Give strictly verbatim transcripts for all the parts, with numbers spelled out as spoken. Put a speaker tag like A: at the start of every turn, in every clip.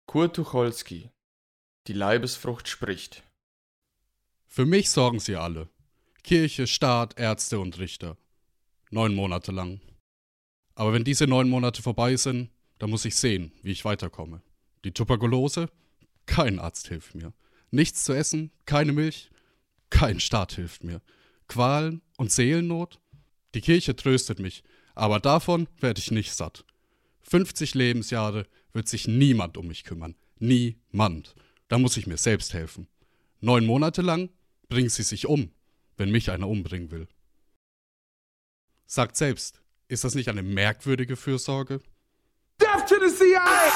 A: Kurt Tucholsky. Die Leibesfrucht spricht.
B: Für mich sorgen sie alle. Kirche, Staat, Ärzte und Richter. Neun Monate lang. Aber wenn diese neun Monate vorbei sind, dann muss ich sehen, wie ich weiterkomme. Die Tuberkulose? Kein Arzt hilft mir. Nichts zu essen, keine Milch, kein Staat hilft mir. Qualen und Seelennot? Die Kirche tröstet mich, aber davon werde ich nicht satt. fünfzig Lebensjahre wird sich niemand um mich kümmern. Niemand. Da muss ich mir selbst helfen. Neun Monate lang bringen sie sich um, wenn mich einer umbringen will. Sagt selbst, ist das nicht eine merkwürdige Fürsorge?
C: Death to the C I A!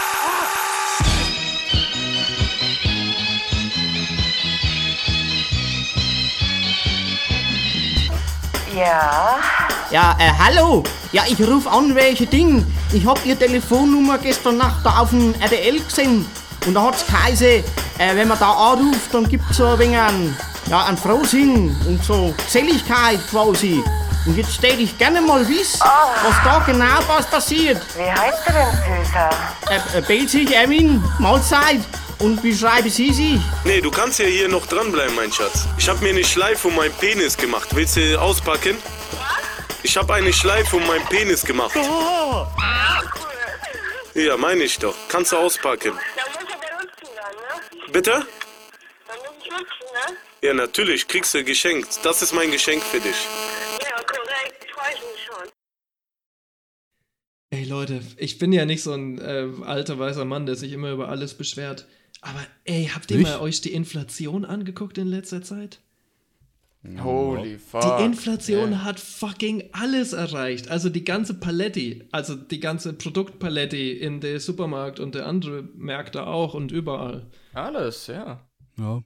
D: Ja?
E: Ja, äh, hallo. Ja, ich ruf an, welche Ding. Ich hab Ihr Telefonnummer gestern Nacht da auf dem R T L gesehen. Und da hat's geheißen, äh, wenn man da anruft, dann gibt's so ein wenig einen, ja, einen Frohsinn und so Geselligkeit quasi. Und jetzt stell ich gerne mal wissen,
D: Oh.
E: was da genau was passiert.
D: Wie heißt du denn, Süßer?
E: Äh, äh, Belzig, Erwin, Mahlzeit. Und wie schreiben Sie sich?
F: Nee, du kannst ja hier noch dranbleiben, mein Schatz. Ich hab mir eine Schleife um meinen Penis gemacht. Willst du auspacken? Ich hab eine Schleife um meinen Penis gemacht. Ja, meine ich doch. Kannst du auspacken.
G: Da muss er benutzen dann, ne?
F: Bitte?
G: Da muss ich nutzen, ne?
F: Ja, natürlich. Kriegst du geschenkt. Das ist mein Geschenk für dich.
G: Ja, korrekt. Freue ich mich schon.
H: Ey Leute, ich bin ja nicht so ein äh, alter weißer Mann, der sich immer über alles beschwert. Aber ey, habt ihr
B: Nicht?
H: mal euch die Inflation angeguckt in letzter Zeit?
A: Holy fuck.
H: Die Inflation
A: Yeah.
H: hat fucking alles erreicht. Also die ganze Palette, also die ganze Produktpalette in der Supermarkt und der andere Märkte auch und überall.
A: Alles, ja.
B: Ja.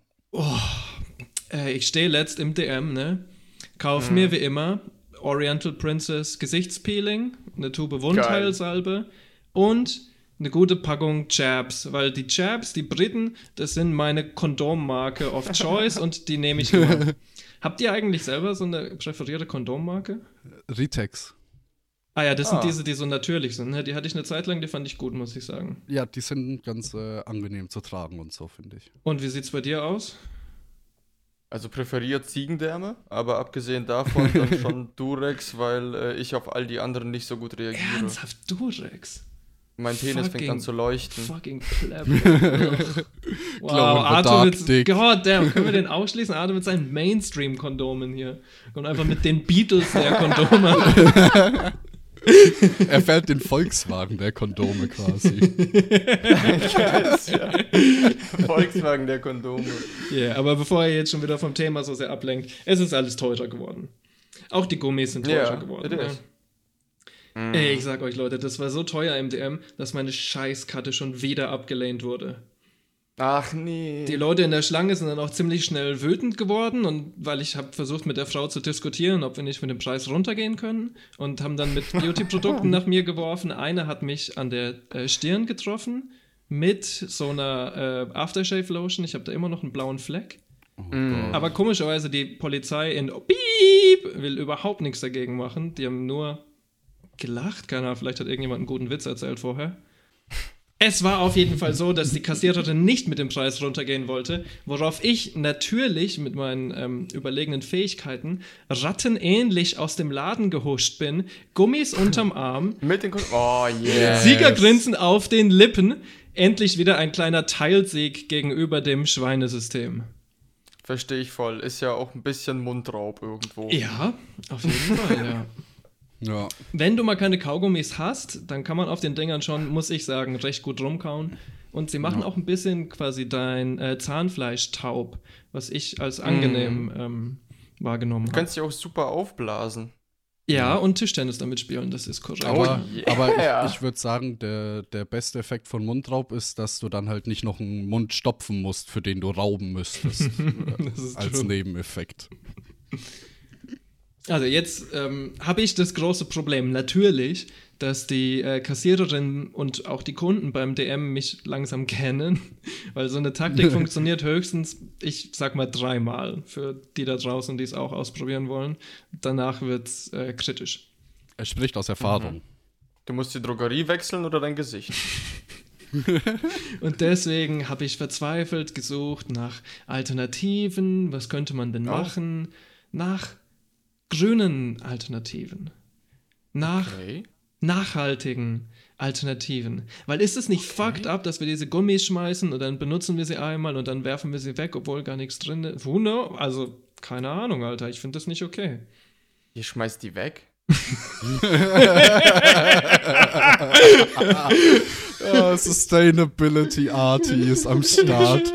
H: Äh, ich stehe letzt im D M, ne? Kauf mir wie immer Oriental Princess Gesichtspeeling, eine Tube Wundheilsalbe und eine gute Packung Jabs, weil die Jabs, die Briten, das sind meine Kondommarke of choice und die nehme ich immer. Habt ihr eigentlich selber so eine präferierte Kondommarke?
B: Ritex.
H: Ah ja, das
A: Ah.
H: sind diese, die so natürlich sind. Ne? Die hatte ich eine Zeit lang, die fand ich gut, muss ich sagen.
B: Ja, die sind ganz äh, angenehm zu tragen und so, finde ich.
H: Und wie sieht's bei dir aus?
A: Also präferiert Ziegendärme, aber abgesehen davon dann schon Durex, weil äh, ich auf all die anderen nicht so gut reagiere.
H: Ernsthaft, Durex?
A: Mein Penis fängt an
H: Fucking-
A: zu leuchten.
H: Fucking pleb. Ugh. wow,
B: Glow in the
H: Arthur
B: dark
H: mit,
B: dick.
H: God damn, können wir den ausschließen? Arthur mit seinen Mainstream-Kondomen hier. Und einfach mit den Beatles der Kondome.
B: Er fährt den Volkswagen der Kondome quasi.
A: Yes, ja. Volkswagen der Kondome.
H: Ja, yeah, aber bevor er jetzt schon wieder vom Thema so sehr ablenkt, es ist alles teurer geworden. Auch die Gummis sind teurer
A: Ja,
H: geworden.
A: it
H: Ne?
A: is.
H: Ey, ich sag euch, Leute, das war so teuer im D M, dass meine Scheißkarte schon wieder abgelehnt wurde.
A: Ach nee.
H: Die Leute in der Schlange sind dann auch ziemlich schnell wütend geworden und weil ich habe versucht mit der Frau zu diskutieren, ob wir nicht mit dem Preis runtergehen können und haben dann mit Beauty-Produkten nach mir geworfen. Eine hat mich an der äh, Stirn getroffen mit so einer äh, Aftershave-Lotion. Ich habe da immer noch einen blauen Fleck. Aber komischerweise die Polizei in Piep will überhaupt nichts dagegen machen. Die haben nur gelacht. Keine Ahnung, vielleicht hat irgendjemand einen guten Witz erzählt vorher. Es war auf jeden Fall so, dass die Kassiererin nicht mit dem Preis runtergehen wollte, worauf ich natürlich mit meinen ähm, überlegenen Fähigkeiten rattenähnlich aus dem Laden gehuscht bin, Gummis unterm Arm,
A: Mit den Kon Oh yeah.
H: Siegergrinsen auf den Lippen, endlich wieder ein kleiner Teilsieg gegenüber dem Schweinesystem.
A: Verstehe ich voll. Ist ja auch ein bisschen Mundraub irgendwo.
H: Ja, auf jeden Fall, ja.
B: Ja.
H: Wenn du mal keine Kaugummis hast, dann kann man auf den Dingern schon, muss ich sagen, recht gut rumkauen. Und sie machen
B: Ja.
H: auch ein bisschen quasi dein äh, Zahnfleisch taub, was ich als angenehm ähm, wahrgenommen
A: Du
H: habe.
A: kannst dich auch super aufblasen.
H: Ja, und Tischtennis damit spielen, das ist korrekt.
B: Aber,
A: yeah.
B: aber ich, ich würde sagen, der, der beste Effekt von Mundraub ist, dass du dann halt nicht noch einen Mund stopfen musst, für den du rauben müsstest.
H: Das ist
B: als
H: true.
B: Nebeneffekt.
H: Also jetzt ähm, habe ich das große Problem natürlich, dass die äh, Kassiererin und auch die Kunden beim D M mich langsam kennen, weil so eine Taktik funktioniert höchstens, ich sag mal dreimal für die da draußen, die es auch ausprobieren wollen. Danach wird's äh, kritisch.
B: Er spricht aus Erfahrung.
A: Du musst die Drogerie wechseln oder dein Gesicht.
H: Und deswegen habe ich verzweifelt gesucht nach Alternativen. Was könnte man denn
A: Oh.
H: machen? Nach grünen Alternativen. Nach
A: Okay.
H: nachhaltigen Alternativen. Weil ist es nicht fucked up, dass wir diese Gummis schmeißen und dann benutzen wir sie einmal und dann werfen wir sie weg, obwohl gar nichts drin ist? Who knows? Also, keine Ahnung, Alter. Ich finde das nicht okay.
A: Ihr schmeißt die weg?
B: Ah, Sustainability Arty ist am Start.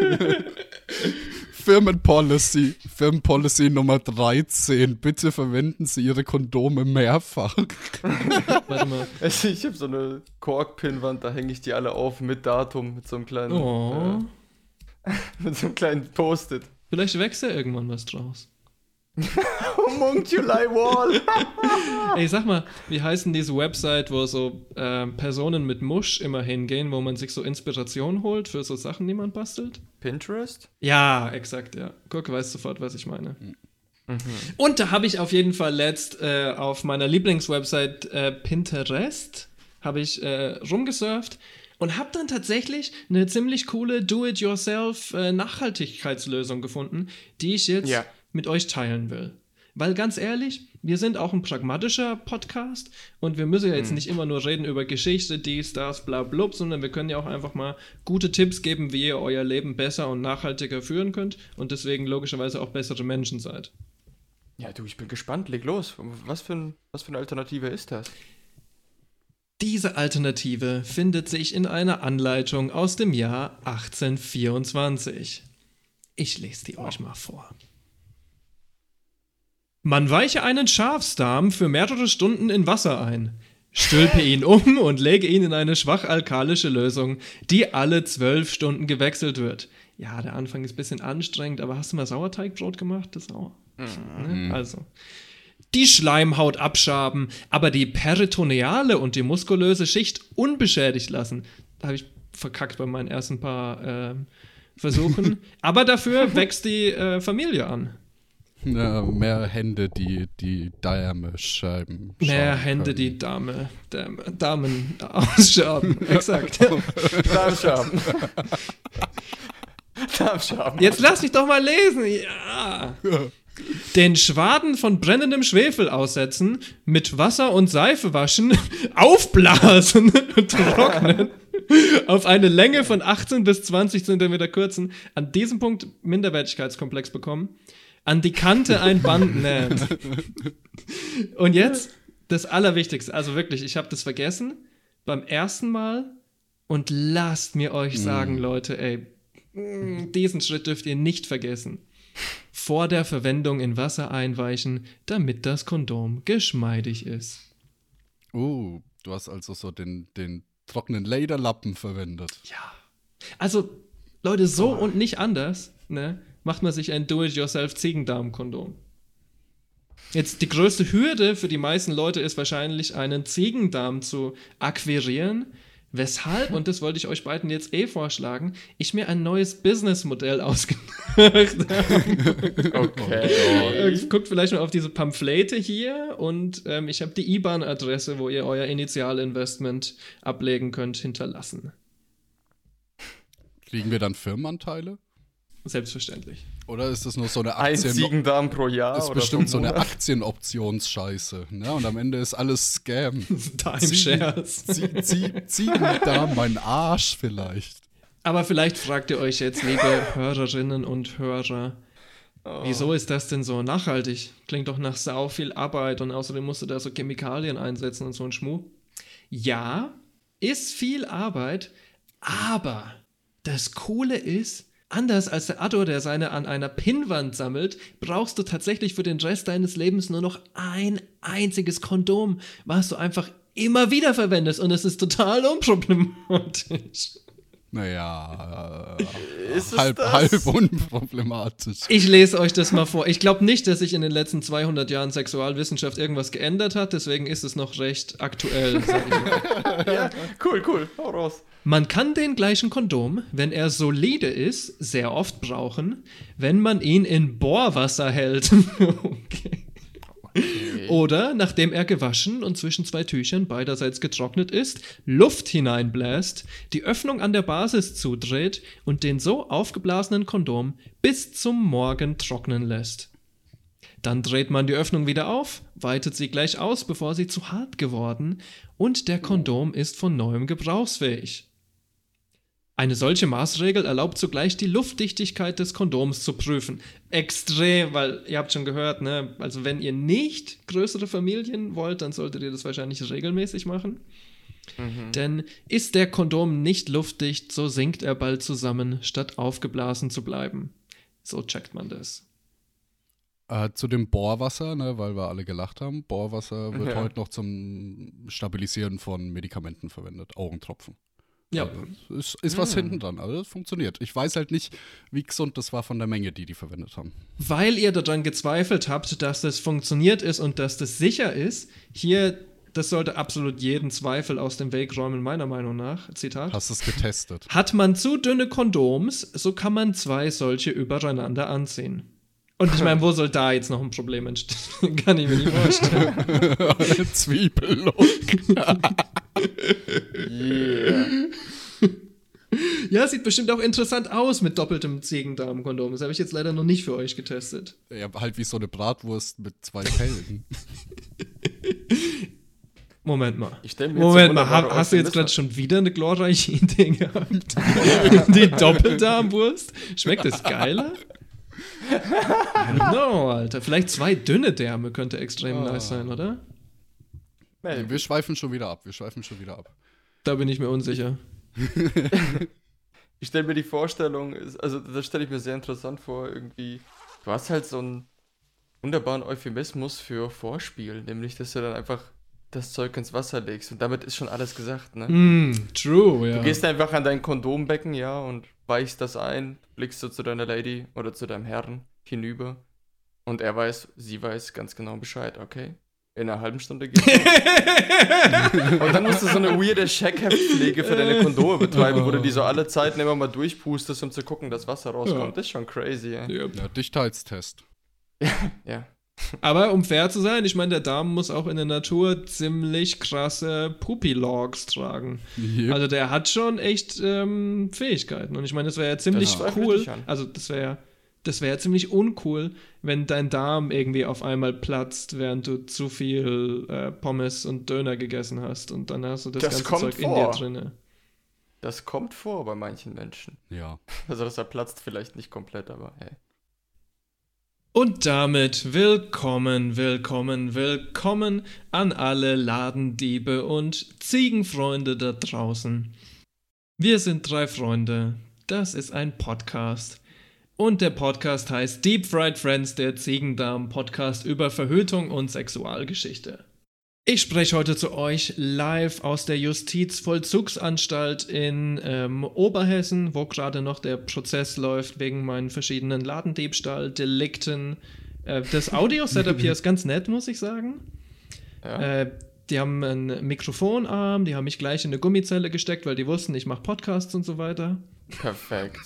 B: Firmenpolicy, Firmenpolicy Nummer dreizehn. Bitte verwenden Sie Ihre Kondome mehrfach.
H: Warte mal.
A: Also ich habe so eine Korkpinwand, da hänge ich die alle auf mit Datum, mit so einem kleinen,
H: Oh.
A: äh, mit so einem kleinen Post-it.
H: Vielleicht wächst ja irgendwann was draus.
A: Homunculi Wall.
H: Ey, sag mal, wie heißt denn diese Website, wo so äh, Personen mit Musch immer hingehen, wo man sich so Inspiration holt für so Sachen, die man bastelt?
A: Pinterest?
H: Ja, exakt, ja. Guck, weißt sofort, was ich meine. Mhm. Und da habe ich auf jeden Fall letzt äh, auf meiner Lieblingswebsite äh, Pinterest habe ich äh, rumgesurft und habe dann tatsächlich eine ziemlich coole Do-it-yourself äh, Nachhaltigkeitslösung gefunden, die ich jetzt
A: Ja.
H: mit euch teilen will. Weil ganz ehrlich, wir sind auch ein pragmatischer Podcast und wir müssen ja jetzt nicht immer nur reden über Geschichte, dies, das, bla, blub, sondern wir können ja auch einfach mal gute Tipps geben, wie ihr euer Leben besser und nachhaltiger führen könnt und deswegen logischerweise auch bessere Menschen seid.
A: Ja, du, ich bin gespannt. Leg los. Was für, ein, was für eine Alternative ist das?
H: Diese Alternative findet sich in einer Anleitung aus dem Jahr achtzehnhundertvierundzwanzig. Ich lese die euch mal vor. Man weiche einen Schafsdarm für mehrere Stunden in Wasser ein, stülpe ihn um und lege ihn in eine schwach alkalische Lösung, die alle zwölf Stunden gewechselt wird. Ja, der Anfang ist ein bisschen anstrengend, aber hast du mal Sauerteigbrot gemacht? Das ist auch. Ne? Also. Die Schleimhaut abschaben, aber die peritoneale und die muskulöse Schicht unbeschädigt lassen. Da habe ich verkackt bei meinen ersten paar äh, Versuchen. Aber dafür wächst die äh, Familie an.
B: Ja, mehr Hände, die die Därme-Scheiben
H: Mehr
B: schaben
H: Hände,
B: können.
H: die Dame, Dame, Damen ausschaben. Exakt.
A: Darmschaben. Darmschaben.
H: Jetzt lass mich doch mal lesen. Ja. Den Schwaden von brennendem Schwefel aussetzen, mit Wasser und Seife waschen, aufblasen und trocknen, auf eine Länge von achtzehn bis zwanzig Zentimeter kürzen, an diesem Punkt Minderwertigkeitskomplex bekommen, an die Kante ein Band nähen. Und jetzt das Allerwichtigste, also wirklich, ich habe das vergessen beim ersten Mal und lasst mir euch sagen, mm. Leute, ey, diesen Schritt dürft ihr nicht vergessen. Vor der Verwendung in Wasser einweichen, damit das Kondom geschmeidig ist.
B: Oh, du hast also so den, den trockenen Lederlappen verwendet.
H: Ja. Also, Leute, so oh. und nicht anders, ne, macht man sich ein Do-it-yourself-Ziegendarm-Kondom. Jetzt die größte Hürde für die meisten Leute ist wahrscheinlich, einen Ziegendarm zu akquirieren. Weshalb, und das wollte ich euch beiden jetzt eh vorschlagen, ich mir ein neues Businessmodell ausgedacht habe.
A: Okay.
H: Guckt vielleicht mal auf diese Pamphlete hier und ähm, ich habe die I B A N-Adresse, wo ihr euer Initialinvestment ablegen könnt, hinterlassen.
B: Kriegen wir dann Firmenanteile?
H: Selbstverständlich.
B: Oder ist das nur so eine
A: Ein
B: Aktien...
A: Ziegendarm pro Jahr?
B: Das ist
A: oder
B: bestimmt so eine
A: Monat?
B: Aktienoptionsscheiße. Ne? Und am Ende ist alles Scam.
H: Timeshares.
B: Ziegen, Ziegen, Ziegendarm, mein Arsch vielleicht.
H: Aber vielleicht fragt ihr euch jetzt, liebe Hörerinnen und Hörer, oh. wieso ist das denn so nachhaltig? Klingt doch nach sau viel Arbeit und außerdem musst du da so Chemikalien einsetzen und so ein Schmuh. Ja, ist viel Arbeit, aber das Coole ist, anders als der Addo, der seine an einer Pinnwand sammelt, brauchst du tatsächlich für den Rest deines Lebens nur noch ein einziges Kondom, was du einfach immer wieder verwendest und es ist total unproblematisch.
B: Naja,
A: Ist es
B: halb,
A: das?
B: halb unproblematisch.
H: Ich lese euch das mal vor. Ich glaube nicht, dass sich in den letzten zweihundert Jahren Sexualwissenschaft irgendwas geändert hat, deswegen ist es noch recht aktuell, sag ich mal.
A: Ja, cool, cool. Hau raus.
H: Man kann den gleichen Kondom, wenn er solide ist, sehr oft brauchen, wenn man ihn in Bohrwasser hält. Okay.
A: Okay.
H: Oder, nachdem er gewaschen und zwischen zwei Tüchern beiderseits getrocknet ist, Luft hineinbläst, die Öffnung an der Basis zudreht und den so aufgeblasenen Kondom bis zum Morgen trocknen lässt. Dann dreht man die Öffnung wieder auf, weitet sie gleich aus, bevor sie zu hart geworden, und der Kondom ist von neuem gebrauchsfähig. Eine solche Maßregel erlaubt zugleich die Luftdichtigkeit des Kondoms zu prüfen. Extrem, weil ihr habt schon gehört, ne? Also wenn ihr nicht größere Familien wollt, dann solltet ihr das wahrscheinlich regelmäßig machen. Mhm. Denn ist der Kondom nicht luftdicht, so sinkt er bald zusammen, statt aufgeblasen zu bleiben. So checkt man das.
B: Äh, zu dem Bohrwasser, ne, weil wir alle gelacht haben. Bohrwasser wird
A: Ja.
B: heute noch zum Stabilisieren von Medikamenten verwendet. Augentropfen.
H: Ja.
B: Also, ist, ist was hinten dran, also das funktioniert. Ich weiß halt nicht, wie gesund das war von der Menge, die die verwendet haben.
H: Weil ihr daran gezweifelt habt, dass das funktioniert ist und dass das sicher ist, hier, das sollte absolut jeden Zweifel aus dem Weg räumen, meiner Meinung nach. Zitat.
B: Hast du es getestet?
H: Hat man zu dünne Kondoms, so kann man zwei solche übereinander anziehen. Und ich meine, wo soll da jetzt noch ein Problem entstehen? Kann ich mir nicht vorstellen.
B: Zwiebellook.
A: Yeah.
H: Ja, sieht bestimmt auch interessant aus mit doppeltem Ziegendarmkondom. Das habe ich jetzt leider noch nicht für euch getestet.
B: Ja, halt wie so eine Bratwurst mit zwei Fällen.
H: Moment mal.
A: Ich stell mir jetzt
H: Moment
A: so
H: mal, ha,
A: wunderbare
H: hast du jetzt
A: Euphemismen-
H: gerade schon wieder eine glorreiche Idee gehabt? Die Doppeldarmwurst? Schmeckt das geiler? No, Alter. Vielleicht zwei dünne Därme könnte extrem
B: Ah.
H: nice sein, oder?
A: Nee,
B: Wir schweifen schon wieder ab, wir schweifen schon wieder ab.
H: Da bin ich mir unsicher.
A: Ich stelle mir die Vorstellung, ist- also das stelle ich mir sehr interessant vor, irgendwie. Du hast halt so einen wunderbaren Euphemismus für Vorspiel, nämlich, dass du dann einfach das Zeug ins Wasser legst und damit ist schon alles gesagt, ne?
H: Mm, true, ja.
A: Du gehst einfach an dein Kondombecken, ja, und weichst das ein, blickst du zu deiner Lady oder zu deinem Herrn hinüber und er weiß, sie weiß ganz genau Bescheid, okay? In einer halben Stunde geht's. Und dann musst du so eine weirde Scheckheftpflege für deine Kondome betreiben, wo du die so alle Zeiten immer mal durchpustest, um zu gucken, dass Wasser rauskommt.
H: Ja.
A: Das ist schon crazy, ey.
H: Yep.
B: Ja, Dichtheitstest.
A: Ja.
H: Aber um fair zu sein, ich meine, der Darm muss auch in der Natur ziemlich krasse Puppy-Logs tragen.
B: Yep.
H: Also der hat schon echt ähm, Fähigkeiten. Und ich meine, das wäre ja ziemlich
A: Das zweifle ich
H: cool.
A: nicht an.
H: Also das wäre das wäre ja ziemlich uncool, wenn dein Darm irgendwie auf einmal platzt, während du zu viel äh, Pommes und Döner gegessen hast. Und dann hast du das,
A: Das
H: ganze
A: kommt
H: Zeug in dir
A: vor.
H: drinne.
A: Das kommt vor bei manchen Menschen.
B: Ja.
A: Also das platzt vielleicht nicht komplett, aber hey.
H: Und damit willkommen, willkommen, willkommen an alle Ladendiebe und Ziegenfreunde da draußen. Wir sind drei Freunde, das ist ein Podcast. Und der Podcast heißt Deep Fried Friends, der Ziegendarm-Podcast über Verhütung und Sexualgeschichte. Ich spreche heute zu euch live aus der Justizvollzugsanstalt in ähm, Oberhessen, wo gerade noch der Prozess läuft wegen meinen verschiedenen Ladendiebstahl-Delikten. Äh, das Audio-Setup hier ist ganz nett, muss ich sagen.
A: Ja.
H: Äh, die haben einen Mikrofonarm, die haben mich gleich in eine Gummizelle gesteckt, weil die wussten, ich mache Podcasts und so weiter.
A: Perfekt.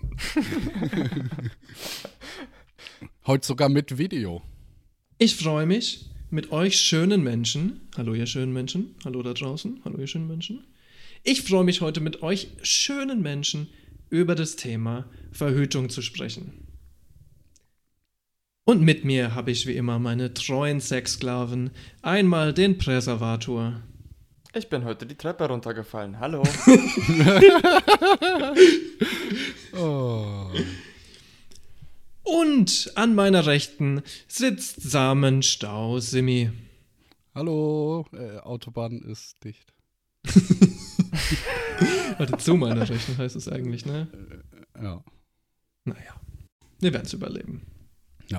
B: Heute sogar mit Video.
H: Ich freue mich, mit euch schönen Menschen, hallo ihr schönen Menschen, hallo da draußen, hallo ihr schönen Menschen. Ich freue mich heute mit euch schönen Menschen über das Thema Verhütung zu sprechen. Und mit mir habe ich wie immer meine treuen Sexsklaven, einmal den Präservator.
A: Ich bin heute die Treppe runtergefallen. Hallo.
B: Oh.
H: Und an meiner Rechten sitzt Samenstau Simi.
B: Hallo, äh, Autobahn ist dicht.
H: Warte, zu meiner Rechten heißt es eigentlich, ne?
B: Ja.
H: Naja, wir werden es überleben.
B: Ja.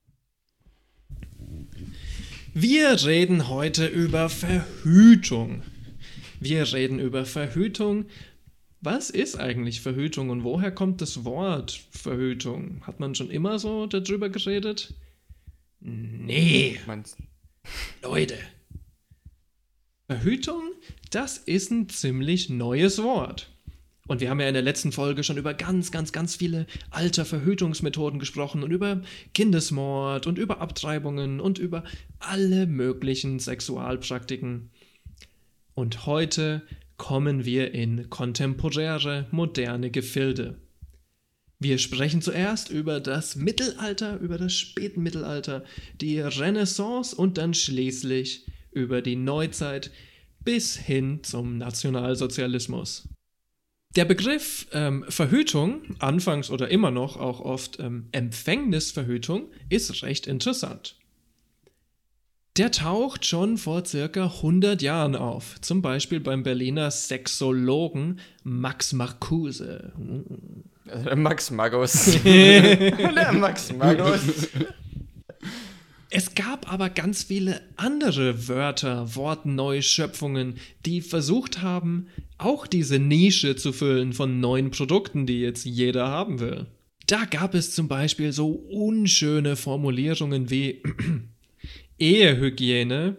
H: Wir reden heute über Verhütung. Wir reden über Verhütung. Was ist eigentlich Verhütung und woher kommt das Wort Verhütung? Hat man schon immer so darüber geredet? Nee,
A: Meinst
H: Leute. Verhütung, das ist ein ziemlich neues Wort. Und wir haben ja in der letzten Folge schon über ganz, ganz, ganz viele alte Verhütungsmethoden gesprochen und über Kindesmord und über Abtreibungen und über alle möglichen Sexualpraktiken. Und heute kommen wir in kontemporäre, moderne Gefilde. Wir sprechen zuerst über das Mittelalter, über das Spätmittelalter, die Renaissance und dann schließlich über die Neuzeit bis hin zum Nationalsozialismus. Der Begriff ähm, Verhütung, anfangs oder immer noch auch oft ähm, Empfängnisverhütung, ist recht interessant. Der taucht schon vor circa hundert Jahren auf, zum Beispiel beim Berliner Sexologen Max Marcuse.
A: Der Max Magus. Der Max Magus.
H: Es gab aber ganz viele andere Wörter, Wortneuschöpfungen, die versucht haben, auch diese Nische zu füllen von neuen Produkten, die jetzt jeder haben will. Da gab es zum Beispiel so unschöne Formulierungen wie Ehehygiene.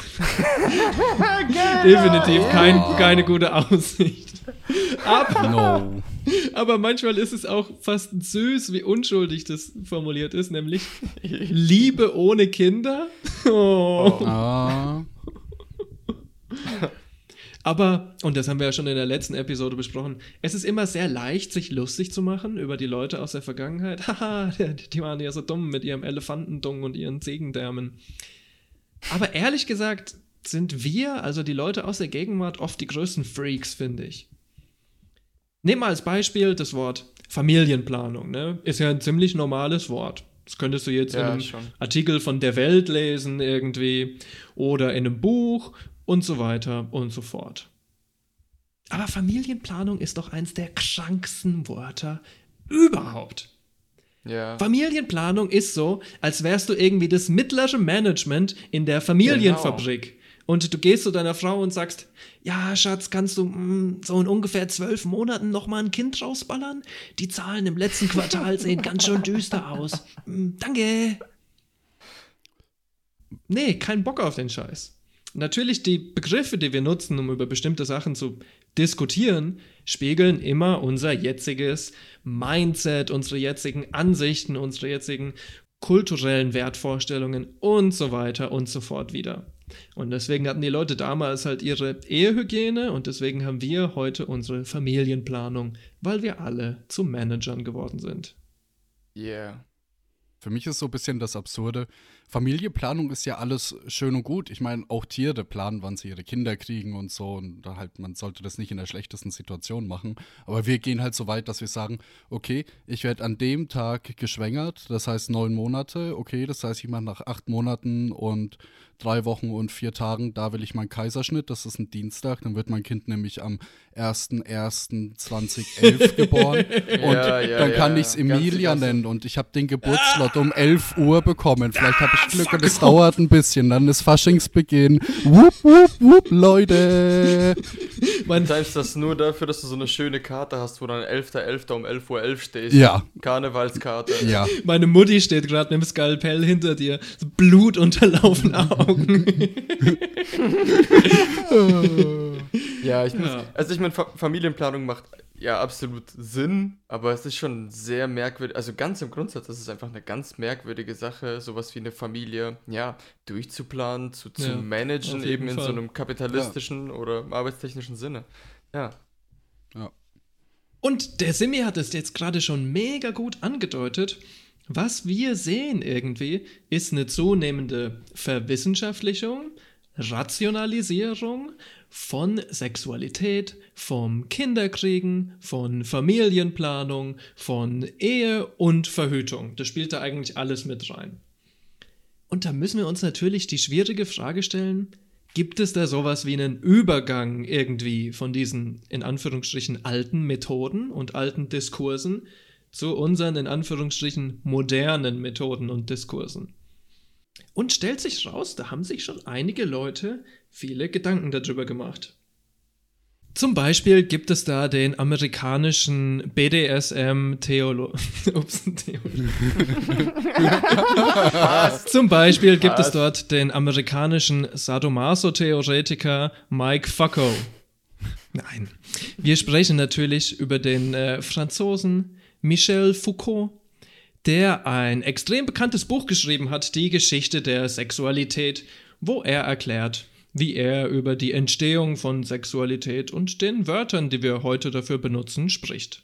H: Definitiv kein, keine gute Aussicht. Aber,
B: No.
H: aber manchmal ist es auch fast süß, wie unschuldig das formuliert ist, nämlich Liebe ohne Kinder. Oh.
B: Ah.
H: Aber, und das haben wir ja schon in der letzten Episode besprochen, es ist immer sehr leicht, sich lustig zu machen über die Leute aus der Vergangenheit. Haha, die waren ja so dumm mit ihrem Elefantendung und ihren Ziegendärmen. Aber ehrlich gesagt sind wir, also die Leute aus der Gegenwart, oft die größten Freaks, finde ich. Nehmen wir als Beispiel das Wort Familienplanung, ne? Ist ja ein ziemlich normales Wort. Das könntest du jetzt
A: Ja,
H: in einem
A: schon.
H: Artikel von der Welt lesen irgendwie oder in einem Buch und so weiter und so fort. Aber Familienplanung ist doch eins der kranksten Wörter überhaupt.
A: Ja.
H: Familienplanung ist so, als wärst du irgendwie das mittlere Management in der Familienfabrik. Und du gehst zu deiner Frau und sagst, ja, Schatz, kannst du mh, so in ungefähr zwölf Monaten nochmal ein Kind rausballern? Die Zahlen im letzten Quartal sehen ganz schön düster aus. Mm, danke. Nee, kein Bock auf den Scheiß. Natürlich, die Begriffe, die wir nutzen, um über bestimmte Sachen zu diskutieren, spiegeln immer unser jetziges Mindset, unsere jetzigen Ansichten, unsere jetzigen kulturellen Wertvorstellungen und so weiter und so fort wider. Und deswegen hatten die Leute damals halt ihre Ehehygiene und deswegen haben wir heute unsere Familienplanung, weil wir alle zu Managern geworden sind.
A: Yeah.
B: Für mich ist so ein bisschen das Absurde. Familienplanung ist ja alles schön und gut. Ich meine, auch Tiere planen, wann sie ihre Kinder kriegen und so. Und da halt, man sollte das nicht in der schlechtesten Situation machen. Aber wir gehen halt so weit, dass wir sagen, okay, ich werde an dem Tag geschwängert, das heißt neun Monate. Okay, das heißt, ich mache nach acht Monaten und drei Wochen und vier Tagen, da will ich meinen Kaiserschnitt. Das ist ein Dienstag. Dann wird mein Kind nämlich am erster erster zweitausendelf geboren. Und
A: Ja, ja,
B: dann kann
A: ja.
B: ich es
A: Ganz
B: Emilia
A: die ganze-
B: nennen. Und ich habe den Geburtslot um elf Uhr bekommen. Vielleicht habe ich Glück und es dauert ein bisschen. Dann ist Faschingsbeginn. Wupp, wupp, wupp, Leute.
H: Mein,
A: Timest das nur dafür, dass du so eine schöne Karte hast, wo dann elfter elfter um elf Uhr elf stehst.
B: Ja.
A: Karnevalskarte.
B: Ja.
H: meine Mutti steht gerade mit dem Skalpell hinter dir, so blutunterlaufene Augen.
A: Ja, ich muss,
H: Ja.
A: also ich meine, Fa- Familienplanung macht ja absolut Sinn, aber es ist schon sehr merkwürdig, also ganz im Grundsatz, das ist einfach eine ganz merkwürdige Sache, sowas wie eine Familie, ja, durchzuplanen, zu, zu
H: Ja,
A: managen,
H: auf jeden
A: eben in
H: Fall.
A: so einem kapitalistischen oder arbeitstechnischen Sinne. Ja.
H: Und der Simi hat es jetzt gerade schon mega gut angedeutet. Was wir sehen irgendwie, ist eine zunehmende Verwissenschaftlichung, Rationalisierung von Sexualität, vom Kinderkriegen, von Familienplanung, von Ehe und Verhütung. Das spielt da eigentlich alles mit rein. Und da müssen wir uns natürlich die schwierige Frage stellen, gibt es da sowas wie einen Übergang irgendwie von diesen, in Anführungsstrichen, alten Methoden und alten Diskursen zu unseren, in Anführungsstrichen, modernen Methoden und Diskursen? Und stellt sich raus, da haben sich schon einige Leute viele Gedanken darüber gemacht. Zum Beispiel gibt es da den amerikanischen B D S M-Theolo... Ups, Theolo... Zum Beispiel gibt es
A: Was?
H: dort den amerikanischen Sadomaso-Theoretiker Mike Fucko. Nein. Wir sprechen natürlich über den äh, Franzosen Michel Foucault, der ein extrem bekanntes Buch geschrieben hat, Die Geschichte der Sexualität, wo er erklärt, wie er über die Entstehung von Sexualität und den Wörtern, die wir heute dafür benutzen, spricht.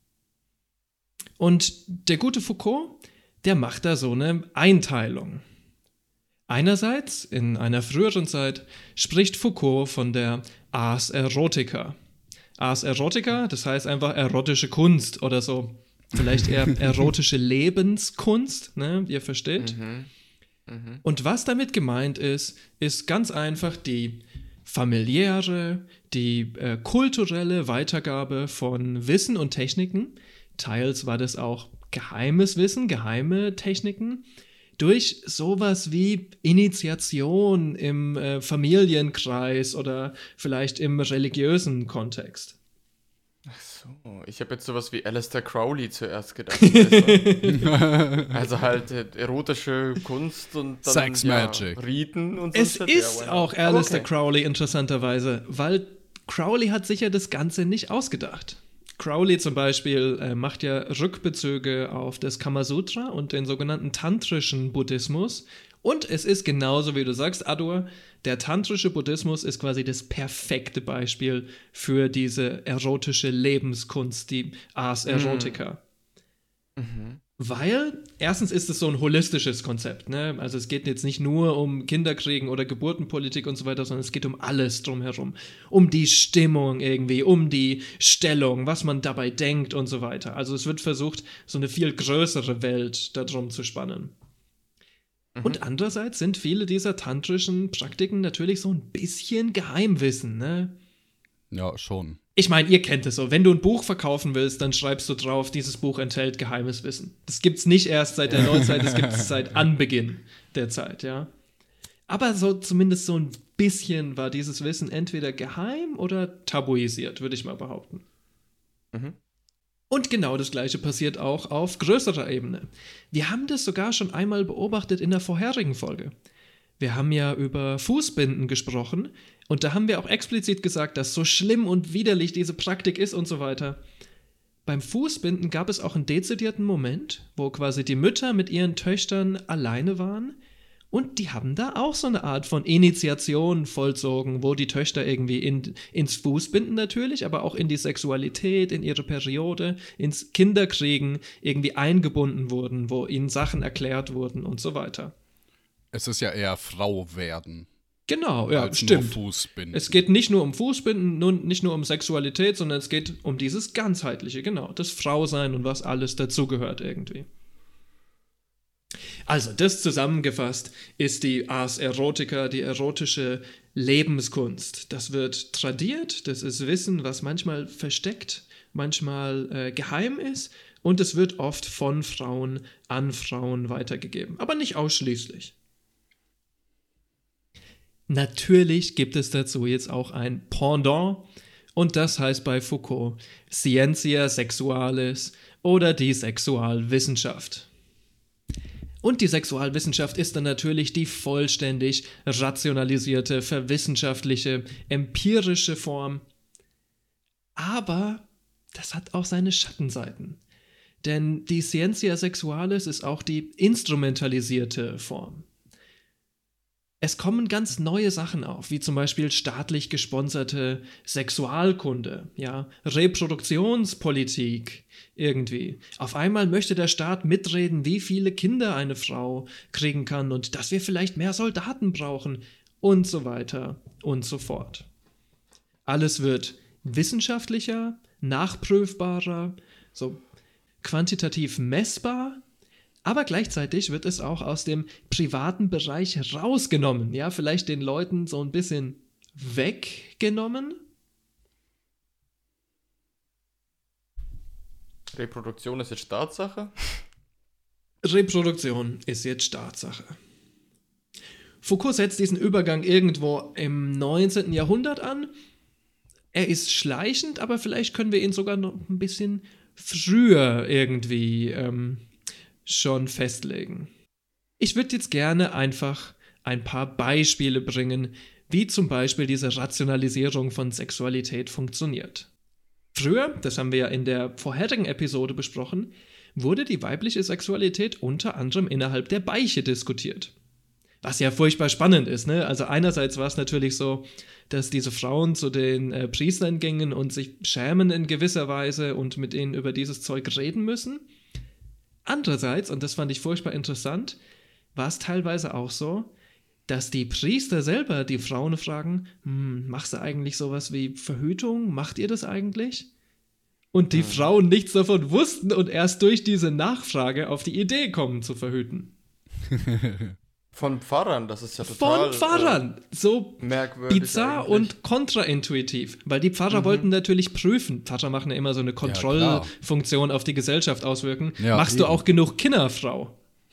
H: Und der gute Foucault, der macht da so eine Einteilung. Einerseits, in einer früheren Zeit, spricht Foucault von der Ars Erotica. Ars Erotica, das heißt einfach erotische Kunst oder so. Vielleicht eher erotische Lebenskunst, ne? Ihr versteht.
A: Mhm. Mhm.
H: Und was damit gemeint ist, ist ganz einfach die familiäre, die äh, kulturelle Weitergabe von Wissen und Techniken. Teils war das auch geheimes Wissen, geheime Techniken, durch sowas wie Initiation im äh, Familienkreis oder vielleicht im religiösen Kontext.
A: Ach so, ich habe jetzt sowas wie Aleister Crowley zuerst gedacht. Also, also halt äh, erotische Kunst und dann
B: Sex
A: ja,
B: Magic.
A: Riten und so.
H: Es
A: Shit.
H: ist
A: Ja,
H: auch
A: okay.
H: Aleister Crowley interessanterweise, weil Crowley hat sich ja das Ganze nicht ausgedacht. Crowley zum Beispiel äh, macht ja Rückbezüge auf das Kamasutra und den sogenannten tantrischen Buddhismus. Und es ist genauso, wie du sagst, Adur, der tantrische Buddhismus ist quasi das perfekte Beispiel für diese erotische Lebenskunst, die Ars Erotica.
A: Mhm.
H: Weil, erstens ist es so ein holistisches Konzept, ne? Also es geht jetzt nicht nur um Kinderkriegen oder Geburtenpolitik und so weiter, sondern es geht um alles drumherum. Um die Stimmung irgendwie, um die Stellung, was man dabei denkt und so weiter. Also es wird versucht, so eine viel größere Welt darum zu spannen. Mhm. Und andererseits sind viele dieser tantrischen Praktiken natürlich so ein bisschen Geheimwissen, ne?
B: Ja, schon.
H: Ich meine, ihr kennt es so. Wenn du ein Buch verkaufen willst, dann schreibst du drauf, dieses Buch enthält geheimes Wissen. Das gibt's nicht erst seit der Neuzeit, das gibt es seit Anbeginn der Zeit, ja. Aber so zumindest so ein bisschen war dieses Wissen entweder geheim oder tabuisiert, würde ich mal behaupten.
A: Mhm.
H: Und genau das Gleiche passiert auch auf größerer Ebene. Wir haben das sogar schon einmal beobachtet in der vorherigen Folge. Wir haben ja über Fußbinden gesprochen und da haben wir auch explizit gesagt, dass so schlimm und widerlich diese Praktik ist und so weiter. Beim Fußbinden gab es auch einen dezidierten Moment, wo quasi die Mütter mit ihren Töchtern alleine waren und die haben da auch so eine Art von Initiation vollzogen, wo die Töchter irgendwie in, ins Fußbinden natürlich, aber auch in die Sexualität, in ihre Periode, ins Kinderkriegen irgendwie eingebunden wurden, wo ihnen Sachen erklärt wurden und so weiter.
B: Es ist ja eher Frau werden.
H: Genau, ja,
B: als
H: stimmt.
B: Nur Fußbinden.
H: Es geht nicht nur um Fußbinden, nur, nicht nur um Sexualität, sondern es geht um dieses ganzheitliche, genau, das Frausein und was alles dazugehört irgendwie. Also, das zusammengefasst ist die Ars Erotica, die erotische Lebenskunst. Das wird tradiert, das ist Wissen, was manchmal versteckt, manchmal äh, geheim ist und es wird oft von Frauen an Frauen weitergegeben, aber nicht ausschließlich. Natürlich gibt es dazu jetzt auch ein Pendant und das heißt bei Foucault Scientia Sexualis oder die Sexualwissenschaft. Und die Sexualwissenschaft ist dann natürlich die vollständig rationalisierte, verwissenschaftliche, empirische Form. Aber das hat auch seine Schattenseiten. Denn die Scientia Sexualis ist auch die instrumentalisierte Form. Es kommen ganz neue Sachen auf, wie zum Beispiel staatlich gesponserte Sexualkunde, ja, Reproduktionspolitik irgendwie. Auf einmal möchte der Staat mitreden, wie viele Kinder eine Frau kriegen kann und dass wir vielleicht mehr Soldaten brauchen und so weiter und so fort. Alles wird wissenschaftlicher, nachprüfbarer, so quantitativ messbar. Aber gleichzeitig wird es auch aus dem privaten Bereich rausgenommen, ja, vielleicht den Leuten so ein bisschen weggenommen.
A: Reproduktion ist jetzt Staatssache?
H: Reproduktion ist jetzt Staatssache. Foucault setzt diesen Übergang irgendwo im neunzehnten Jahrhundert an. Er ist schleichend, aber vielleicht können wir ihn sogar noch ein bisschen früher irgendwie ähm, schon festlegen. Ich würde jetzt gerne einfach ein paar Beispiele bringen, wie zum Beispiel diese Rationalisierung von Sexualität funktioniert. Früher, das haben wir ja in der vorherigen Episode besprochen, wurde die weibliche Sexualität unter anderem innerhalb der Beiche diskutiert. Was ja furchtbar spannend ist, ne? Also einerseits war es natürlich so, dass diese Frauen zu den äh, Priestern gingen und sich schämen in gewisser Weise und mit ihnen über dieses Zeug reden müssen. Andererseits, und das fand ich furchtbar interessant, war es teilweise auch so, dass die Priester selber die Frauen fragen, hm, machst du eigentlich sowas wie Verhütung? Macht ihr das eigentlich? Und die hm. Frauen nichts davon wussten und erst durch diese Nachfrage auf die Idee kommen zu verhüten.
A: Von Pfarrern, das ist ja total...
H: Von Pfarrern! Äh, so
A: merkwürdig
H: bizarr
A: eigentlich.
H: Und kontraintuitiv. Weil die Pfarrer mhm. wollten natürlich prüfen. Pfarrer machen ja immer so eine Kontrollfunktion ja, auf die Gesellschaft auswirken. Ja, Machst eben. du auch genug Kinder, Frau?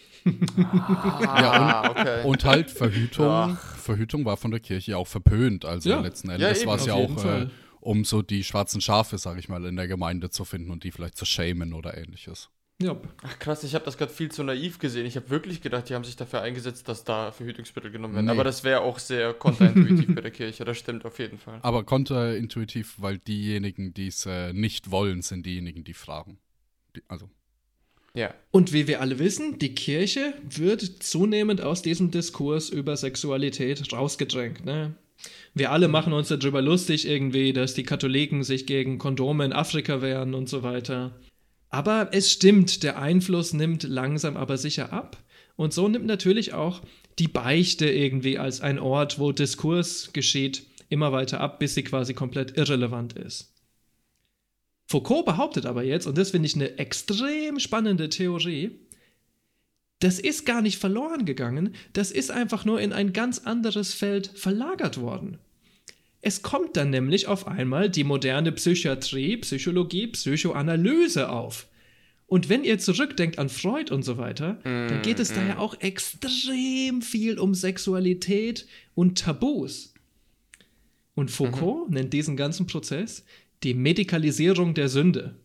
B: Ah, ja, und, okay. und halt Verhütung. Ach. Verhütung war von der Kirche auch verpönt. Also ja. letzten Endes ja, war es ja auch, äh, um so die schwarzen Schafe, sag ich mal, in der Gemeinde zu finden und die vielleicht zu schämen oder ähnliches.
H: Ja.
A: Ach krass, ich habe das gerade viel zu naiv gesehen. Ich habe wirklich gedacht, die haben sich dafür eingesetzt, dass da Verhütungsmittel genommen werden. Nee. Aber das wäre auch sehr kontraintuitiv bei der Kirche, das stimmt auf jeden Fall.
B: Aber kontraintuitiv, weil diejenigen, die es äh, nicht wollen, sind diejenigen, die fragen. Die, also.
H: Ja. Und wie wir alle wissen, die Kirche wird zunehmend aus diesem Diskurs über Sexualität rausgedrängt, ne? Wir alle machen uns darüber lustig irgendwie, dass die Katholiken sich gegen Kondome in Afrika wehren und so weiter. Aber es stimmt, der Einfluss nimmt langsam aber sicher ab. Und so nimmt natürlich auch die Beichte irgendwie als ein Ort, wo Diskurs geschieht, immer weiter ab, bis sie quasi komplett irrelevant ist. Foucault behauptet aber jetzt, und das finde ich eine extrem spannende Theorie, das ist gar nicht verloren gegangen, das ist einfach nur in ein ganz anderes Feld verlagert worden. Es kommt dann nämlich auf einmal die moderne Psychiatrie, Psychologie, Psychoanalyse auf. Und wenn ihr zurückdenkt an Freud und so weiter, mm, dann geht es mm. da ja auch extrem viel um Sexualität und Tabus. Und Foucault mhm. nennt diesen ganzen Prozess die Medikalisierung der Sünde.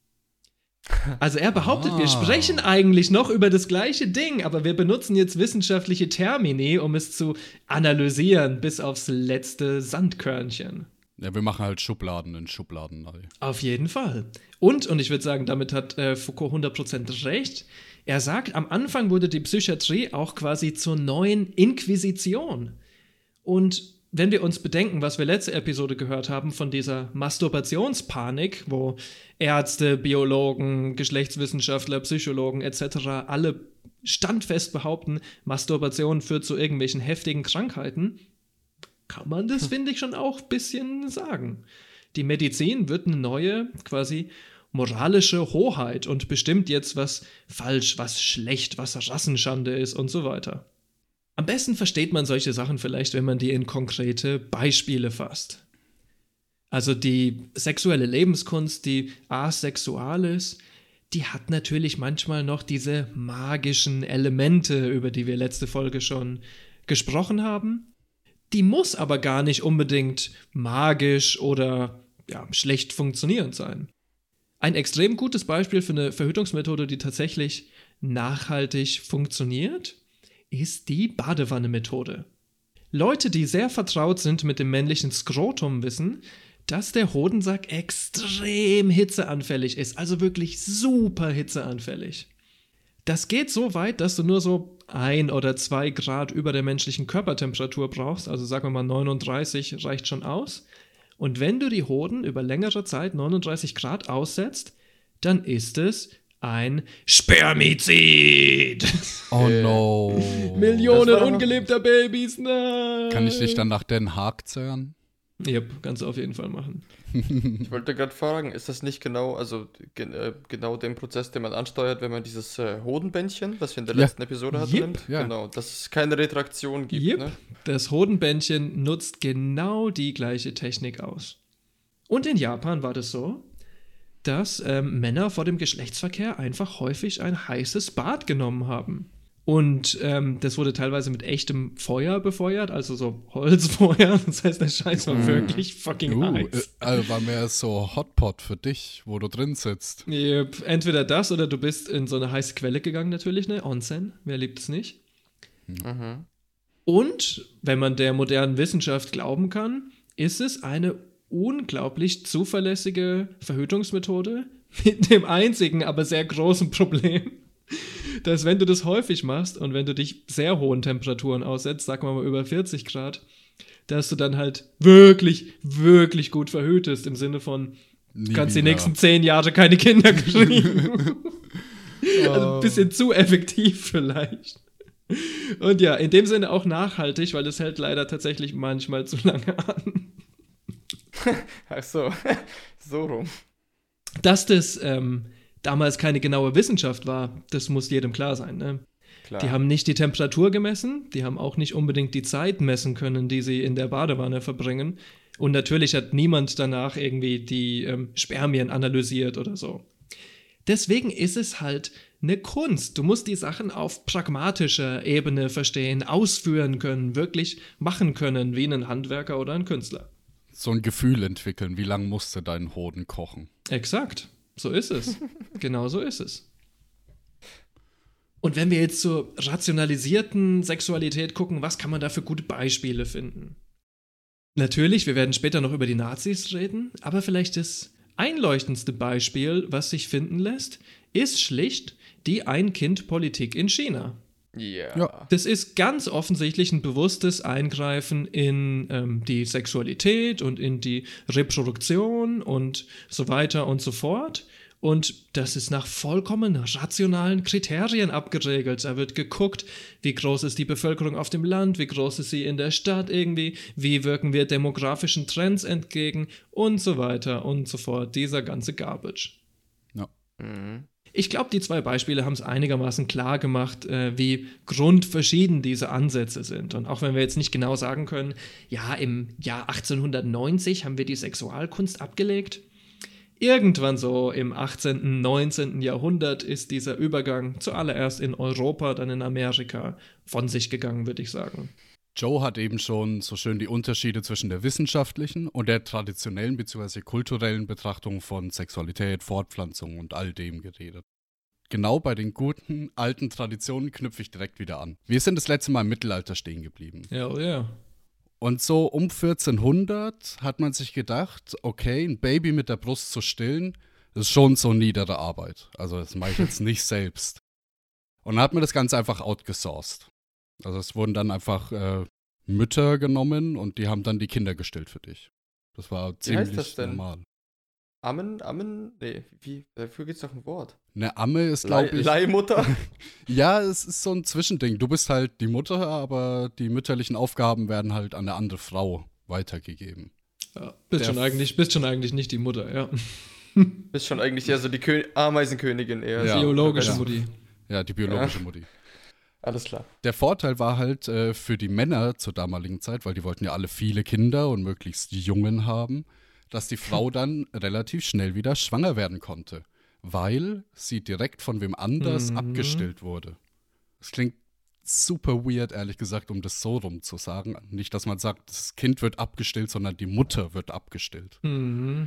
H: Also er behauptet, ah. wir sprechen eigentlich noch über das gleiche Ding, aber wir benutzen jetzt wissenschaftliche Termini, um es zu analysieren bis aufs letzte Sandkörnchen.
B: Ja, wir machen halt Schubladen in Schubladen neu.
H: Auf jeden Fall. Und, und ich würde sagen, damit hat äh, Foucault hundert Prozent recht, er sagt, am Anfang wurde die Psychiatrie auch quasi zur neuen Inquisition. Und wenn wir uns bedenken, was wir letzte Episode gehört haben von dieser Masturbationspanik, wo Ärzte, Biologen, Geschlechtswissenschaftler, Psychologen et cetera alle standfest behaupten, Masturbation führt zu irgendwelchen heftigen Krankheiten, kann man das, finde ich, schon auch ein bisschen sagen. Die Medizin wird eine neue, quasi moralische Hoheit und bestimmt jetzt, was falsch, was schlecht, was Rassenschande ist und so weiter. Am besten versteht man solche Sachen vielleicht, wenn man die in konkrete Beispiele fasst. Also die sexuelle Lebenskunst, die Asexualis, die hat natürlich manchmal noch diese magischen Elemente, über die wir letzte Folge schon gesprochen haben. Die muss aber gar nicht unbedingt magisch oder ja, schlecht funktionierend sein. Ein extrem gutes Beispiel für eine Verhütungsmethode, die tatsächlich nachhaltig funktioniert, ist die Badewanne-Methode. Leute, die sehr vertraut sind mit dem männlichen Skrotum, wissen, dass der Hodensack extrem hitzeanfällig ist, also wirklich super hitzeanfällig. Das geht so weit, dass du nur so ein oder zwei Grad über der menschlichen Körpertemperatur brauchst, also sagen wir mal neununddreißig reicht schon aus. Und wenn du die Hoden über längere Zeit neununddreißig Grad aussetzt, dann ist es ein Spermizid.
B: Oh no.
H: Millionen ungelebter Babys, nein.
B: Kann ich dich dann nach Den Haag zerren?
H: Yep, kannst du auf jeden Fall machen.
A: Ich wollte gerade fragen, ist das nicht genau, also ge- äh, genau den Prozess, den man ansteuert, wenn man dieses äh, Hodenbändchen, was wir in der
B: ja.
A: letzten Episode hatten,
H: yep.
A: nimmt?
B: Ja.
A: Genau, dass es keine Retraktion gibt.
H: Yep.
A: Ne?
H: Das Hodenbändchen nutzt genau die gleiche Technik aus. Und in Japan war das so, dass ähm, Männer vor dem Geschlechtsverkehr einfach häufig ein heißes Bad genommen haben. Und ähm, das wurde teilweise mit echtem Feuer befeuert, also so Holzfeuer. Das heißt, der Scheiß war mm. wirklich fucking
B: uh,
H: heiß.
B: Also war mehr so Hotpot für dich, wo du drin sitzt.
H: Yep. Entweder das oder du bist in so eine heiße Quelle gegangen natürlich, ne? Onsen, wer liebt es nicht?
A: Mhm.
H: Und, wenn man der modernen Wissenschaft glauben kann, ist es eine unglaublich zuverlässige Verhütungsmethode mit dem einzigen, aber sehr großen Problem, dass wenn du das häufig machst und wenn du dich sehr hohen Temperaturen aussetzt, sagen wir mal über vierzig Grad, dass du dann halt wirklich, wirklich gut verhütest, im Sinne von, du kannst die nächsten zehn Jahre keine Kinder kriegen. Also ein bisschen zu effektiv vielleicht. Und ja, in dem Sinne auch nachhaltig, weil es hält leider tatsächlich manchmal zu lange an.
A: Ach so, so rum.
H: Dass das ähm, damals keine genaue Wissenschaft war, das muss jedem klar sein, ne?
A: Klar.
H: Die haben nicht die Temperatur gemessen, die haben auch nicht unbedingt die Zeit messen können, die sie in der Badewanne verbringen. Und natürlich hat niemand danach irgendwie die ähm, Spermien analysiert oder so. Deswegen ist es halt eine Kunst. Du musst die Sachen auf pragmatischer Ebene verstehen, ausführen können, wirklich machen können, wie ein Handwerker oder ein Künstler.
B: So ein Gefühl entwickeln, wie lange musste dein Hoden kochen?
H: Exakt, so ist es. Genau so ist es. Und wenn wir jetzt zur rationalisierten Sexualität gucken, was kann man da für gute Beispiele finden? Natürlich, wir werden später noch über die Nazis reden, aber vielleicht das einleuchtendste Beispiel, was sich finden lässt, ist schlicht die Ein-Kind-Politik in China.
A: Yeah.
B: Ja.
H: Das ist ganz offensichtlich ein bewusstes Eingreifen in ähm, die Sexualität und in die Reproduktion und so weiter und so fort. Und das ist nach vollkommen rationalen Kriterien abgeregelt. Da wird geguckt, wie groß ist die Bevölkerung auf dem Land, wie groß ist sie in der Stadt irgendwie, wie wirken wir demografischen Trends entgegen und so weiter und so fort. Dieser ganze Garbage.
B: Ja.
A: Mhm.
H: Ich glaube, die zwei Beispiele haben es einigermaßen klar gemacht, äh, wie grundverschieden diese Ansätze sind. Und auch wenn wir jetzt nicht genau sagen können, ja, im Jahr achtzehnhundertneunzig haben wir die Sexualkunst abgelegt. Irgendwann so im achtzehnten, neunzehnten Jahrhundert ist dieser Übergang zuallererst in Europa, dann in Amerika von sich gegangen, würde ich sagen.
B: Joe hat eben schon so schön die Unterschiede zwischen der wissenschaftlichen und der traditionellen bzw. kulturellen Betrachtung von Sexualität, Fortpflanzung und all dem geredet. Genau bei den guten, alten Traditionen knüpfe ich direkt wieder an. Wir sind das letzte Mal im Mittelalter stehen geblieben.
H: Ja, oh ja.
B: Und so um vierzehnhundert hat man sich gedacht, okay, ein Baby mit der Brust zu stillen, das ist schon so niedere Arbeit. Also das mache ich jetzt nicht selbst. Und dann hat man das Ganze einfach outgesourced. Also es wurden dann einfach äh, Mütter genommen und die haben dann die Kinder gestillt für dich. Das war ziemlich
A: heißt das denn?
B: normal.
A: Ammen, Ammen? Nee, wie? Dafür gibt's doch ein Wort.
B: Eine Amme ist, glaube
A: Leih-
B: ich...
A: Leihmutter?
B: Ja, es ist so ein Zwischending. Du bist halt die Mutter, aber die mütterlichen Aufgaben werden halt an eine andere Frau weitergegeben.
H: Ja, bist,
B: Der
H: schon eigentlich, bist schon eigentlich nicht die Mutter, ja.
A: Bist schon eigentlich eher so die Kö- Ameisenkönigin eher.
B: Ja.
H: Biologische
B: Ja.
H: Mutti.
B: Ja, die biologische
A: Ja.
B: Mutti.
A: Alles klar.
B: Der Vorteil war halt äh, für die Männer zur damaligen Zeit, weil die wollten ja alle viele Kinder und möglichst die Jungen haben, dass die Frau dann relativ schnell wieder schwanger werden konnte, weil sie direkt von wem anders
H: Mhm.
B: abgestillt wurde. Das klingt super weird, ehrlich gesagt, um das so rum zu sagen. Nicht, dass man sagt, das Kind wird abgestillt, sondern die Mutter wird abgestillt.
H: Mhm.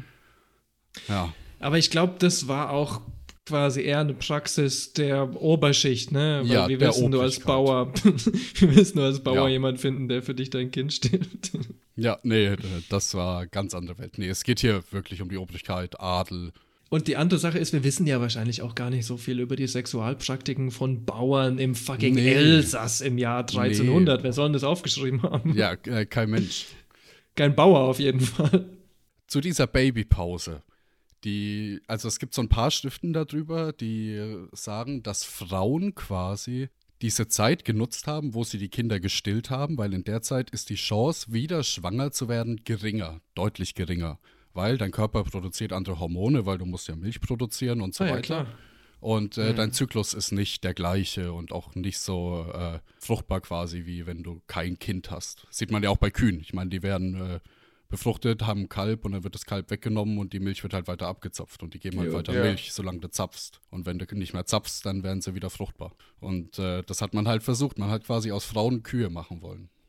B: Ja.
H: Aber ich glaube, das war auch quasi eher eine Praxis der Oberschicht, ne? Weil
B: Ja,
H: wir
B: der
H: wissen, du als
B: Obrigkeit.
H: Bauer, wir wissen, du als Bauer
B: Ja.
H: jemanden finden, der für dich dein Kind stillt.
B: Ja, nee, das war ganz andere Welt. Nee, es geht hier wirklich um die Obrigkeit, Adel.
H: Und die andere Sache ist, wir wissen ja wahrscheinlich auch gar nicht so viel über die Sexualpraktiken von Bauern im fucking
B: Nee.
H: Elsass im Jahr dreizehnhundert. Wer soll denn das aufgeschrieben haben?
B: Ja, äh, kein Mensch.
H: Kein Bauer auf jeden Fall.
B: Zu dieser Babypause. Die, also es gibt so ein paar Schriften darüber, die äh, sagen, dass Frauen quasi diese Zeit genutzt haben, wo sie die Kinder gestillt haben, weil in der Zeit ist die Chance, wieder schwanger zu werden, geringer, deutlich geringer. Weil dein Körper produziert andere Hormone, weil du musst ja Milch produzieren und so
H: Ah, ja,
B: weiter.
H: klar.
B: Und äh,
A: Mhm.
B: dein Zyklus ist nicht der gleiche und auch nicht so äh, fruchtbar quasi, wie wenn du kein Kind hast. Sieht man ja auch bei Kühen. Ich meine, die werden äh, befruchtet, haben ein Kalb und dann wird das Kalb weggenommen und die Milch wird halt weiter abgezapft und die geben halt
H: Jo.
B: weiter
A: Ja.
B: Milch, solange du zapfst. Und wenn du nicht mehr zapfst, dann werden sie wieder fruchtbar. Und äh, das hat man halt versucht. Man hat quasi aus Frauen Kühe machen wollen.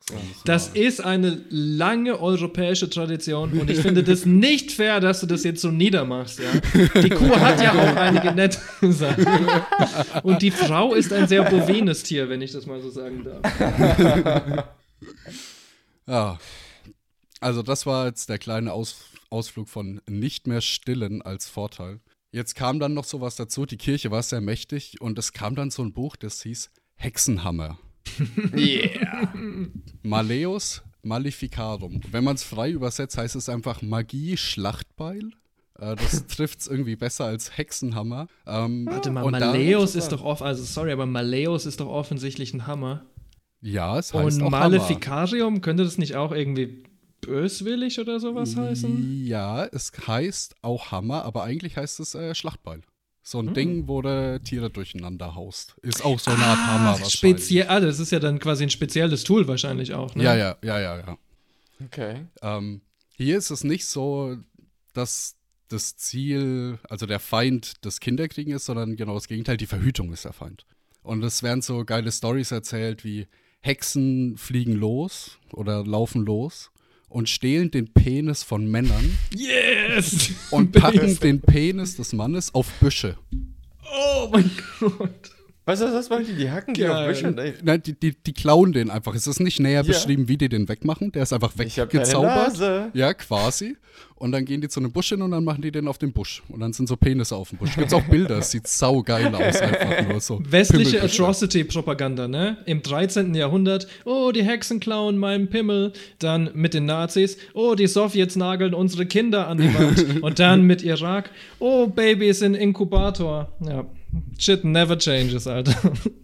H: Das ist eine lange europäische Tradition und ich finde das nicht fair, dass du das jetzt so niedermachst. Ja? Die Kuh hat ja auch einige nette Sachen. Und die Frau ist ein sehr bovines Tier, wenn ich das mal so sagen darf.
B: Ja, also das war jetzt der kleine Aus- Ausflug von nicht mehr stillen als Vorteil. Jetzt kam dann noch sowas dazu, die Kirche war sehr mächtig und es kam dann so ein Buch, das hieß Hexenhammer.
A: Yeah.
B: Malleus Maleficarum. Wenn man es frei übersetzt, heißt es einfach Magie Schlachtbeil. Äh, das trifft es irgendwie besser als Hexenhammer. Ähm,
H: Warte mal,
B: und
H: Malleus
B: da-
H: ist doch off, also sorry, aber Malleus ist doch offensichtlich ein Hammer.
B: Ja, es heißt
H: Und
B: auch
H: Maleficarium, könnte das nicht auch irgendwie böswillig oder sowas
B: Hammer.
H: heißen?
B: Ja, es heißt auch Hammer, aber eigentlich heißt es äh, Schlachtbeil. So ein Ding, wo du Tiere durcheinander haust. Ist auch so eine Art Hammer wahrscheinlich.
H: Speziell, ah, das ist ja dann quasi ein spezielles Tool wahrscheinlich auch, ne?
B: Ja, ja, ja, ja, ja.
A: Okay.
B: Ähm, hier ist es nicht so, dass das Ziel, also der Feind das Kinderkriegen ist, sondern genau das Gegenteil, die Verhütung ist der Feind. Und es werden so geile Storys erzählt, wie Hexen fliegen los oder laufen los und stehlen den Penis von Männern
H: Yes!
B: und packen den Penis des Mannes auf Büsche.
H: Oh mein Gott.
A: Was ist das, machen die? Die hacken die auf
H: Geil.
A: Büsche? Ey.
B: Nein, die, die, die klauen den einfach. Es ist nicht näher
A: Ja.
B: beschrieben, wie die den wegmachen. Der ist einfach
A: Ich hab keine
B: weggezaubert.
A: Nase.
B: Ja, quasi. Und dann gehen die zu einem Busch hin und dann machen die den auf den Busch. Und dann sind so Penisse auf dem Busch. Gibt's auch Bilder, es sieht saugeil aus, einfach nur so.
H: Westliche
B: Pimmelbüsche.
H: Atrocity-Propaganda, ne? Im dreizehnten Jahrhundert, oh, die Hexen klauen meinen Pimmel. Dann mit den Nazis, oh, die Sowjets nageln unsere Kinder an die Wand. Und dann mit Irak, oh, Babys in Inkubator. Ja, shit never changes, Alter.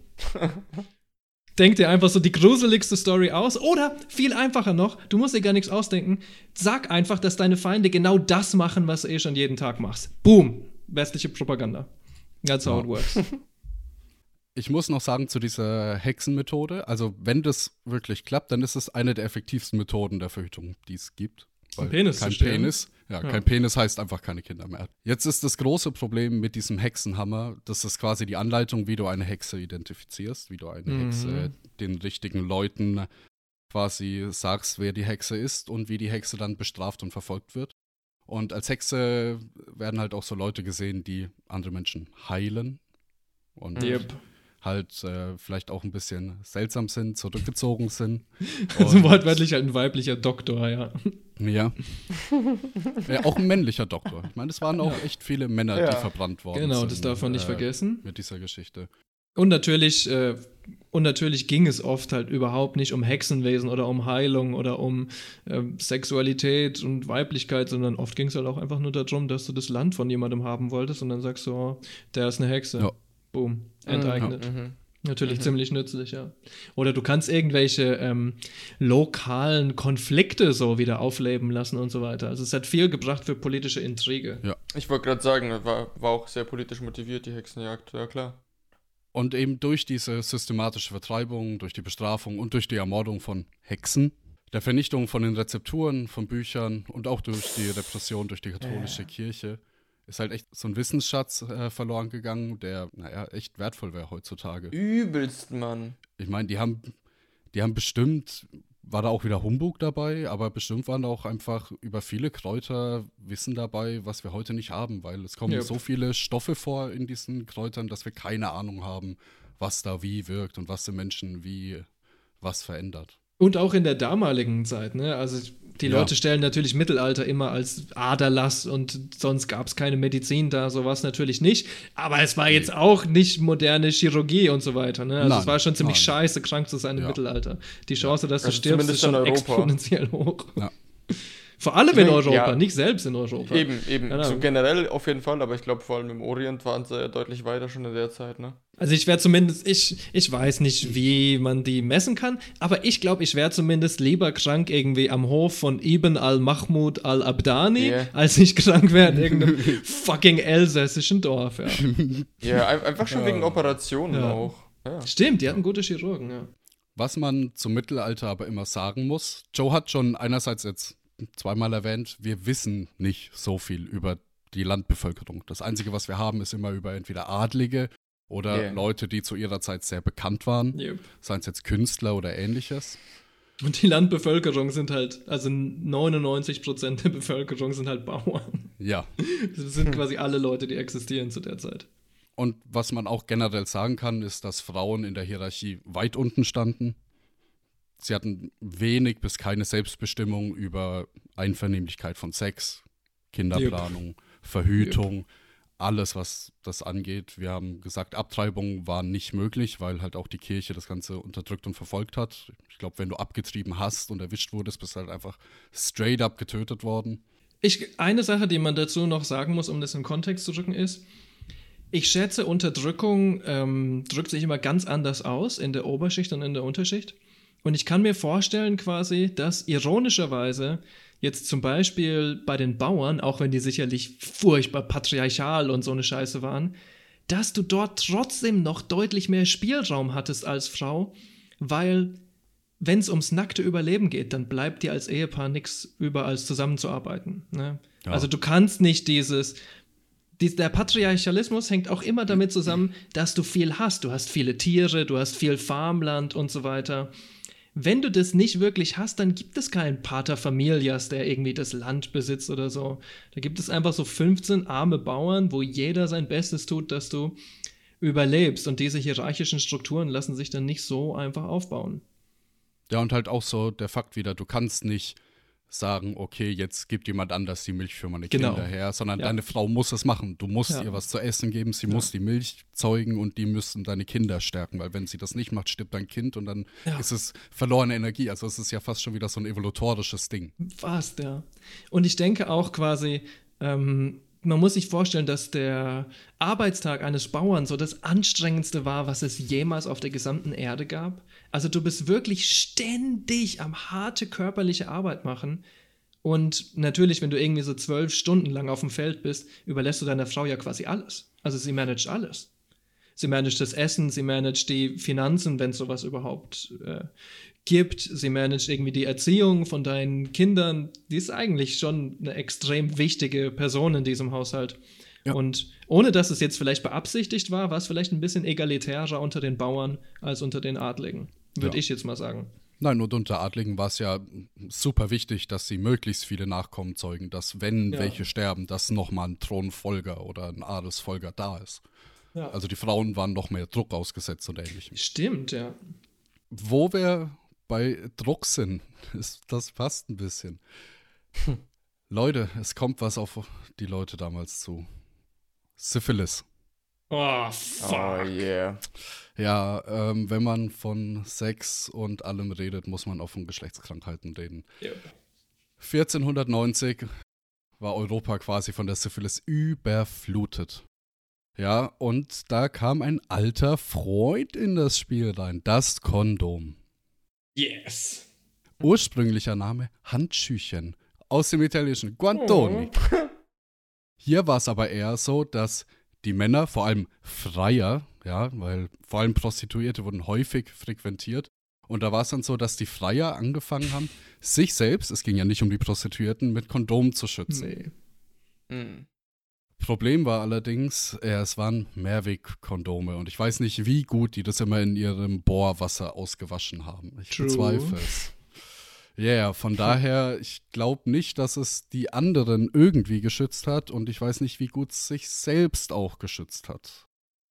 H: Denk dir einfach so die gruseligste Story aus. Oder, viel einfacher noch, du musst dir gar nichts ausdenken. Sag einfach, dass deine Feinde genau das machen, was du eh schon jeden Tag machst. Boom. Westliche Propaganda. That's how it works.
B: Ich muss noch sagen zu dieser Hexenmethode, also wenn das wirklich klappt, dann ist es eine der effektivsten Methoden der Verhütung, die es gibt. Weil
H: Ein Penis
B: kein
H: zu stehlen?
B: Penis, ja,
H: Ja.
B: kein Penis heißt einfach keine Kinder mehr. Jetzt ist das große Problem mit diesem Hexenhammer, das ist quasi die Anleitung, wie du eine Hexe identifizierst, wie du eine
H: Mhm.
B: Hexe den richtigen Leuten quasi sagst, wer die Hexe ist und wie die Hexe dann bestraft und verfolgt wird. Und als Hexe werden halt auch so Leute gesehen, die andere Menschen heilen und
H: Yep.
B: halt äh, vielleicht auch ein bisschen seltsam sind, zurückgezogen sind.
H: Also
B: Und-
H: wortwörtlich halt ein weiblicher Doktor, ja.
B: Ja. ja. Auch ein männlicher Doktor. Ich meine, es waren auch echt viele Männer,
A: Ja.
B: die verbrannt worden
H: Genau,
B: sind.
H: das darf man nicht
B: äh,
H: vergessen.
B: Mit dieser Geschichte.
H: Und natürlich, äh, und natürlich ging es oft halt überhaupt nicht um Hexenwesen oder um Heilung oder um ähm, Sexualität und Weiblichkeit, sondern oft ging es halt auch einfach nur darum, dass du das Land von jemandem haben wolltest und dann sagst du, oh, der ist eine Hexe.
B: Ja.
H: Boom, enteignet.
A: Mhm.
H: Natürlich
A: Mhm.
H: ziemlich nützlich, ja. Oder du kannst irgendwelche ähm, lokalen Konflikte so wieder aufleben lassen und so weiter. Also es hat viel gebracht für politische Intrige.
B: Ja.
A: Ich wollte gerade sagen, war, war auch sehr politisch motiviert, die Hexenjagd, ja klar.
B: Und eben durch diese systematische Vertreibung, durch die Bestrafung und durch die Ermordung von Hexen, der Vernichtung von den Rezepturen, von Büchern und auch durch die Repression durch die katholische Kirche ist halt echt so ein Wissensschatz äh, verloren gegangen, der, naja, echt wertvoll wäre heutzutage.
A: Übelst, Mann.
B: Ich meine, die haben, die haben bestimmt, war da auch wieder Humbug dabei, aber bestimmt waren da auch einfach über viele Kräuter Wissen dabei, was wir heute nicht haben, weil es kommen
H: Yep.
B: so viele Stoffe vor in diesen Kräutern, dass wir keine Ahnung haben, was da wie wirkt und was den Menschen wie was verändert.
H: Und auch in der damaligen Zeit, ne? Also die
B: Ja.
H: Leute stellen natürlich Mittelalter immer als Aderlass und sonst gab es keine Medizin da, sowas natürlich nicht. Aber es war jetzt auch nicht moderne Chirurgie und so weiter, ne? Also
B: Nein,
H: es war schon ziemlich
B: nein.
H: scheiße, krank zu sein im
B: Ja.
H: Mittelalter. Die Chance, dass du
A: Also
H: stirbst, ist
A: zumindest in
H: schon
A: Europa.
H: exponentiell hoch.
B: Ja.
H: Vor allem
A: Ich
H: in
A: mein,
H: Europa,
A: ja.
H: nicht selbst in Europa.
A: Eben, eben.
H: Genau.
A: So generell auf jeden Fall, aber ich glaube vor allem im Orient waren sie ja deutlich weiter schon in der Zeit, ne?
H: Also ich wäre zumindest, ich, ich weiß nicht, wie man die messen kann, aber ich glaube, ich wäre zumindest lieber krank irgendwie am Hof von Ibn al-Mahmud al-Abdani,
A: Yeah.
H: als ich krank wäre in irgendeinem fucking elsässischen Dorf, ja.
A: Ja, ein- einfach schon wegen Operationen
H: Ja.
A: auch. Ja.
H: Stimmt, die hatten gute Chirurgen, ja.
B: Was man zum Mittelalter aber immer sagen muss, Joe hat schon einerseits jetzt zweimal erwähnt, wir wissen nicht so viel über die Landbevölkerung. Das Einzige, was wir haben, ist immer über entweder Adlige oder
A: Yeah.
B: Leute, die zu ihrer Zeit sehr bekannt waren,
H: Yep.
B: seien es jetzt Künstler oder ähnliches.
H: Und die Landbevölkerung sind halt, also neunundneunzig Prozent der Bevölkerung sind halt Bauern.
B: Ja.
H: Das sind quasi alle Leute, die existieren zu der Zeit.
B: Und was man auch generell sagen kann, ist, dass Frauen in der Hierarchie weit unten standen. Sie hatten wenig bis keine Selbstbestimmung über Einvernehmlichkeit von Sex, Kinderplanung, yep. Verhütung, yep. alles, was das angeht. Wir haben gesagt, Abtreibung war nicht möglich, weil halt auch die Kirche das Ganze unterdrückt und verfolgt hat. Ich glaube, wenn du abgetrieben hast und erwischt wurdest, bist du halt einfach straight up getötet worden.
H: Ich, eine Sache, die man dazu noch sagen muss, um das in Kontext zu rücken, ist, ich schätze, Unterdrückung ähm, drückt sich immer ganz anders aus in der Oberschicht und in der Unterschicht. Und ich kann mir vorstellen quasi, dass ironischerweise jetzt zum Beispiel bei den Bauern, auch wenn die sicherlich furchtbar patriarchal und so eine Scheiße waren, dass du dort trotzdem noch deutlich mehr Spielraum hattest als Frau, weil wenn es ums nackte Überleben geht, dann bleibt dir als Ehepaar nichts über, als zusammenzuarbeiten. Ne? Ja. Also du kannst nicht dieses... Die, der Patriarchalismus hängt auch immer damit zusammen, dass du viel hast. Du hast viele Tiere, du hast viel Farmland und so weiter. Wenn du das nicht wirklich hast, dann gibt es keinen Pater Familias, der irgendwie das Land besitzt oder so. Da gibt es einfach so fünfzehn arme Bauern, wo jeder sein Bestes tut, dass du überlebst. Und diese hierarchischen Strukturen lassen sich dann nicht so einfach aufbauen.
B: Ja, und halt auch so der Fakt wieder, du kannst nicht sagen, okay, jetzt gibt jemand anders die Milch für meine
H: genau.
B: Kinder her, sondern
H: ja.
B: deine Frau muss es machen. Du musst
H: ja.
B: ihr was zu essen geben, sie
H: ja.
B: muss die Milch zeugen und die müssen deine Kinder stärken, weil wenn sie das nicht macht, stirbt dein Kind und dann ja. ist es verlorene Energie. Also es ist ja fast schon wieder so ein evolutorisches Ding.
H: Fast, ja. Und ich denke auch quasi, ähm, man muss sich vorstellen, dass der Arbeitstag eines Bauern so das anstrengendste war, was es jemals auf der gesamten Erde gab. Also du bist wirklich ständig am harte körperliche Arbeit machen. Und natürlich, wenn du irgendwie so zwölf Stunden lang auf dem Feld bist, überlässt du deiner Frau ja quasi alles. Also sie managt alles. Sie managt das Essen, sie managt die Finanzen, wenn es sowas überhaupt äh, gibt. Sie managt irgendwie die Erziehung von deinen Kindern. Die ist eigentlich schon eine extrem wichtige Person in diesem Haushalt. Ja. Und ohne dass es jetzt vielleicht beabsichtigt war, war es vielleicht ein bisschen egalitärer unter den Bauern als unter den Adligen. Würde ja. ich jetzt mal sagen.
B: Nein, und unter Adligen war es ja super wichtig, dass sie möglichst viele Nachkommen zeugen, dass, wenn ja. welche sterben, dass nochmal ein Thronfolger oder ein Adelsfolger da ist. Ja. Also die Frauen waren noch mehr Druck ausgesetzt und ähnlichem.
H: Stimmt, ja.
B: Wo wir bei Druck sind, ist, das passt ein bisschen. Hm. Leute, es kommt was auf die Leute damals zu. Syphilis.
H: Oh, fuck.
A: Oh, yeah.
B: Ja, ähm, wenn man von Sex und allem redet, muss man auch von Geschlechtskrankheiten reden.
H: Yep.
B: vierzehnhundertneunzig war Europa quasi von der Syphilis überflutet. Ja, und da kam ein alter Freund in das Spiel rein, das Kondom.
H: Yes.
B: Ursprünglicher Name Handschüchen, aus dem Italienischen Guantoni. Oh. Hier war es aber eher so, dass die Männer, vor allem Freier, ja, weil vor allem Prostituierte wurden häufig frequentiert. Und da war es dann so, dass die Freier angefangen haben, sich selbst, es ging ja nicht um die Prostituierten, mit Kondomen zu schützen.
H: Nee. Mhm.
B: Problem war allerdings, äh, es waren Mehrwegkondome. Und ich weiß nicht, wie gut die das immer in ihrem Bohrwasser ausgewaschen haben. Ich
H: True.
B: bezweifle es. Ja, yeah, von daher, ich glaube nicht, dass es die anderen irgendwie geschützt hat und ich weiß nicht, wie gut es sich selbst auch geschützt hat.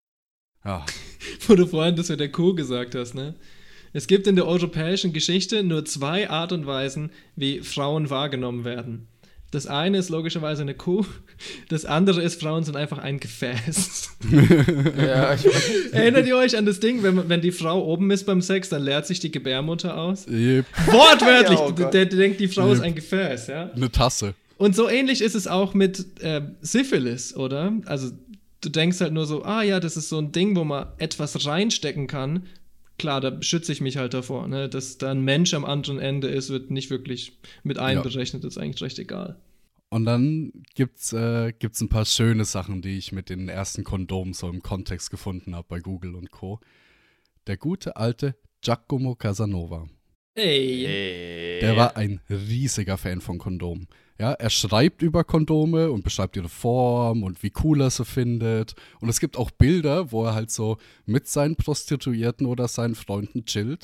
B: Ja.
H: Wo du vorhin das mit der Kuh gesagt hast, ne? Es gibt in der europäischen Geschichte nur zwei Art und Weisen, wie Frauen wahrgenommen werden. Das eine ist logischerweise eine Kuh, das andere ist, Frauen sind einfach ein Gefäß.
A: Ja, ich
H: Erinnert ihr euch an das Ding, wenn, wenn die Frau oben ist beim Sex, dann leert sich die Gebärmutter aus?
B: Yep.
H: Wortwörtlich,
A: Ja, oh
H: der, der denkt, die Frau
B: Yep.
H: ist ein Gefäß, ja?
B: Eine Tasse.
H: Und so ähnlich ist es auch mit äh, Syphilis, oder? Also du denkst halt nur so, ah ja, das ist so ein Ding, wo man etwas reinstecken kann. Klar, da schütze ich mich halt davor, ne? Dass da ein Mensch am anderen Ende ist, wird nicht wirklich mit einberechnet, ja. Ist eigentlich recht egal.
B: Und dann gibt's, äh, gibt's ein paar schöne Sachen, die ich mit den ersten Kondomen so im Kontext gefunden habe bei Google und Co. Der gute alte Giacomo Casanova.
H: Ey.
A: Hey.
B: Der war ein riesiger Fan von Kondomen. Ja, er schreibt über Kondome und beschreibt ihre Form und wie cool er sie findet. Und es gibt auch Bilder, wo er halt so mit seinen Prostituierten oder seinen Freunden chillt.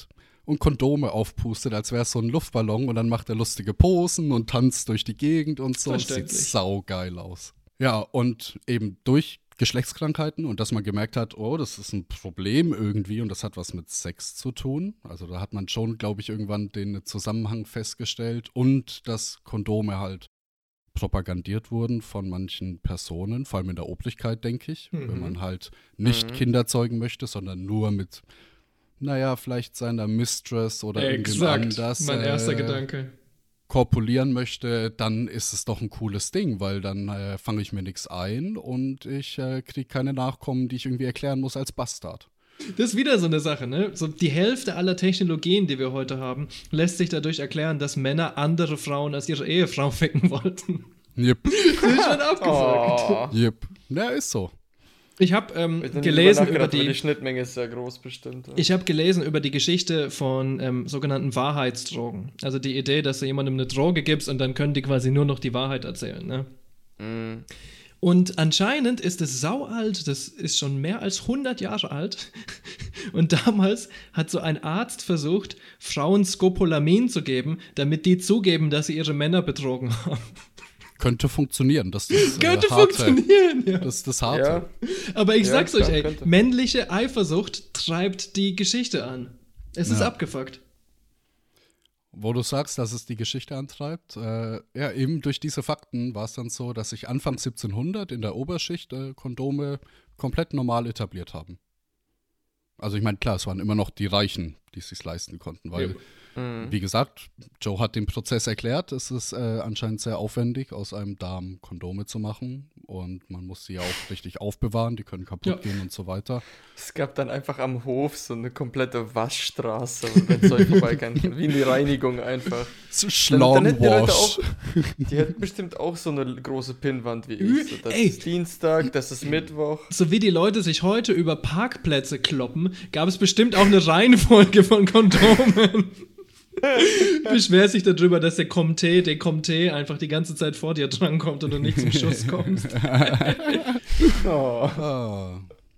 B: und Kondome aufpustet, als wäre es so ein Luftballon und dann macht er lustige Posen und tanzt durch die Gegend und so. Das sieht saugeil aus. Ja, und eben durch Geschlechtskrankheiten und dass man gemerkt hat, oh, das ist ein Problem irgendwie und das hat was mit Sex zu tun. Also da hat man schon, glaube ich, irgendwann den Zusammenhang festgestellt und dass Kondome halt propagandiert wurden von manchen Personen, vor allem in der Obrigkeit, denke ich, mhm. wenn man halt nicht mhm. Kinder zeugen möchte, sondern nur mit, naja, vielleicht seiner Mistress oder irgendjemand anders
H: mein erster äh, Gedanke.
B: korpulieren möchte, dann ist es doch ein cooles Ding, weil dann äh, fange ich mir nichts ein und ich äh, kriege keine Nachkommen, die ich irgendwie erklären muss als Bastard.
H: Das ist wieder so eine Sache, ne? So die Hälfte aller Technologien, die wir heute haben, lässt sich dadurch erklären, dass Männer andere Frauen als ihre Ehefrau ficken wollten.
B: Yep.
H: Das ist schon abgesagt.
B: Oh. Yep. Ja, ist so.
H: Ich habe ähm, gelesen über die,
A: die Schnittmenge ist sehr groß bestimmt. Ja.
H: Ich habe gelesen über die Geschichte von ähm, sogenannten Wahrheitsdrogen. Also die Idee, dass du jemandem eine Droge gibst und dann können die quasi nur noch die Wahrheit erzählen. Ne? Mm. Und anscheinend ist es saualt, das ist schon mehr als hundert Jahre alt. Und damals hat so ein Arzt versucht, Frauen Scopolamin zu geben, damit die zugeben, dass sie ihre Männer betrogen haben.
B: Könnte funktionieren. Das ist,
H: könnte
B: äh, harte.
H: funktionieren, ja.
B: Das ist das Harte.
A: Ja.
H: Aber ich
A: ja,
H: sag's
A: klar,
H: euch, ey,
A: könnte.
H: männliche Eifersucht treibt die Geschichte an. Es ja. ist abgefuckt.
B: Wo du sagst, dass es die Geschichte antreibt, äh, ja, eben durch diese Fakten war es dann so, dass sich Anfang siebzehnhundert in der Oberschicht äh, Kondome komplett normal etabliert haben. Also ich meine, klar, es waren immer noch die Reichen, die es sich leisten konnten, weil,
H: ja.
B: mhm. wie gesagt, Joe hat den Prozess erklärt, es ist äh, anscheinend sehr aufwendig, aus einem Darm Kondome zu machen und man muss sie ja auch richtig aufbewahren, die können kaputt ja. gehen und so weiter.
A: Es gab dann einfach am Hof so eine komplette Waschstraße, wenn es euch vorbeikommt, wie eine Reinigung einfach.
B: So Schlaumwash.
A: Die, die hätten bestimmt auch so eine große Pinnwand wie ich. So, das
H: Ey.
A: ist Dienstag, das ist Mittwoch.
H: So wie die Leute sich heute über Parkplätze kloppen, gab es bestimmt auch eine Reihenfolge von Kondomen. Beschwer sich darüber, dass der Comté, der Comté einfach die ganze Zeit vor dir drankommt und du nicht zum Schuss kommst.
B: oh. Oh.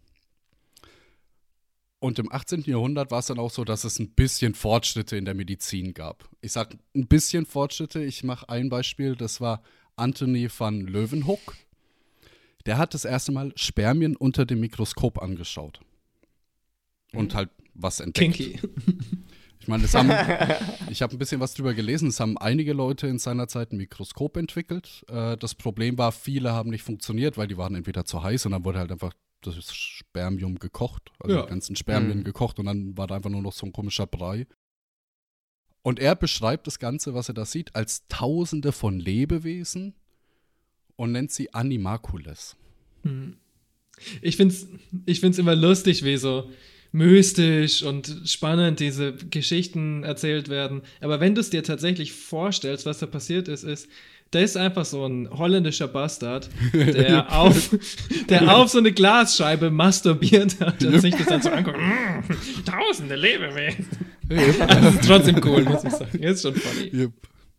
B: Und im achtzehnten Jahrhundert war es dann auch so, dass es ein bisschen Fortschritte in der Medizin gab. Ich sage ein bisschen Fortschritte, ich mache ein Beispiel, das war Anthony van Leeuwenhoek. Der hat das erste Mal Spermien unter dem Mikroskop angeschaut. Und halt was entdeckt.
H: Kinky.
B: Ich meine, haben, ich habe ein bisschen was drüber gelesen, es haben einige Leute in seiner Zeit ein Mikroskop entwickelt. Äh, das Problem war, viele haben nicht funktioniert, weil die waren entweder zu heiß und dann wurde halt einfach das Spermium gekocht, also
H: ja.
B: die ganzen Spermien mhm. gekocht und dann war da einfach nur noch so ein komischer Brei. Und er beschreibt das Ganze, was er da sieht, als Tausende von Lebewesen und nennt sie Animalcules.
H: Mhm. Ich find's, ich find's immer lustig, wie so mystisch und spannend diese Geschichten erzählt werden. Aber wenn du es dir tatsächlich vorstellst, was da passiert ist, ist, da ist einfach so ein holländischer Bastard, der, auf, der auf so eine Glasscheibe masturbiert hat und sich das dann so anguckt. Mm, tausende Lebewesen. Yep. Also, das ist trotzdem cool, muss ich sagen. Ist schon funny.
B: Yep.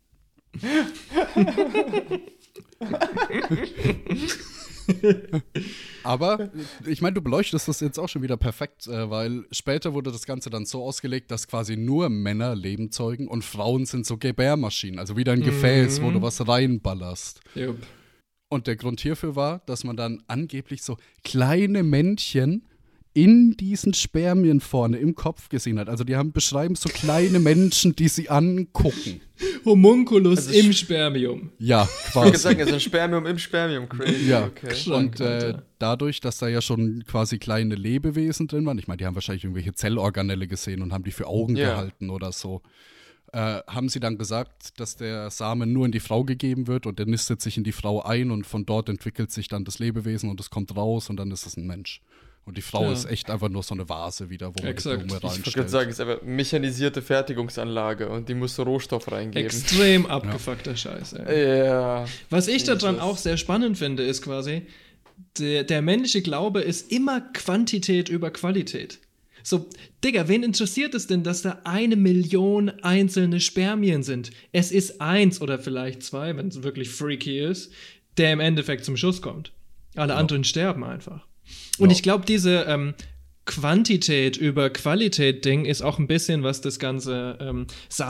B: Aber ich meine, du beleuchtest das jetzt auch schon wieder perfekt, äh, weil später wurde das Ganze dann so ausgelegt, dass quasi nur Männer Leben zeugen und Frauen sind so Gebärmaschinen, also wieder ein Gefäß, mhm. wo du was reinballerst.
H: Yep.
B: Und der Grund hierfür war, dass man dann angeblich so kleine Männchen in diesen Spermien vorne im Kopf gesehen hat. Also die haben beschreiben so kleine Menschen, die sie angucken.
H: Homunculus also im Spermium.
B: Ja,
A: quasi. Ich
B: quasi.
A: sagen, also ein Spermium im Spermium. Crazy.
B: Ja,
A: okay.
B: Und äh, dadurch, dass da ja schon quasi kleine Lebewesen drin waren, ich meine, die haben wahrscheinlich irgendwelche Zellorganelle gesehen und haben die für Augen yeah. gehalten oder so, äh, haben sie dann gesagt, dass der Samen nur in die Frau gegeben wird und der nistet sich in die Frau ein und von dort entwickelt sich dann das Lebewesen und es kommt raus und dann ist es ein Mensch. Und die Frau ja. ist echt einfach nur so eine Vase wieder, wo man
H: Exakt.
B: die Blume reinstellt.
A: Ich würde sagen, es ist einfach eine mechanisierte Fertigungsanlage und die muss so Rohstoff reingeben.
H: Extrem abgefuckter ja. Scheiß, ey.
A: Ja.
H: Was ich daran auch sehr spannend finde, ist quasi, der, der männliche Glaube ist immer Quantität über Qualität. So, Digga, wen interessiert es denn, dass da eine Million einzelne Spermien sind? Es ist eins oder vielleicht zwei, wenn es wirklich freaky ist, der im Endeffekt zum Schuss kommt. Alle ja. anderen sterben einfach. Und ja. ich glaube, diese ähm, Quantität über Qualität-Ding ist auch ein bisschen, was das ganze ähm,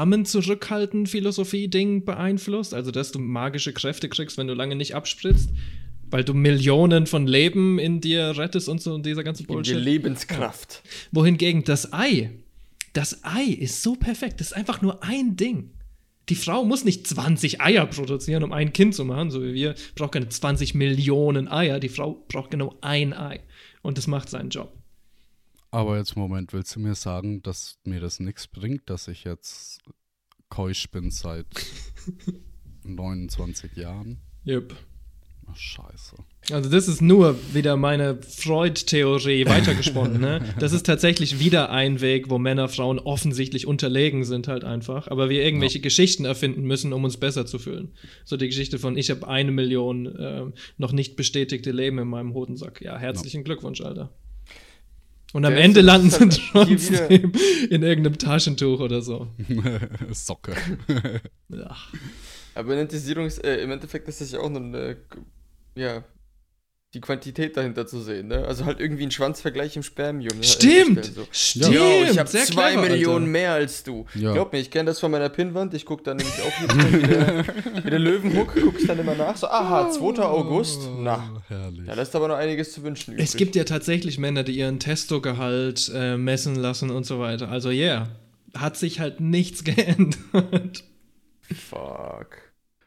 H: Samen-Zurückhalten-Philosophie-Ding beeinflusst. Also, dass du magische Kräfte kriegst, wenn du lange nicht abspritzt, weil du Millionen von Leben in dir rettest und so und dieser ganze Bullshit.
A: Die Lebenskraft.
H: Ja. Wohingegen das Ei, das Ei ist so perfekt. Das ist einfach nur ein Ding. Die Frau muss nicht zwanzig Eier produzieren, um ein Kind zu machen, so wie wir. Braucht keine zwanzig Millionen Eier. Die Frau braucht genau ein Ei. Und das macht seinen Job.
B: Aber jetzt, Moment, willst du mir sagen, dass mir das nichts bringt, dass ich jetzt keusch bin seit neunundzwanzig Jahren?
H: Yep.
B: Ach, scheiße.
H: Also das ist nur wieder meine Freud-Theorie weitergesponnen, ne? Das ist tatsächlich wieder ein Weg, wo Männer Frauen offensichtlich unterlegen sind halt einfach, aber wir irgendwelche ja. Geschichten erfinden müssen, um uns besser zu fühlen. So die Geschichte von, ich habe eine Million äh, noch nicht bestätigte Leben in meinem Hodensack. Ja, herzlichen ja. Glückwunsch, Alter. Und am
A: Der
H: Ende
A: ist-
H: landen sie
A: ist halt hier
H: trotzdem in irgendeinem Taschentuch oder so.
B: Socke.
H: Ja.
A: Aber Monetisierungs, äh, im Endeffekt ist das ja auch nur eine, ja, die Quantität dahinter zu sehen, ne? Also halt irgendwie ein Schwanzvergleich im Spermium.
H: Stimmt!
A: herstellen, so.
H: Stimmt!
A: Jo, ich habe
H: Sehr
A: zwei
H: clever,
A: Millionen
H: Alter.
A: mehr als du.
B: Ja.
A: Glaub mir, ich kenne das von meiner Pinnwand. Ich gucke dann nämlich auch hier wie der, wie der Löwenhuck, gucke ich dann immer nach. So, aha, zweiter August. Na,
B: Herrlich.
A: da lässt aber noch einiges zu wünschen übrig.
H: Es gibt ja tatsächlich Männer, die ihren Testogehalt äh, messen lassen und so weiter. Also ja, yeah, hat sich halt nichts geändert.
A: Fuck.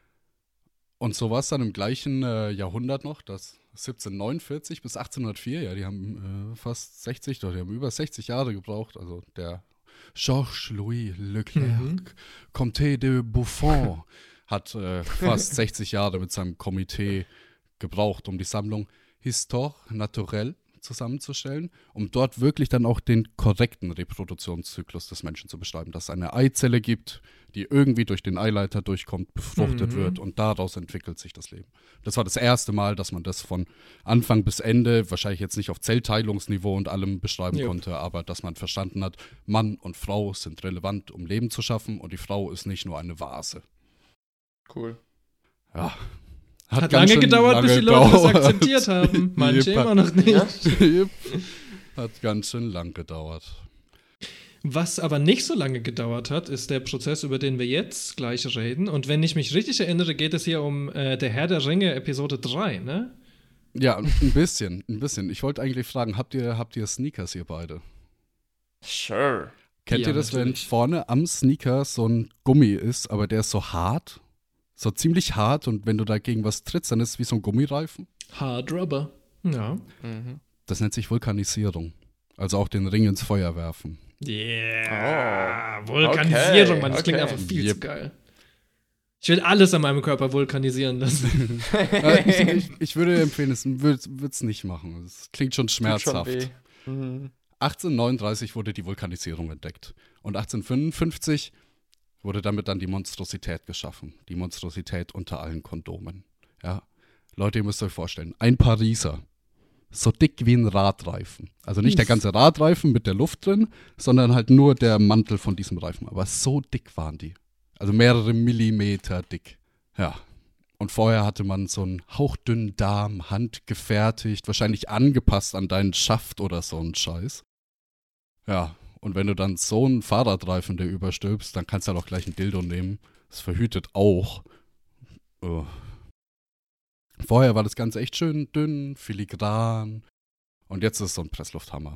B: Und so war es dann im gleichen äh, Jahrhundert noch, das siebzehnhundertneunundvierzig bis achtzehnhundertvier, ja, die haben äh, fast sechzig, doch, die haben über sechzig Jahre gebraucht. Also der Georges-Louis Leclerc,
H: Mhm.
B: Comte de Buffon, hat äh, fast sechzig Jahre mit seinem Komitee gebraucht, um die Sammlung Histoire Naturelle zusammenzustellen, um dort wirklich dann auch den korrekten Reproduktionszyklus des Menschen zu beschreiben, dass es eine Eizelle gibt, die irgendwie durch den Eileiter durchkommt, befruchtet
H: Mhm.
B: wird und daraus entwickelt sich das Leben. Das war das erste Mal, dass man das von Anfang bis Ende, wahrscheinlich jetzt nicht auf Zellteilungsniveau und allem beschreiben
H: Yep.
B: konnte, aber dass man verstanden hat, Mann und Frau sind relevant, um Leben zu schaffen und die Frau ist nicht nur eine Vase.
A: Cool.
B: Ja.
H: Hat,
B: ganz
H: lange
B: schön
H: gedauert,
B: lange
H: bis die Leute das
B: gedauert.
H: akzeptiert haben. Manche
B: Yep.
H: immer noch nicht.
A: Ja?
B: Yep. Hat ganz schön lang gedauert.
H: Was aber nicht so lange gedauert hat, ist der Prozess, über den wir jetzt gleich reden. Und wenn ich mich richtig erinnere, geht es hier um äh, der Herr der Ringe, Episode drei, ne?
B: Ja, ein bisschen, ein bisschen. Ich wollte eigentlich fragen, habt ihr, habt ihr Sneakers, ihr beide?
A: Sure.
B: Kennt
H: Ja,
B: ihr das,
H: natürlich.
B: wenn vorne am Sneaker so ein Gummi ist, aber der ist so hart? So ziemlich hart und wenn du dagegen was trittst, dann ist es wie so ein Gummireifen?
H: Hard Rubber. Ja.
A: Mhm.
B: Das nennt sich Vulkanisierung. Also auch den Ring ins Feuer werfen.
H: Yeah.
A: Oh.
H: Vulkanisierung,
A: Okay,
H: Mann. Das klingt
A: okay.
H: einfach viel zu
B: Yep.
H: geil. Ich will alles an meinem Körper vulkanisieren lassen.
B: Äh, ich, ich, ich würde empfehlen, es würde es nicht machen. Es klingt schon
A: Tut
B: schmerzhaft.
A: schon weh. Mhm.
B: achtzehnhundertneununddreißig wurde die Vulkanisierung entdeckt. Und achtzehnhundertfünfundfünfzig wurde damit dann die Monstrosität geschaffen. Die Monstrosität unter allen Kondomen. Ja. Leute, ihr müsst euch vorstellen, ein Pariser, so dick wie ein Radreifen. Also nicht der ganze Radreifen mit der Luft drin, sondern halt nur der Mantel von diesem Reifen. Aber so dick waren die. Also mehrere Millimeter dick. Ja. Und vorher hatte man so einen hauchdünnen Darm, handgefertigt, wahrscheinlich angepasst an deinen Schaft oder so einen Scheiß. Ja, und wenn du dann so einen Fahrradreifen dir überstülpst, dann kannst du ja doch gleich ein Dildo nehmen. Das verhütet auch. Oh. Vorher war das Ganze echt schön dünn, filigran. Und jetzt ist es so ein Presslufthammer.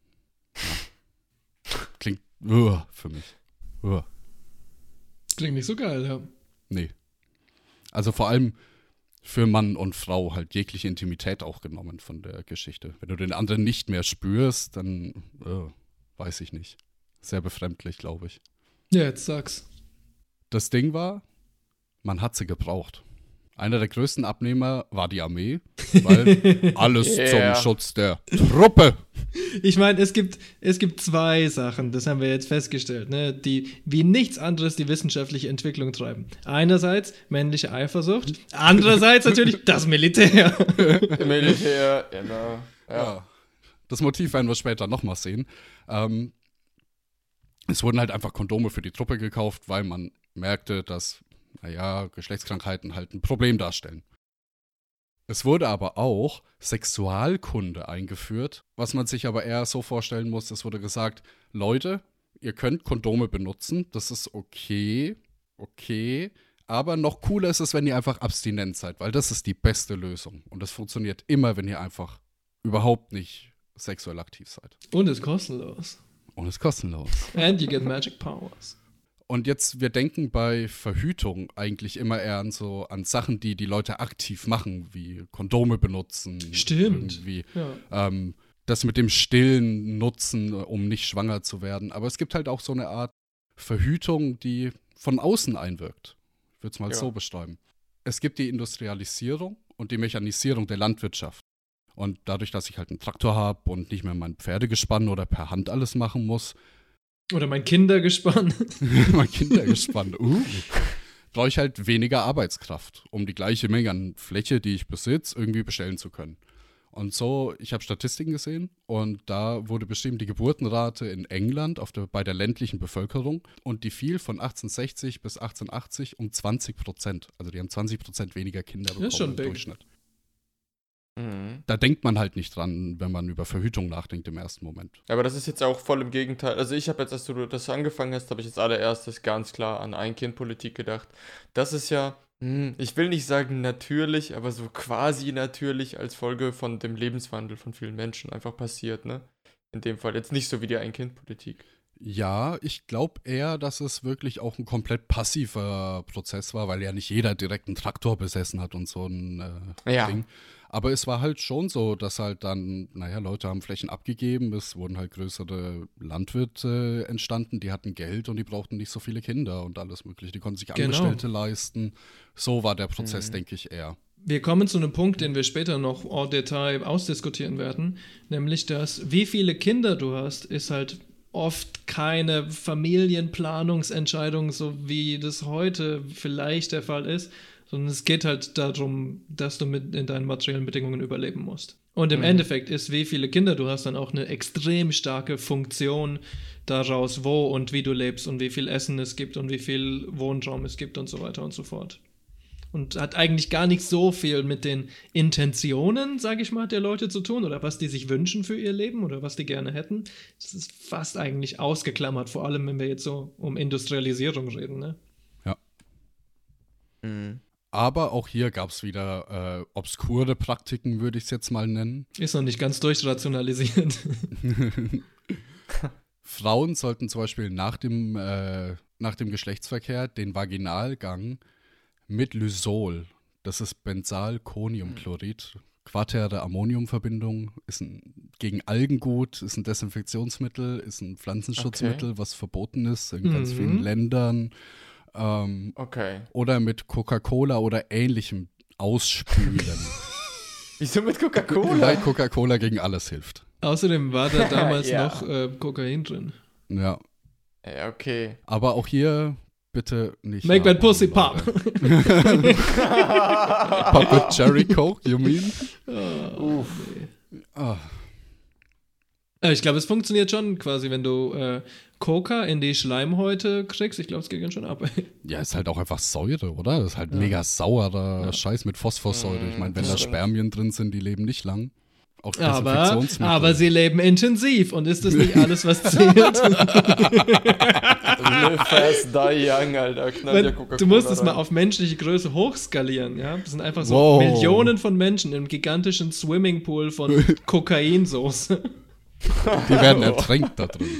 B: Ja. Klingt uh, für mich. Uh.
H: Klingt nicht so geil, ja.
B: Nee. Also vor allem für Mann und Frau halt jegliche Intimität auch genommen von der Geschichte. Wenn du den anderen nicht mehr spürst, dann äh, weiß ich nicht. Sehr befremdlich, glaube ich.
H: Ja, jetzt sag's.
B: Das Ding war, man hat sie gebraucht. Einer der größten Abnehmer war die Armee, weil alles
A: Yeah.
B: zum Schutz der Truppe.
H: Ich meine, es gibt, es gibt zwei Sachen, das haben wir jetzt festgestellt, ne, die wie nichts anderes die wissenschaftliche Entwicklung treiben. Einerseits männliche Eifersucht, andererseits natürlich das Militär.
A: Im Militär, genau. Ja.
B: Ja. Das Motiv werden wir später nochmal sehen. Ähm, es wurden halt einfach Kondome für die Truppe gekauft, weil man merkte, dass, naja, Geschlechtskrankheiten halt ein Problem darstellen. Es wurde aber auch Sexualkunde eingeführt, was man sich aber eher so vorstellen muss, es wurde gesagt, Leute, ihr könnt Kondome benutzen, das ist okay, okay, aber noch cooler ist es, wenn ihr einfach abstinent seid, weil das ist die beste Lösung. Und das funktioniert immer, wenn ihr einfach überhaupt nicht sexuell aktiv seid.
H: Und ist kostenlos.
B: Und ist kostenlos.
H: And you get magic powers.
B: Und jetzt, wir denken bei Verhütung eigentlich immer eher an so an Sachen, die die Leute aktiv machen, wie Kondome benutzen.
H: Stimmt.
B: Irgendwie,
H: Ja.
B: ähm, das mit dem Stillen nutzen, um nicht schwanger zu werden. Aber es gibt halt auch so eine Art Verhütung, die von außen einwirkt. Ich würde es mal
A: Ja.
B: so beschreiben. Es gibt die Industrialisierung und die Mechanisierung der Landwirtschaft. Und dadurch, dass ich halt einen Traktor habe und nicht mehr mein Pferdegespann oder per Hand alles machen muss,
H: Oder mein Kindergespann.
B: mein Kindergespann, uh, brauche ich halt weniger Arbeitskraft, um die gleiche Menge an Fläche, die ich besitze, irgendwie bestellen zu können. Und so, ich habe Statistiken gesehen und da wurde beschrieben, die Geburtenrate in England auf der, bei der ländlichen Bevölkerung und die fiel von achtzehnhundertsechzig bis achtzehnhundertachtzig um zwanzig Prozent. Also die haben zwanzig Prozent weniger Kinder bekommen
H: Das ist schon
B: im
H: big.
B: Durchschnitt.
A: Mhm.
B: Da denkt man halt nicht dran, wenn man über Verhütung nachdenkt im ersten Moment.
A: Aber das ist jetzt auch voll im Gegenteil. Also ich habe jetzt, als du das angefangen hast, habe ich als allererstes ganz klar an Ein-Kind-Politik gedacht. Das ist ja, hm, ich will nicht sagen natürlich, aber so quasi natürlich als Folge von dem Lebenswandel von vielen Menschen einfach passiert, ne? In dem Fall jetzt nicht so wie die Ein-Kind-Politik.
B: Ja, ich glaube eher, dass es wirklich auch ein komplett passiver Prozess war, weil ja nicht jeder direkt einen Traktor besessen hat und so ein äh,
A: Ja.
B: Ding. Aber es war halt schon so, dass halt dann, naja, Leute haben Flächen abgegeben, es wurden halt größere Landwirte entstanden, die hatten Geld und die brauchten nicht so viele Kinder und alles mögliche. Die konnten sich
H: Genau.
B: Angestellte leisten. So war der Prozess,
A: Mhm.
B: denke ich, eher.
H: Wir kommen zu einem Punkt, den wir später noch en Detail ausdiskutieren werden, nämlich dass wie viele Kinder du hast, ist halt oft keine Familienplanungsentscheidung, so wie das heute vielleicht der Fall ist, sondern es geht halt darum, dass du mit in deinen materiellen Bedingungen überleben musst. Und im
A: Mhm.
H: Endeffekt ist, wie viele Kinder du hast, dann auch eine extrem starke Funktion daraus, wo und wie du lebst und wie viel Essen es gibt und wie viel Wohnraum es gibt und so weiter und so fort. Und hat eigentlich gar nicht so viel mit den Intentionen, sage ich mal, der Leute zu tun oder was die sich wünschen für ihr Leben oder was die gerne hätten. Das ist fast eigentlich ausgeklammert, vor allem wenn wir jetzt so um Industrialisierung reden, ne?
A: Mhm.
B: Aber auch hier gab es wieder äh, obskure Praktiken, würde ich es jetzt mal nennen.
H: Ist noch nicht ganz durchrationalisiert.
B: Frauen sollten zum Beispiel nach dem, äh, nach dem Geschlechtsverkehr den Vaginalgang mit Lysol, das ist Benzalkoniumchlorid, quatere Ammoniumverbindung, ist ein, gegen Algen gut, ist ein Desinfektionsmittel, ist ein Pflanzenschutzmittel,
A: Okay.
B: was verboten ist in ganz
H: Mhm.
B: vielen Ländern. Ähm,
A: Okay.
B: oder mit Coca-Cola oder ähnlichem ausspülen,
A: Wieso mit Coca-Cola?
B: weil Coca-Cola gegen alles hilft.
H: Außerdem war da damals
A: Ja.
H: noch äh, Kokain drin.
B: Ja,
A: Ja, okay.
B: aber auch hier bitte nicht.
H: Make that
B: nachmachen,
H: pussy pop.
B: Leute. Pop with Cherry Coke, you mean?
H: Uff.
B: Ah,
H: Ich glaube, es funktioniert schon quasi, wenn du äh, Coca in die Schleimhäute kriegst. Ich glaube, es geht ganz schön ab.
B: ja, ist halt auch einfach Säure, oder? Das ist halt mega saurer
H: Ja.
B: Scheiß mit Phosphorsäure. Ich meine, wenn
A: das
B: da
A: stimmt.
B: Spermien drin sind, die leben nicht lang. Auch
H: Aber,
B: Desinfektionsmittel.
H: aber sie leben intensiv und ist das nicht alles, was zählt?
A: Live fast, die young, Alter. Knall dir
H: Wenn,
A: Coca-Cola
H: du musst es mal
A: rein.
H: auf menschliche Größe hochskalieren, ja? Das sind einfach so
B: Wow.
H: Millionen von Menschen im gigantischen Swimmingpool von Kokainsoße.
B: Die werden ertränkt da drin.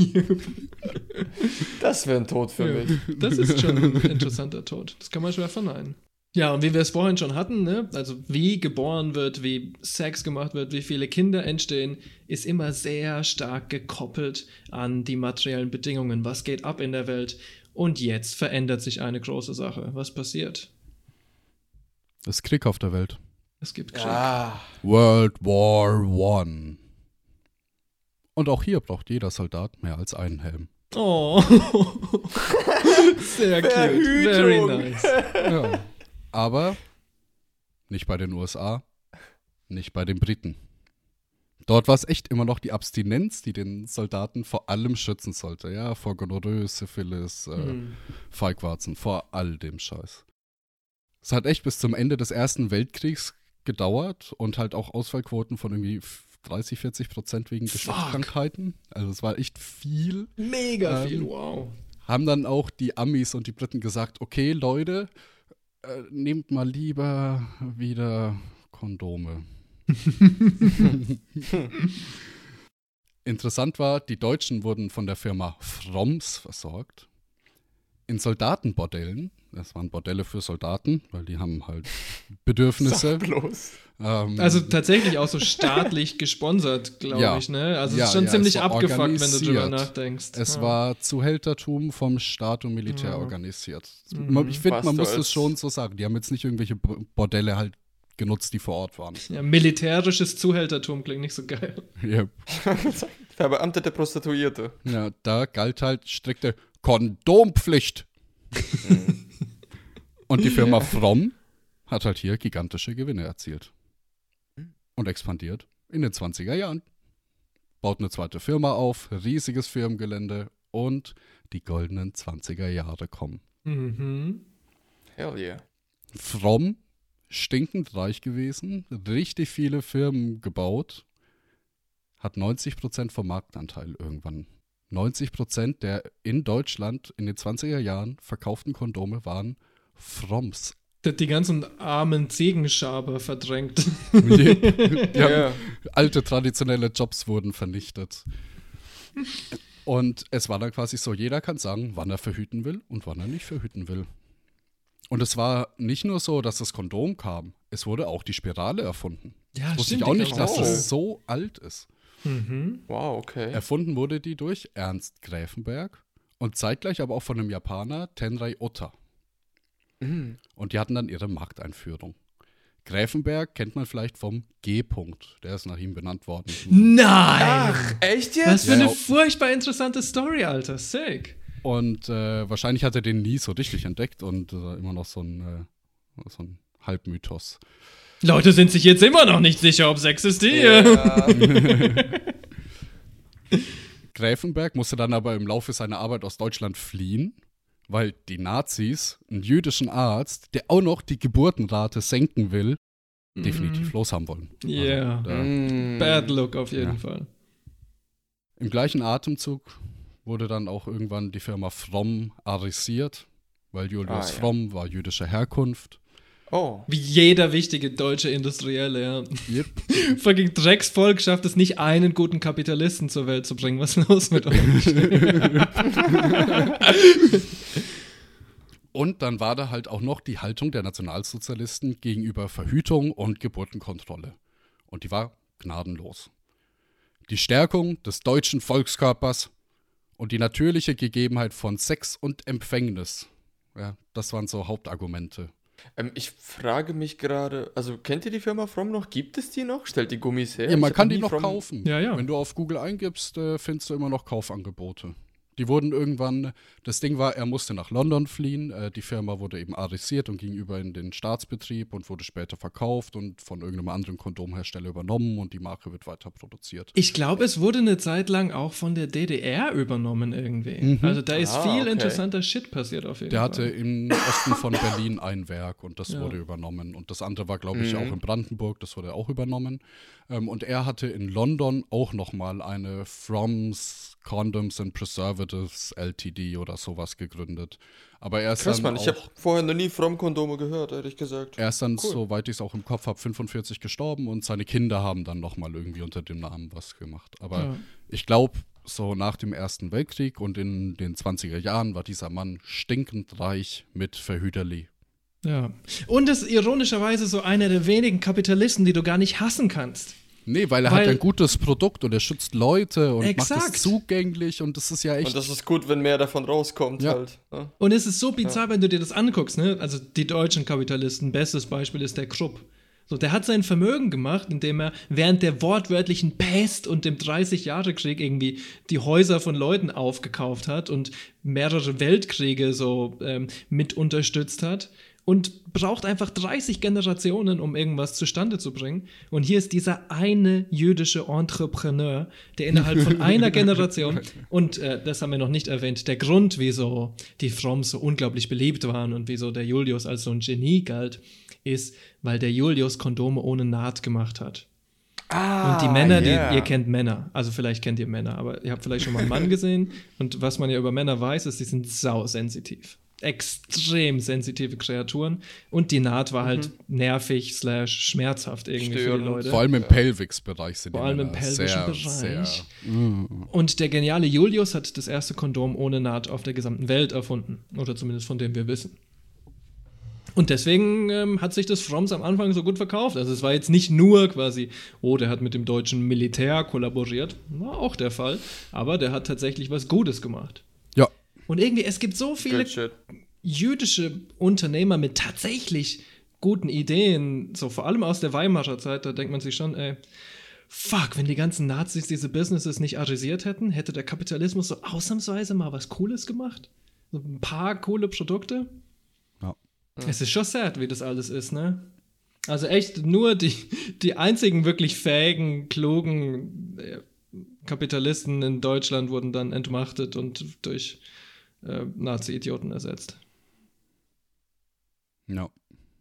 A: Das wäre ein Tod für
H: Ja,
A: mich.
H: das ist schon ein interessanter Tod. Das kann man schwer verneinen. Ja, und wie wir es vorhin schon hatten, ne? Also wie geboren wird, wie Sex gemacht wird, wie viele Kinder entstehen, ist immer sehr stark gekoppelt an die materiellen Bedingungen. Was geht ab in der Welt? Und jetzt verändert sich eine große Sache. Was passiert?
B: Es ist Krieg auf der Welt.
H: Es gibt Krieg.
A: Ah,
B: World War One. Und auch hier braucht jeder Soldat mehr als einen Helm.
H: Oh. Sehr cute. Very
A: Verhütung.
H: nice.
B: Ja. Aber nicht bei den U S A, nicht bei den Briten. Dort war es echt immer noch die Abstinenz, die den Soldaten vor allem schützen sollte. Ja, vor Gonorrhoe, Syphilis, äh,
H: Hm.
B: Feigwarzen, vor all dem Scheiß. Es hat echt bis zum Ende des Ersten Weltkriegs gedauert und halt auch Ausfallquoten von irgendwie dreißig, vierzig Prozent wegen Geschlechtskrankheiten. Also es war echt viel.
H: Mega
B: ähm,
H: viel, wow.
B: Haben dann auch die Amis und die Briten gesagt, okay, Leute, äh, nehmt mal lieber wieder Kondome. Interessant war, die Deutschen wurden von der Firma Fromms versorgt. In Soldatenbordellen, das waren Bordelle für Soldaten, weil die haben halt Bedürfnisse.
A: Sag bloß.
B: Ähm,
H: Also tatsächlich auch so staatlich gesponsert, glaube
B: Ja.
H: ich, ne? Also
B: Ja,
H: es ist schon
B: ja,
H: ziemlich
B: es war
H: abgefuckt, wenn du drüber
B: organisiert.
H: nachdenkst.
B: Es
H: ja.
B: war Zuhältertum vom Staat und Militär
H: Ja.
B: organisiert.
H: Mhm.
B: Man- Ich finde,
A: Was
B: man
A: du
B: muss es
A: als-
B: schon so sagen. Die haben jetzt nicht irgendwelche B- Bordelle halt genutzt, die vor Ort waren.
H: Ja, militärisches Zuhältertum klingt nicht so geil.
B: Yep.
A: Verbeamtete Prostituierte.
B: Ja, da galt halt strikte Kondompflicht. Und die Firma Fromm hat halt hier gigantische Gewinne erzielt. Und expandiert in den zwanziger Jahren. Baut eine zweite Firma auf, riesiges Firmengelände und die goldenen zwanziger Jahre kommen.
H: Mhm.
A: Hell yeah.
B: Fromm, stinkend reich gewesen, richtig viele Firmen gebaut, hat neunzig Prozent vom Marktanteil irgendwann. neunzig Prozent der in Deutschland in den zwanziger Jahren verkauften Kondome waren Fromms.
H: Der hat die ganzen armen Ziegenschaber verdrängt.
B: Die, die haben,
A: Ja.
B: alte traditionelle Jobs wurden vernichtet. Und es war dann quasi so, jeder kann sagen, wann er verhüten will und wann er nicht verhüten will. Und es war nicht nur so, dass das Kondom kam, es wurde auch die Spirale erfunden.
H: Ja,
B: Wusste
H: stimmt,
B: ich auch
H: die
B: nicht,
H: kam
B: dass
H: auch.
B: das so alt ist.
H: Mhm.
A: Wow, okay.
B: Erfunden wurde die durch Ernst Gräfenberg und zeitgleich aber auch von einem Japaner, Tenrei Ota.
A: Mhm.
B: Und die hatten dann ihre Markteinführung. Gräfenberg kennt man vielleicht vom G-Punkt, der ist nach ihm benannt worden.
H: Nein!
A: Ach, echt jetzt?
H: Was für
B: Ja,
H: eine
B: ja.
H: furchtbar interessante Story, Alter. Sick.
B: Und äh, wahrscheinlich hat er den nie so richtig entdeckt und äh, immer noch so ein, äh, so ein Halbmythos.
H: Leute sind sich jetzt immer noch nicht sicher, ob es existiert.
A: Ja.
B: Gräfenberg musste dann aber im Laufe seiner Arbeit aus Deutschland fliehen, weil die Nazis einen jüdischen Arzt, der auch noch die Geburtenrate senken will, definitiv loshaben wollen.
H: Ja.
B: Also, da,
A: Mm.
H: Bad Look auf jeden
B: Ja.
H: Fall.
B: Im gleichen Atemzug wurde dann auch irgendwann die Firma Fromm arisiert, weil Julius
A: Ah, ja.
B: Fromm war jüdischer Herkunft.
A: Oh.
H: Wie jeder wichtige deutsche Industrielle, ja.
B: Yep.
H: Fucking Drecksvolk schafft es nicht, einen guten Kapitalisten zur Welt zu bringen. Was ist los mit euch?
B: Und dann war da halt auch noch die Haltung der Nationalsozialisten gegenüber Verhütung und Geburtenkontrolle. Und die war gnadenlos. Die Stärkung des deutschen Volkskörpers und die natürliche Gegebenheit von Sex und Empfängnis. Ja, das waren so Hauptargumente.
A: Ähm, ich frage mich gerade, also kennt ihr die Firma Fromm noch? Gibt es die noch? Stellt die Gummis her?
B: Ja, man
A: Ich hab
B: kann die
A: nie
B: noch
A: Fromm-
B: kaufen.
H: Ja, ja.
B: Wenn du auf Google eingibst, äh, findest du immer noch Kaufangebote. Die wurden irgendwann, das Ding war, er musste nach London fliehen, äh, die Firma wurde eben arisiert und ging über in den Staatsbetrieb und wurde später verkauft und von irgendeinem anderen Kondomhersteller übernommen und die Marke wird weiter produziert.
H: Ich glaube, es wurde eine Zeit lang auch von der D D R übernommen irgendwie. Also da ist
A: Ah,
H: viel
A: okay.
H: interessanter Shit passiert auf jeden
B: Der
H: Fall.
B: hatte im Osten von Berlin ein Werk und das
H: Ja.
B: wurde übernommen. Und das andere war, glaube ich,
A: Mhm.
B: auch in Brandenburg, das wurde auch übernommen. Ähm, und er hatte in London auch nochmal eine From's Condoms and Preservatives L T D oder sowas gegründet. Aber er ist
A: Krass,
B: dann
A: Mann, ich
B: auch,
A: habe vorher noch nie Fromm-Kondome gehört, ehrlich gesagt.
B: er ist dann,
A: Cool.
B: soweit ich es auch im Kopf habe, fünfundvierzig gestorben und seine Kinder haben dann nochmal irgendwie unter dem Namen was gemacht. Aber
H: Ja.
B: ich glaube, so nach dem Ersten Weltkrieg und in den zwanziger Jahren war dieser Mann stinkend reich mit Verhüterli.
H: Ja. Und es ist ironischerweise so einer der wenigen Kapitalisten, die du gar nicht hassen kannst.
B: Nee, weil er
H: Weil-
B: hat ein gutes Produkt und er schützt Leute und macht
H: Exakt.
B: es zugänglich und das ist ja echt.
A: Und das ist gut, wenn mehr davon rauskommt
B: Ja.
A: halt. Ne?
H: Und es ist so bizarr, wenn du dir das anguckst, ne? Also die deutschen Kapitalisten, bestes Beispiel ist der Krupp. So, der hat sein Vermögen gemacht, indem er während der wortwörtlichen Pest und dem dreißig-Jahre-Krieg irgendwie die Häuser von Leuten aufgekauft hat und mehrere Weltkriege so ähm, mit unterstützt hat. Und braucht einfach dreißig Generationen, um irgendwas zustande zu bringen. Und hier ist dieser eine jüdische Entrepreneur, der innerhalb von einer Generation, und äh, das haben wir noch nicht erwähnt, der Grund, wieso die Fromms so unglaublich beliebt waren und wieso der Julius als so ein Genie galt, ist, weil der Julius Kondome ohne Naht gemacht hat.
A: Ah,
H: und die Männer,
A: yeah.
H: die, ihr kennt Männer, also vielleicht kennt ihr Männer, aber ihr habt vielleicht schon mal einen Mann gesehen und was man ja über Männer weiß, ist, die sind sausensitiv. Extrem sensitive Kreaturen und die Naht war halt mhm. nervig slash schmerzhaft irgendwie Störend. Für die Leute.
B: Vor allem im Pelvics-Bereich sind
H: Vor
B: die
H: allem
B: Männer
H: im pelvischen
B: sehr,
H: Bereich.
B: Sehr, mm.
H: Und der geniale Julius hat das erste Kondom ohne Naht auf der gesamten Welt erfunden. Oder zumindest von dem wir wissen. Und deswegen ähm, hat sich das Fromms am Anfang so gut verkauft. Also es war jetzt nicht nur quasi, oh, der hat mit dem deutschen Militär kollaboriert. War auch der Fall. Aber der hat tatsächlich was Gutes gemacht.
B: Ja.
H: Und irgendwie, es gibt so viele jüdische Unternehmer mit tatsächlich guten Ideen, so vor allem aus der Weimarer Zeit, da denkt man sich schon, ey, fuck, wenn die ganzen Nazis diese Businesses nicht arisiert hätten, hätte der Kapitalismus so ausnahmsweise mal was Cooles gemacht. So ein paar coole Produkte.
B: Ja.
H: Es ist schon sad, wie das alles ist, ne? Also echt nur die, die einzigen wirklich fähigen, klugen Kapitalisten in Deutschland wurden dann entmachtet und durch äh, Nazi-Idioten ersetzt.
B: Ja.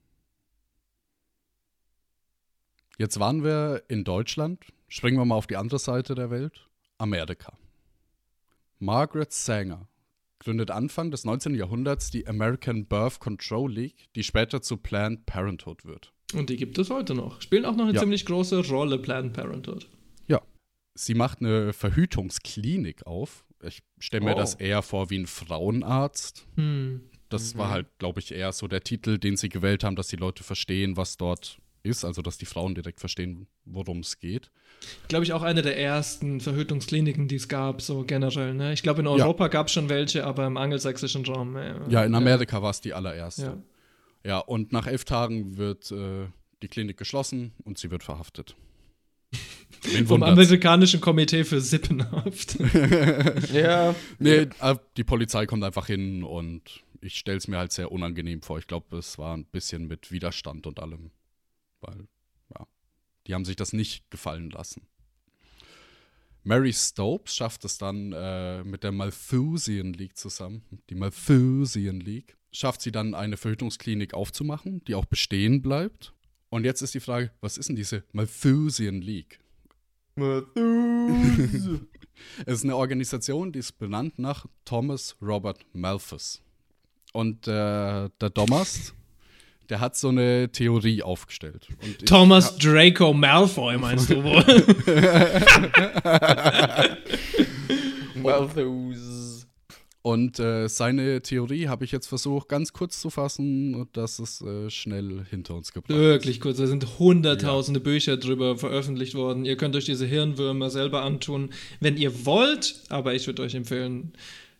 B: Jetzt waren wir in Deutschland. Springen wir mal auf die andere Seite der Welt. Amerika. Margaret Sanger gründet Anfang des neunzehnten Jahrhunderts die American Birth Control League, die später zu Planned Parenthood wird.
H: Und die gibt es heute noch. Spielen auch noch eine
B: ja.
H: ziemlich große Rolle, Planned Parenthood.
B: Ja. Sie macht eine Verhütungsklinik auf. Ich stelle mir
A: oh.
B: das eher vor wie ein Frauenarzt.
H: Hm.
B: Das
A: mhm.
B: war halt, glaube ich, eher so der Titel, den sie gewählt haben, dass die Leute verstehen, was dort ist. Also, dass die Frauen direkt verstehen, worum es geht.
H: Glaube ich auch eine der ersten Verhütungskliniken, die es gab, so generell. Ne? Ich glaube, in Europa ja. gab es schon welche, aber im angelsächsischen Raum. Äh,
B: ja, in Amerika ja. war es die allererste.
H: Ja.
B: ja, und nach elf Tagen wird äh, die Klinik geschlossen und sie wird verhaftet.
H: Vom amerikanischen Komitee für Sippenhaft.
A: ja.
B: Nee, die Polizei kommt einfach hin und ich stelle es mir halt sehr unangenehm vor. Ich glaube, es war ein bisschen mit Widerstand und allem. Weil, ja, die haben sich das nicht gefallen lassen. Mary Stopes schafft es dann äh, mit der Malthusian League zusammen. Die Malthusian League. Schafft sie dann eine Verhütungsklinik aufzumachen, die auch bestehen bleibt. Und jetzt ist die Frage, was ist denn diese Malthusian League?
A: Malthus.
B: Es ist eine Organisation, die ist benannt nach Thomas Robert Malthus. Und äh, der Thomas, der hat so eine Theorie aufgestellt. Und
H: Thomas ich, Draco Malfoy, meinst du wohl?
A: Malthus.
B: Und äh, seine Theorie habe ich jetzt versucht, ganz kurz zu fassen und dass es äh, schnell hinter uns gebracht
H: Wirklich kurz, da sind hunderttausende ja. Bücher drüber veröffentlicht worden. Ihr könnt euch diese Hirnwürmer selber antun, wenn ihr wollt, aber ich würde euch empfehlen,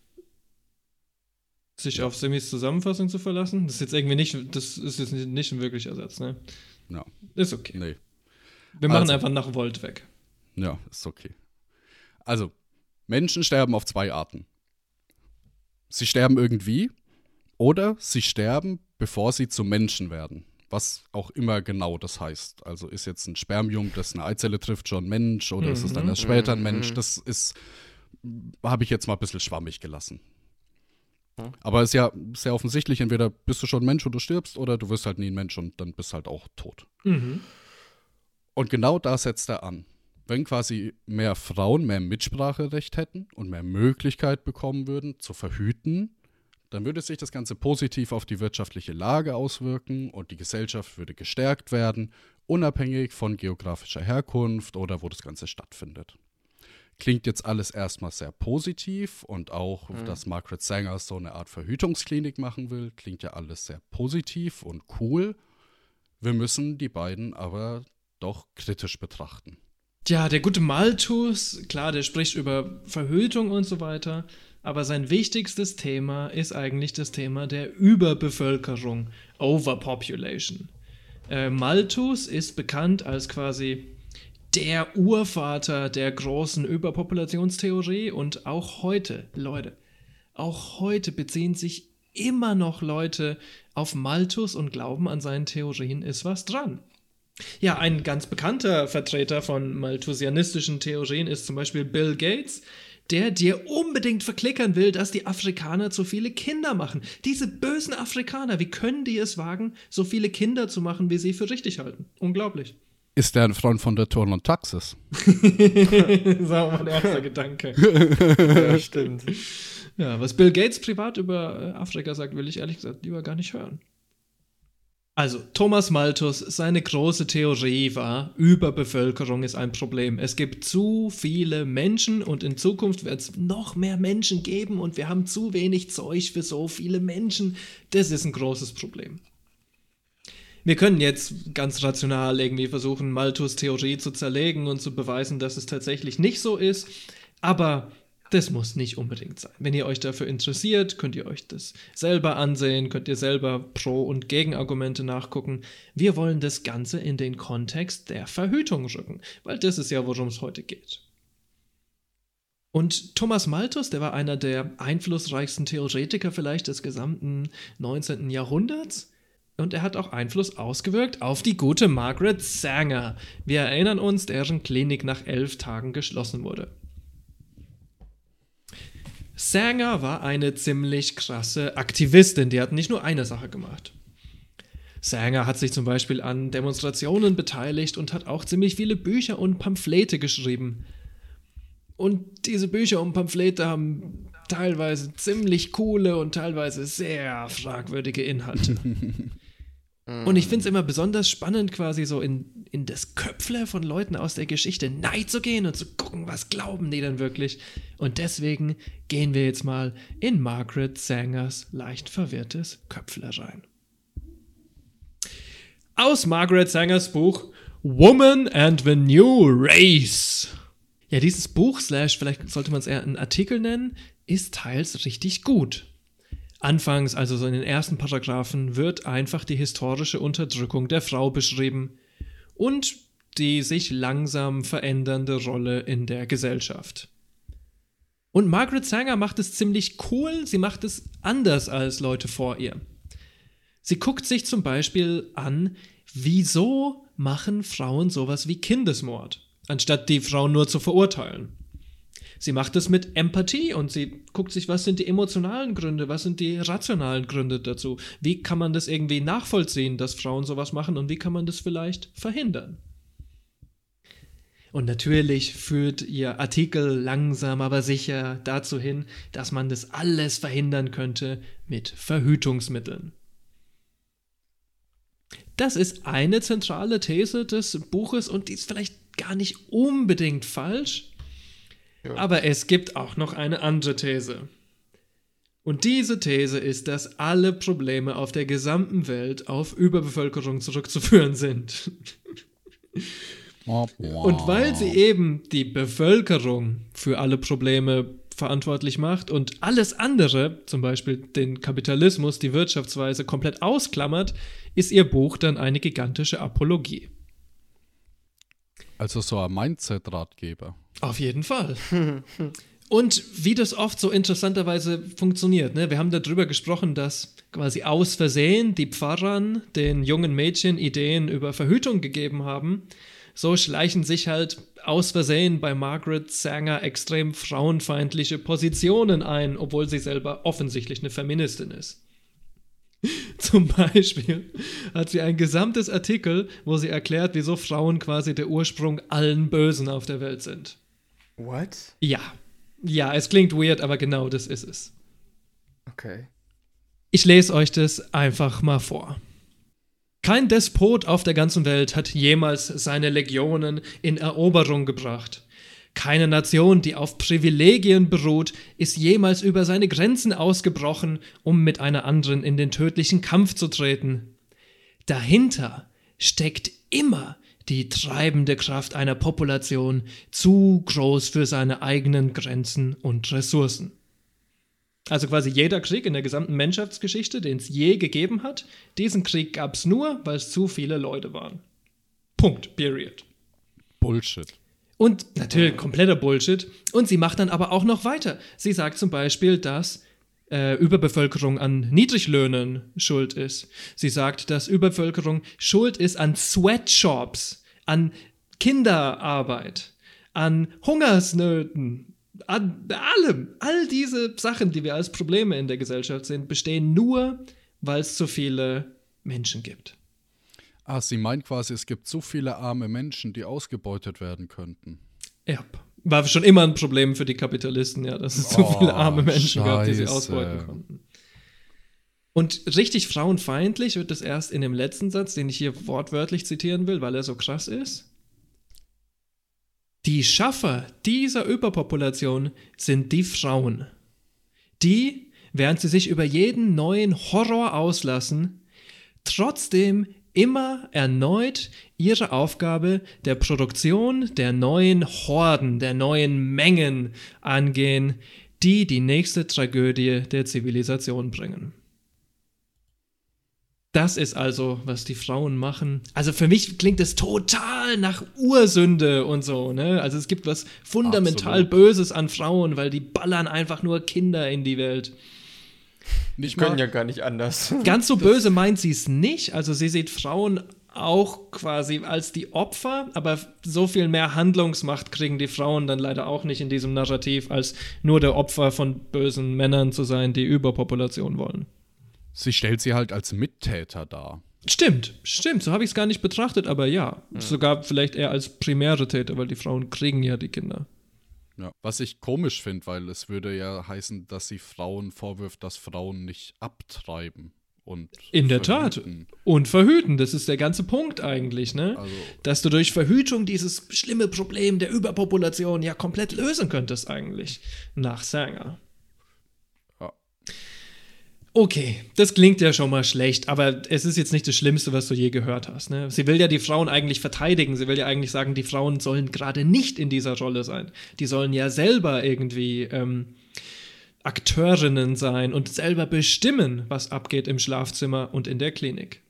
H: sich ja. auf Simis Zusammenfassung zu verlassen. Das ist jetzt irgendwie nicht, das ist jetzt nicht ein wirklicher Ersatz, ne?
B: Ja.
H: Ist okay.
B: Nee.
H: Wir machen
B: also,
H: einfach nach Volt weg.
B: Ja, ist okay. Also, Menschen sterben auf zwei Arten. Sie sterben irgendwie oder sie sterben, bevor sie zu Menschen werden. Was auch immer genau das heißt. Also ist jetzt ein Spermium, das eine Eizelle trifft, schon ein Mensch oder mhm. ist es dann erst später ein Mensch? Das ist, habe ich jetzt mal ein bisschen schwammig gelassen. Mhm. Aber es ist ja sehr offensichtlich, entweder bist du schon ein Mensch und du stirbst oder du wirst halt nie ein Mensch und dann bist halt auch tot.
H: Mhm.
B: Und genau da setzt er an. Wenn quasi mehr Frauen mehr Mitspracherecht hätten und mehr Möglichkeit bekommen würden, zu verhüten, dann würde sich das Ganze positiv auf die wirtschaftliche Lage auswirken und die Gesellschaft würde gestärkt werden, unabhängig von geografischer Herkunft oder wo das Ganze stattfindet. Klingt jetzt alles erstmal sehr positiv und auch, mhm. dass Margaret Sanger so eine Art Verhütungsklinik machen will, klingt ja alles sehr positiv und cool. Wir müssen die beiden aber doch kritisch betrachten.
H: Ja, der gute Malthus, klar, der spricht über Verhütung und so weiter, aber sein wichtigstes Thema ist eigentlich das Thema der Überbevölkerung, Overpopulation. Äh, Malthus ist bekannt als quasi der Urvater der großen Überpopulationstheorie und auch heute, Leute, auch heute beziehen sich immer noch Leute auf Malthus und glauben, an seinen Theorien ist was dran. Ja, ein ganz bekannter Vertreter von malthusianistischen Theorien ist zum Beispiel Bill Gates, der dir unbedingt verklickern will, dass die Afrikaner zu viele Kinder machen. Diese bösen Afrikaner, wie können die es wagen, so viele Kinder zu machen, wie sie für richtig halten? Unglaublich.
B: Ist der ein Freund von der Turn und Taxis?
H: Das war mein erster Gedanke.
A: Ja, stimmt.
H: Ja, was Bill Gates privat über Afrika sagt, will ich ehrlich gesagt lieber gar nicht hören. Also, Thomas Malthus, seine große Theorie war, Überbevölkerung ist ein Problem. Es gibt zu viele Menschen und in Zukunft wird es noch mehr Menschen geben und wir haben zu wenig Zeug für so viele Menschen. Das ist ein großes Problem. Wir können jetzt ganz rational irgendwie versuchen, Malthus' Theorie zu zerlegen und zu beweisen, dass es tatsächlich nicht so ist, aber das muss nicht unbedingt sein. Wenn ihr euch dafür interessiert, könnt ihr euch das selber ansehen, könnt ihr selber Pro- und Gegenargumente nachgucken. Wir wollen das Ganze in den Kontext der Verhütung rücken, weil das ist ja, worum es heute geht. Und Thomas Malthus, der war einer der einflussreichsten Theoretiker vielleicht des gesamten neunzehnten Jahrhunderts. Und er hat auch Einfluss ausgewirkt auf die gute Margaret Sanger. Wir erinnern uns, deren Klinik nach elf Tagen geschlossen wurde. Sanger war eine ziemlich krasse Aktivistin, die hat nicht nur eine Sache gemacht. Sanger hat sich zum Beispiel an Demonstrationen beteiligt und hat auch ziemlich viele Bücher und Pamphlete geschrieben. Und diese Bücher und Pamphlete haben teilweise ziemlich coole und teilweise sehr fragwürdige Inhalte. Und ich finde es immer besonders spannend, quasi so in, in das Köpfle von Leuten aus der Geschichte zu gehen und zu gucken, was glauben die denn wirklich. Und deswegen gehen wir jetzt mal in Margaret Sangers leicht verwirrtes Köpfle rein. Aus Margaret Sangers Buch Woman and the New Race. Ja, dieses Buch, slash, vielleicht sollte man es eher einen Artikel nennen, ist teils richtig gut. Anfangs, also so in den ersten Paragraphen, wird einfach die historische Unterdrückung der Frau beschrieben und die sich langsam verändernde Rolle in der Gesellschaft. Und Margaret Sanger macht es ziemlich cool, sie macht es anders als Leute vor ihr. Sie guckt sich zum Beispiel an, wieso machen Frauen sowas wie Kindesmord, anstatt die Frauen nur zu verurteilen. Sie macht es mit Empathie und sie guckt sich, was sind die emotionalen Gründe, was sind die rationalen Gründe dazu. Wie kann man das irgendwie nachvollziehen, dass Frauen sowas machen und wie kann man das vielleicht verhindern? Und natürlich führt ihr Artikel langsam, aber sicher dazu hin, dass man das alles verhindern könnte mit Verhütungsmitteln. Das ist eine zentrale These des Buches und die ist vielleicht gar nicht unbedingt falsch. Ja. Aber es gibt auch noch eine andere These. Und diese These ist, dass alle Probleme auf der gesamten Welt auf Überbevölkerung zurückzuführen sind. Und weil sie eben die Bevölkerung für alle Probleme verantwortlich macht und alles andere, zum Beispiel den Kapitalismus, die Wirtschaftsweise, komplett ausklammert, ist ihr Buch dann eine gigantische Apologie.
B: Also so ein Mindset-Ratgeber.
H: Auf jeden Fall. Und wie das oft so interessanterweise funktioniert, ne? Wir haben darüber gesprochen, dass quasi aus Versehen die Pfarrern den jungen Mädchen Ideen über Verhütung gegeben haben. So schleichen sich halt aus Versehen bei Margaret Sanger extrem frauenfeindliche Positionen ein, obwohl sie selber offensichtlich eine Feministin ist. Zum Beispiel hat sie ein gesamtes Artikel, wo sie erklärt, wieso Frauen quasi der Ursprung allen Bösen auf der Welt sind.
A: What?
H: Ja. Ja, es klingt weird, aber genau das ist es.
A: Okay.
H: Ich lese euch das einfach mal vor. Kein Despot auf der ganzen Welt hat jemals seine Legionen in Eroberung gebracht. Keine Nation, die auf Privilegien beruht, ist jemals über seine Grenzen ausgebrochen, um mit einer anderen in den tödlichen Kampf zu treten. Dahinter steckt immer die treibende Kraft einer Population, zu groß für seine eigenen Grenzen und Ressourcen. Also quasi jeder Krieg in der gesamten Menschheitsgeschichte, den es je gegeben hat, diesen Krieg gab es nur, weil es zu viele Leute waren. Punkt. Period.
B: Bullshit.
H: Und natürlich kompletter Bullshit. Und sie macht dann aber auch noch weiter. Sie sagt zum Beispiel, dass äh, Überbevölkerung an Niedriglöhnen schuld ist. Sie sagt, dass Überbevölkerung schuld ist an Sweatshops, an Kinderarbeit, an Hungersnöten. an allem, all diese Sachen, die wir als Probleme in der Gesellschaft sehen, bestehen nur, weil es so viele Menschen gibt.
B: Ah, sie meint quasi, es gibt so viele arme Menschen, die ausgebeutet werden könnten.
H: Ja, war schon immer ein Problem für die Kapitalisten, ja, dass es so
B: Oh,
H: viele arme Menschen gab, die sie
B: Scheiße.
H: ausbeuten konnten. Und richtig frauenfeindlich wird es erst in dem letzten Satz, den ich hier wortwörtlich zitieren will, weil er so krass ist. Die Schaffer dieser Überpopulation sind die Frauen, die, während sie sich über jeden neuen Horror auslassen, trotzdem immer erneut ihre Aufgabe der Produktion der neuen Horden, der neuen Mengen angehen, die die nächste Tragödie der Zivilisation bringen. Das ist also, was die Frauen machen. Also für mich klingt es total nach Ursünde und so, ne? Also es gibt was fundamental
B: Absolut.
H: Böses an Frauen, weil die ballern einfach nur Kinder in die Welt.
B: Nicht
A: Können
B: mal,
A: ja gar nicht anders.
H: Ganz so böse meint sie es nicht. Also sie sieht Frauen auch quasi als die Opfer, aber so viel mehr Handlungsmacht kriegen die Frauen dann leider auch nicht in diesem Narrativ, als nur der Opfer von bösen Männern zu sein, die Überpopulation wollen.
B: sie stellt sie halt als Mittäter dar.
H: Stimmt, stimmt, so habe ich es gar nicht betrachtet, aber ja, mhm. sogar vielleicht eher als primäre Täter, weil die Frauen kriegen ja die Kinder.
B: Ja, was ich komisch finde, weil es würde ja heißen, dass sie Frauen vorwirft, dass Frauen nicht abtreiben. Und
H: in der verhüten. Tat. Und verhüten, das ist der ganze Punkt eigentlich, ne? Also, dass du durch Verhütung dieses schlimme Problem der Überpopulation ja komplett lösen könntest eigentlich, nach Sanger.
B: Ja.
H: Okay, das klingt ja schon mal schlecht, aber es ist jetzt nicht das Schlimmste, was du je gehört hast, ne? Sie will ja die Frauen eigentlich verteidigen, sie will ja eigentlich sagen, die Frauen sollen gerade nicht in dieser Rolle sein. Die sollen ja selber irgendwie ähm, Akteurinnen sein und selber bestimmen, was abgeht im Schlafzimmer und in der Klinik.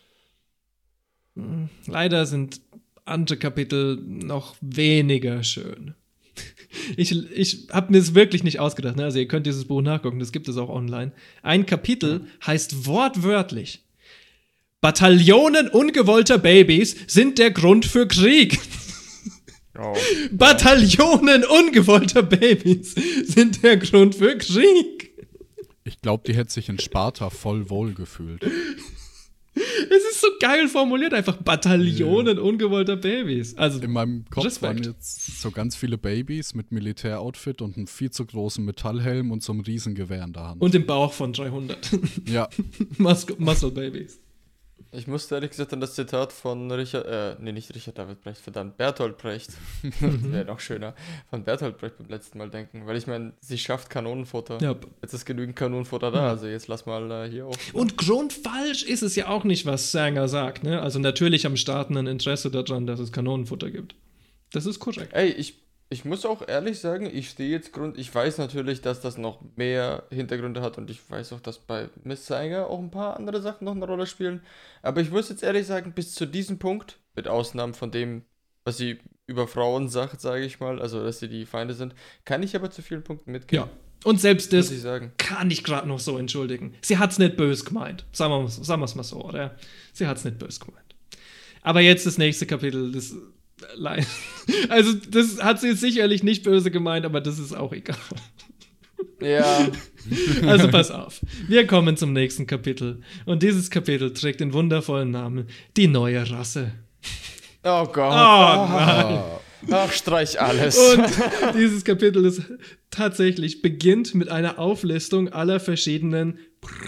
H: Hm, leider sind andere Kapitel noch weniger schön. Ich, ich habe mir es wirklich nicht ausgedacht. Ne? Also ihr könnt dieses Buch nachgucken, das gibt es auch online. Ein Kapitel heißt wortwörtlich: Bataillonen ungewollter Babys sind der Grund für Krieg. Oh. Bataillonen ungewollter Babys sind der Grund für Krieg.
B: Ich glaube, die hätte sich in Sparta voll wohl gefühlt.
H: Es ist so geil formuliert, einfach Bataillonen ja. ungewollter Babys. Also,
B: in meinem Kopf
H: Respekt.
B: waren jetzt so ganz viele Babys mit Militäroutfit und einem viel zu großen Metallhelm und so einem Riesengewehr in der Hand.
H: Und im Bauch von dreihundert.
B: Ja.
H: Mus- Muscle Babies.
A: Ich musste ehrlich gesagt an das Zitat von Richard, äh, nee, nicht Richard David Brecht, verdammt, Bertolt Brecht. Das wäre noch schöner. Von Bertolt Brecht beim letzten Mal denken, weil ich meine, sie schafft Kanonenfutter. Ja. Jetzt ist genügend Kanonenfutter da, also jetzt lass mal äh, hier auch.
H: Und grundfalsch ist es ja auch nicht, was Sanger sagt, ne? Also natürlich haben Staaten ein Interesse daran, dass es Kanonenfutter gibt. Das ist korrekt.
A: Ey, ich, ich muss auch ehrlich sagen, ich stehe jetzt Grund, ich weiß natürlich, dass das noch mehr Hintergründe hat und ich weiß auch, dass bei Miss Sanger auch ein paar andere Sachen noch eine Rolle spielen. Aber ich muss jetzt ehrlich sagen, bis zu diesem Punkt, mit Ausnahmen von dem, was sie über Frauen sagt, sage ich mal, also dass sie die Feinde sind, kann ich aber zu vielen Punkten mitgehen.
H: Ja, und selbst das
A: ich sagen.
H: kann ich gerade noch so entschuldigen. Sie hat's nicht böse gemeint, sagen wir es sagen mal so, oder? Sie hat's nicht böse gemeint. Aber jetzt das nächste Kapitel, das also das hat sie sicherlich nicht böse gemeint, aber das ist auch egal.
A: Ja.
H: Also pass auf. Wir kommen zum nächsten Kapitel. Und dieses Kapitel trägt den wundervollen Namen Die neue Rasse.
A: Oh Gott.
H: Oh Mann.
A: Ach, streich alles.
H: Und dieses Kapitel ist tatsächlich beginnt mit einer Auflistung aller verschiedenen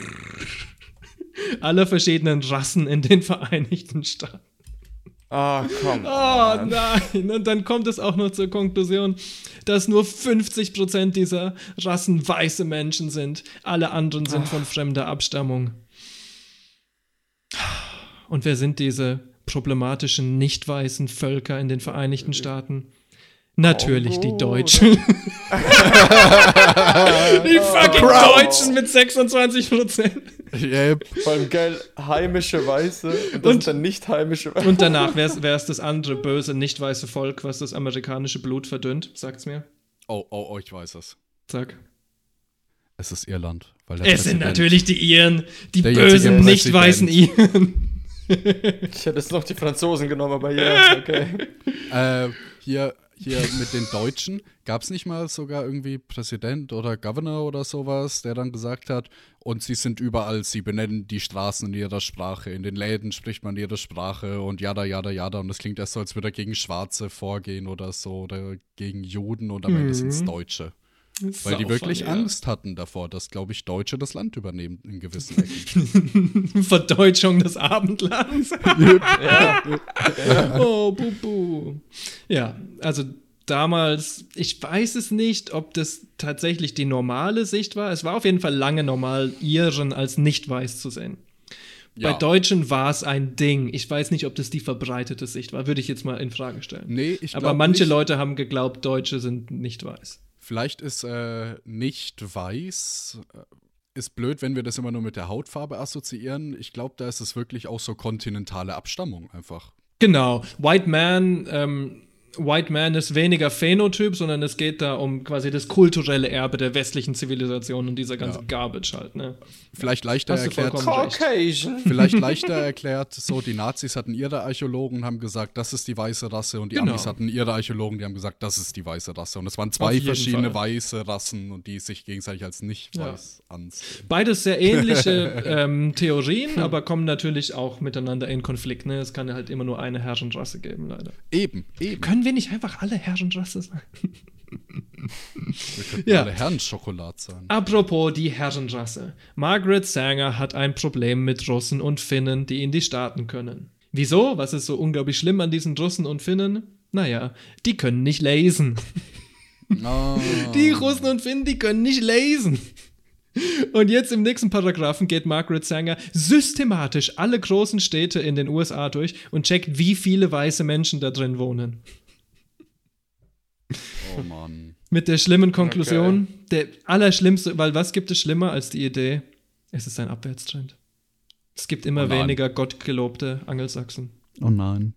H: aller verschiedenen Rassen in den Vereinigten Staaten.
A: Oh, komm.
H: Oh nein, und dann kommt es auch noch zur Konklusion, dass nur fünfzig Prozent dieser Rassen weiße Menschen sind. Alle anderen sind Ach. von fremder Abstammung. Und wer sind diese problematischen, nicht weißen Völker in den Vereinigten Staaten? Natürlich oh, die Deutschen. Die fucking oh, Deutschen mit sechsundzwanzig Prozent.
B: Yep.
A: Vor allem geil, heimische Weiße und das und, sind dann nicht heimische Weiße.
H: Und danach, wer ist, wer ist das andere böse, nicht weiße Volk, was das amerikanische Blut verdünnt? Sagt's mir.
B: Oh, oh, oh, ich weiß es.
H: Sag.
B: Es ist Irland. Weil
H: es sind natürlich die Iren, die bösen, nicht weißen Iren.
A: Ich hätte jetzt noch die Franzosen genommen, aber ja, okay.
B: äh, hier... hier mit den Deutschen, gab es nicht mal sogar irgendwie Präsident oder Governor oder sowas, der dann gesagt hat, und sie sind überall, sie benennen die Straßen in ihrer Sprache, in den Läden spricht man ihre Sprache und jada, jada, jada. Und das klingt erst so, als würde er gegen Schwarze vorgehen oder so oder gegen Juden und am Ende sind es Deutsche. Weil die wirklich
H: Saufen, ja.
B: Angst hatten davor, dass, glaube ich, Deutsche das Land übernehmen in gewissen Ecken.
H: Verdeutschung des Abendlands.
A: Ja.
H: Oh, bubu. Ja, also damals, ich weiß es nicht, ob das tatsächlich die normale Sicht war. Es war auf jeden Fall lange normal, Iren als nicht weiß zu sehen.
B: Ja.
H: Bei Deutschen war es ein Ding. Ich weiß nicht, ob das die verbreitete Sicht war. Würde ich jetzt mal in Frage stellen.
B: Nee, ich
H: Aber
B: glaub
H: manche
B: nicht.
H: Leute haben geglaubt, Deutsche sind nicht weiß.
B: Vielleicht ist äh, nicht weiß, äh, ist blöd, wenn wir das immer nur mit der Hautfarbe assoziieren. Ich glaube, da ist es wirklich auch so kontinentale Abstammung einfach.
H: Genau. White Man, ähm, White Man ist weniger Phänotyp, sondern es geht da um quasi das kulturelle Erbe der westlichen Zivilisation und dieser ganze
B: Ja.
H: Garbage halt, ne?
B: Vielleicht leichter
H: Hast du
B: erklärt.
H: vollkommen recht.
A: Caucasian.
B: Vielleicht leichter erklärt, so die Nazis hatten ihre Archäologen und haben gesagt, das ist die weiße Rasse und die
H: Genau.
B: Amis hatten ihre Archäologen, die haben gesagt, das ist die weiße Rasse. Und es waren
H: Auf
B: zwei
H: jeden
B: verschiedene
H: Fall.
B: weiße Rassen und die sich gegenseitig als nicht
H: Ja.
B: weiß ansehen.
H: Beides sehr ähnliche ähm, Theorien, aber kommen natürlich auch miteinander in Konflikt, ne? Es kann ja halt immer nur eine Herrenrasse geben, leider.
B: Eben, eben.
H: Können wir nicht einfach alle Herrenrasse sein?
B: Wir könnten
H: Ja.
B: alle Herrenschokolade sein.
H: Apropos die Herrenrasse. Margaret Sanger hat ein Problem mit Russen und Finnen, die in die Staaten können. Wieso? Was ist so unglaublich schlimm an diesen Russen und Finnen? Naja, die können nicht lesen.
B: Ah.
H: Die Russen und Finnen, die können nicht lesen. Und jetzt im nächsten Paragraphen geht Margaret Sanger systematisch alle großen Städte in den U S A durch und checkt, wie viele weiße Menschen da drin wohnen.
B: Oh Mann.
H: Mit der schlimmen Konklusion, der allerschlimmste, weil was gibt es schlimmer als die Idee? Es ist ein Abwärtstrend. Es gibt immer
B: Oh nein.
H: weniger gottgelobte Angelsachsen.
B: Oh nein.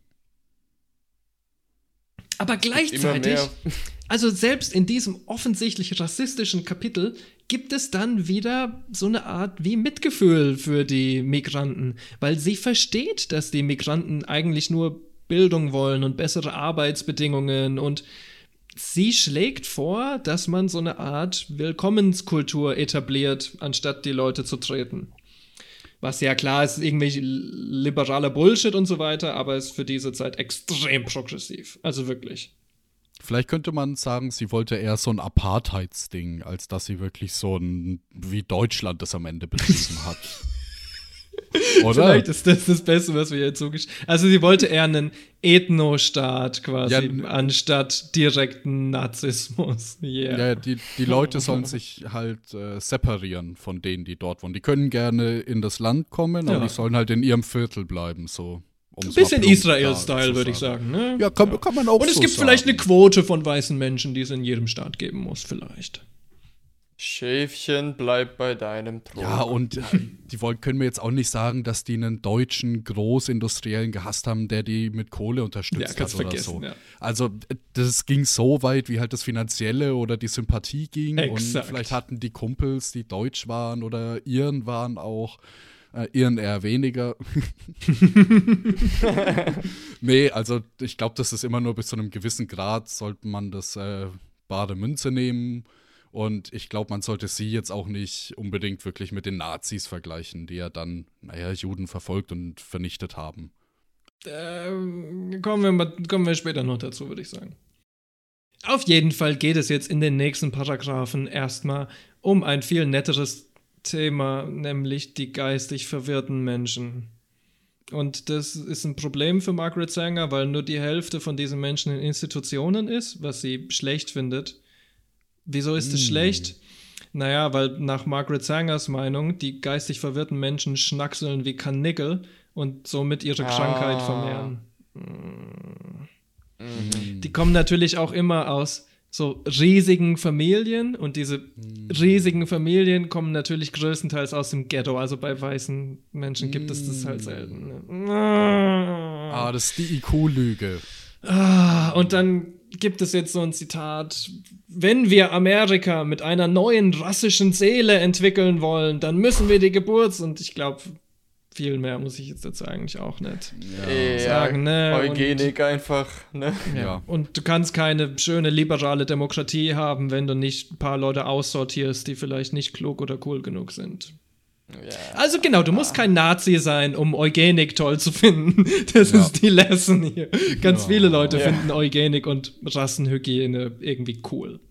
H: Aber gleichzeitig,
A: mehr.
H: also selbst in diesem offensichtlich rassistischen Kapitel, gibt es dann wieder so eine Art wie Mitgefühl für die Migranten, weil sie versteht, dass die Migranten eigentlich nur Bildung wollen und bessere Arbeitsbedingungen und sie schlägt vor, dass man so eine Art Willkommenskultur etabliert, anstatt die Leute zu treten. Was ja klar ist, irgendwie liberaler Bullshit und so weiter, aber ist für diese Zeit extrem progressiv. Also wirklich.
B: Vielleicht könnte man sagen, sie wollte eher so ein Apartheidsding, als dass sie wirklich so ein, wie Deutschland das am Ende betrieben hat. Oder?
H: Vielleicht ist das das Beste, was wir jetzt so gesch- Also sie wollte eher einen Ethnostaat quasi,
B: Ja, n-
H: anstatt direkten Nazismus. Yeah.
B: Ja, die, die Leute sollen sich halt äh, separieren von denen, die dort wohnen. Die können gerne in das Land kommen, aber
H: Ja.
B: die sollen halt in ihrem Viertel bleiben, so. um's
H: Ein
B: mal
H: bisschen
B: plump
H: Israel-Style,
B: zu
H: würde ich sagen. Ne?
B: Ja, kann, kann man auch
H: Und es
B: so
H: gibt
B: sagen.
H: vielleicht eine Quote von weißen Menschen, die es in jedem Staat geben muss, vielleicht.
A: Schäfchen, bleib bei deinem Thron.
B: Ja, und äh, die wollen, können mir jetzt auch nicht sagen, dass die einen deutschen Großindustriellen gehasst haben, der die mit Kohle
H: Ja,
B: unterstützt
H: kannst
B: hat oder
H: vergessen,
B: so.
H: ja.
B: Also äh, das ging so weit, wie halt das Finanzielle oder die Sympathie ging.
H: Exakt.
B: Und vielleicht hatten die Kumpels, die deutsch waren oder Iren waren auch, äh, Iren eher weniger. Nee, also ich glaube, das ist immer nur bis zu einem gewissen Grad, sollte man das äh, bare Münze nehmen. Und ich glaube, man sollte sie jetzt auch nicht unbedingt wirklich mit den Nazis vergleichen, die ja dann, naja, Juden verfolgt und vernichtet haben.
H: Ähm, kommen, wir mal, kommen wir später noch dazu, würde ich sagen. Auf jeden Fall geht es jetzt in den nächsten Paragraphen erstmal um ein viel netteres Thema, nämlich die geistig verwirrten Menschen. Und das ist ein Problem für Margaret Sanger, weil nur die Hälfte von diesen Menschen in Institutionen ist, was sie schlecht findet. Wieso ist es
B: Mm.
H: schlecht? Naja, weil nach Margaret Sangers Meinung die geistig verwirrten Menschen schnackseln wie Karnickel und somit ihre
A: Ah.
H: Krankheit vermehren.
A: Mhm.
H: Die kommen natürlich auch immer aus so riesigen Familien und diese riesigen Familien kommen natürlich größtenteils aus dem Ghetto. Also bei weißen Menschen gibt es das halt selten. Ne?
B: Ah, das ist die I Q-Lüge.
H: Ah, und dann gibt es jetzt so ein Zitat: Wenn wir Amerika mit einer neuen rassischen Seele entwickeln wollen, dann müssen wir die Geburts... Und ich glaube, viel mehr muss ich jetzt dazu eigentlich auch nicht
A: Ja,
H: sagen. Ne?
A: Eugenik
H: und,
A: einfach. Ne?
H: ja.
B: Ja.
H: Und du kannst keine schöne liberale Demokratie haben, wenn du nicht ein paar Leute aussortierst, die vielleicht nicht klug oder cool genug sind.
A: Ja.
H: Also genau, du musst kein Nazi sein, um Eugenik toll zu finden. Das
B: Ja.
H: ist die Lesson hier. Ganz
B: Ja.
H: viele Leute
A: Ja.
H: finden Eugenik und Rassenhygiene irgendwie cool.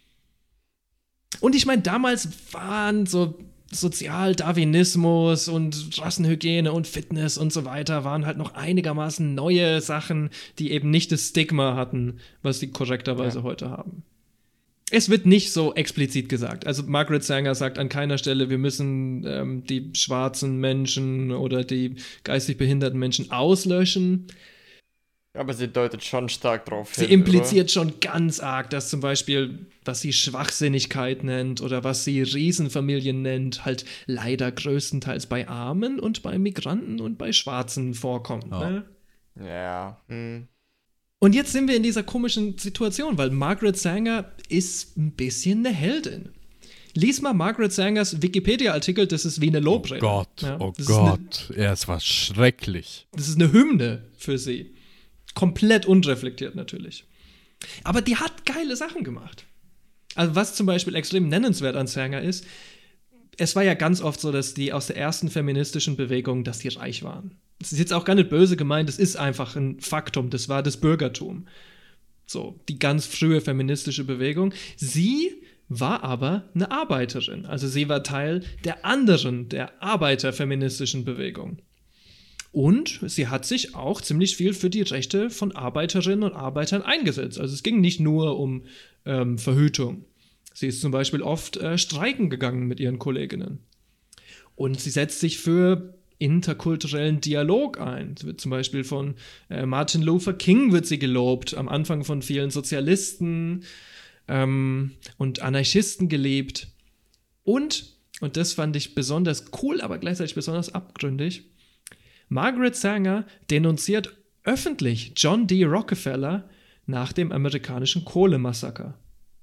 H: Und ich meine, damals waren so Sozialdarwinismus und Rassenhygiene und Fitness und so weiter waren halt noch einigermaßen neue Sachen, die eben nicht das Stigma hatten, was sie korrekterweise
A: Ja.
H: heute haben. Es wird nicht so explizit gesagt. Also Margaret Sanger sagt an keiner Stelle, wir müssen ähm, die schwarzen Menschen oder die geistig behinderten Menschen auslöschen.
A: Aber sie deutet schon stark drauf
H: Sie
A: hin,
H: impliziert schon ganz arg, dass zum Beispiel, was sie Schwachsinnigkeit nennt oder was sie Riesenfamilien nennt, halt leider größtenteils bei Armen und bei Migranten und bei Schwarzen vorkommt.
B: Ja.
H: Ne?
A: oder? Ja. Hm.
H: Und jetzt sind wir in dieser komischen Situation, weil Margaret Sanger ist ein bisschen eine Heldin. Lies mal Margaret Sangers Wikipedia-Artikel, das ist wie eine
B: Oh
H: Lobrede.
B: Gott,
H: Ja,
B: oh
H: das ist eine-
B: Gott. Ja, es war schrecklich.
H: Das ist eine Hymne für sie. Komplett unreflektiert natürlich. Aber die hat geile Sachen gemacht. Also was zum Beispiel extrem nennenswert an Sanger ist, es war ja ganz oft so, dass die aus der ersten feministischen Bewegung, dass die reich waren. Das ist jetzt auch gar nicht böse gemeint, das ist einfach ein Faktum, das war das Bürgertum. So, die ganz frühe feministische Bewegung. Sie war aber eine Arbeiterin, also sie war Teil der anderen, der arbeiterfeministischen Bewegung. Und sie hat sich auch ziemlich viel für die Rechte von Arbeiterinnen und Arbeitern eingesetzt. Also es ging nicht nur um ähm, Verhütung. Sie ist zum Beispiel oft äh, streiken gegangen mit ihren Kolleginnen. Und sie setzt sich für interkulturellen Dialog ein. Es wird zum Beispiel von äh, Martin Luther King wird sie gelobt, am Anfang von vielen Sozialisten ähm, und Anarchisten geliebt. Und, und das fand ich besonders cool, aber gleichzeitig besonders abgründig, Margaret Sanger denunziert öffentlich John D. Rockefeller nach dem amerikanischen Kohlemassaker.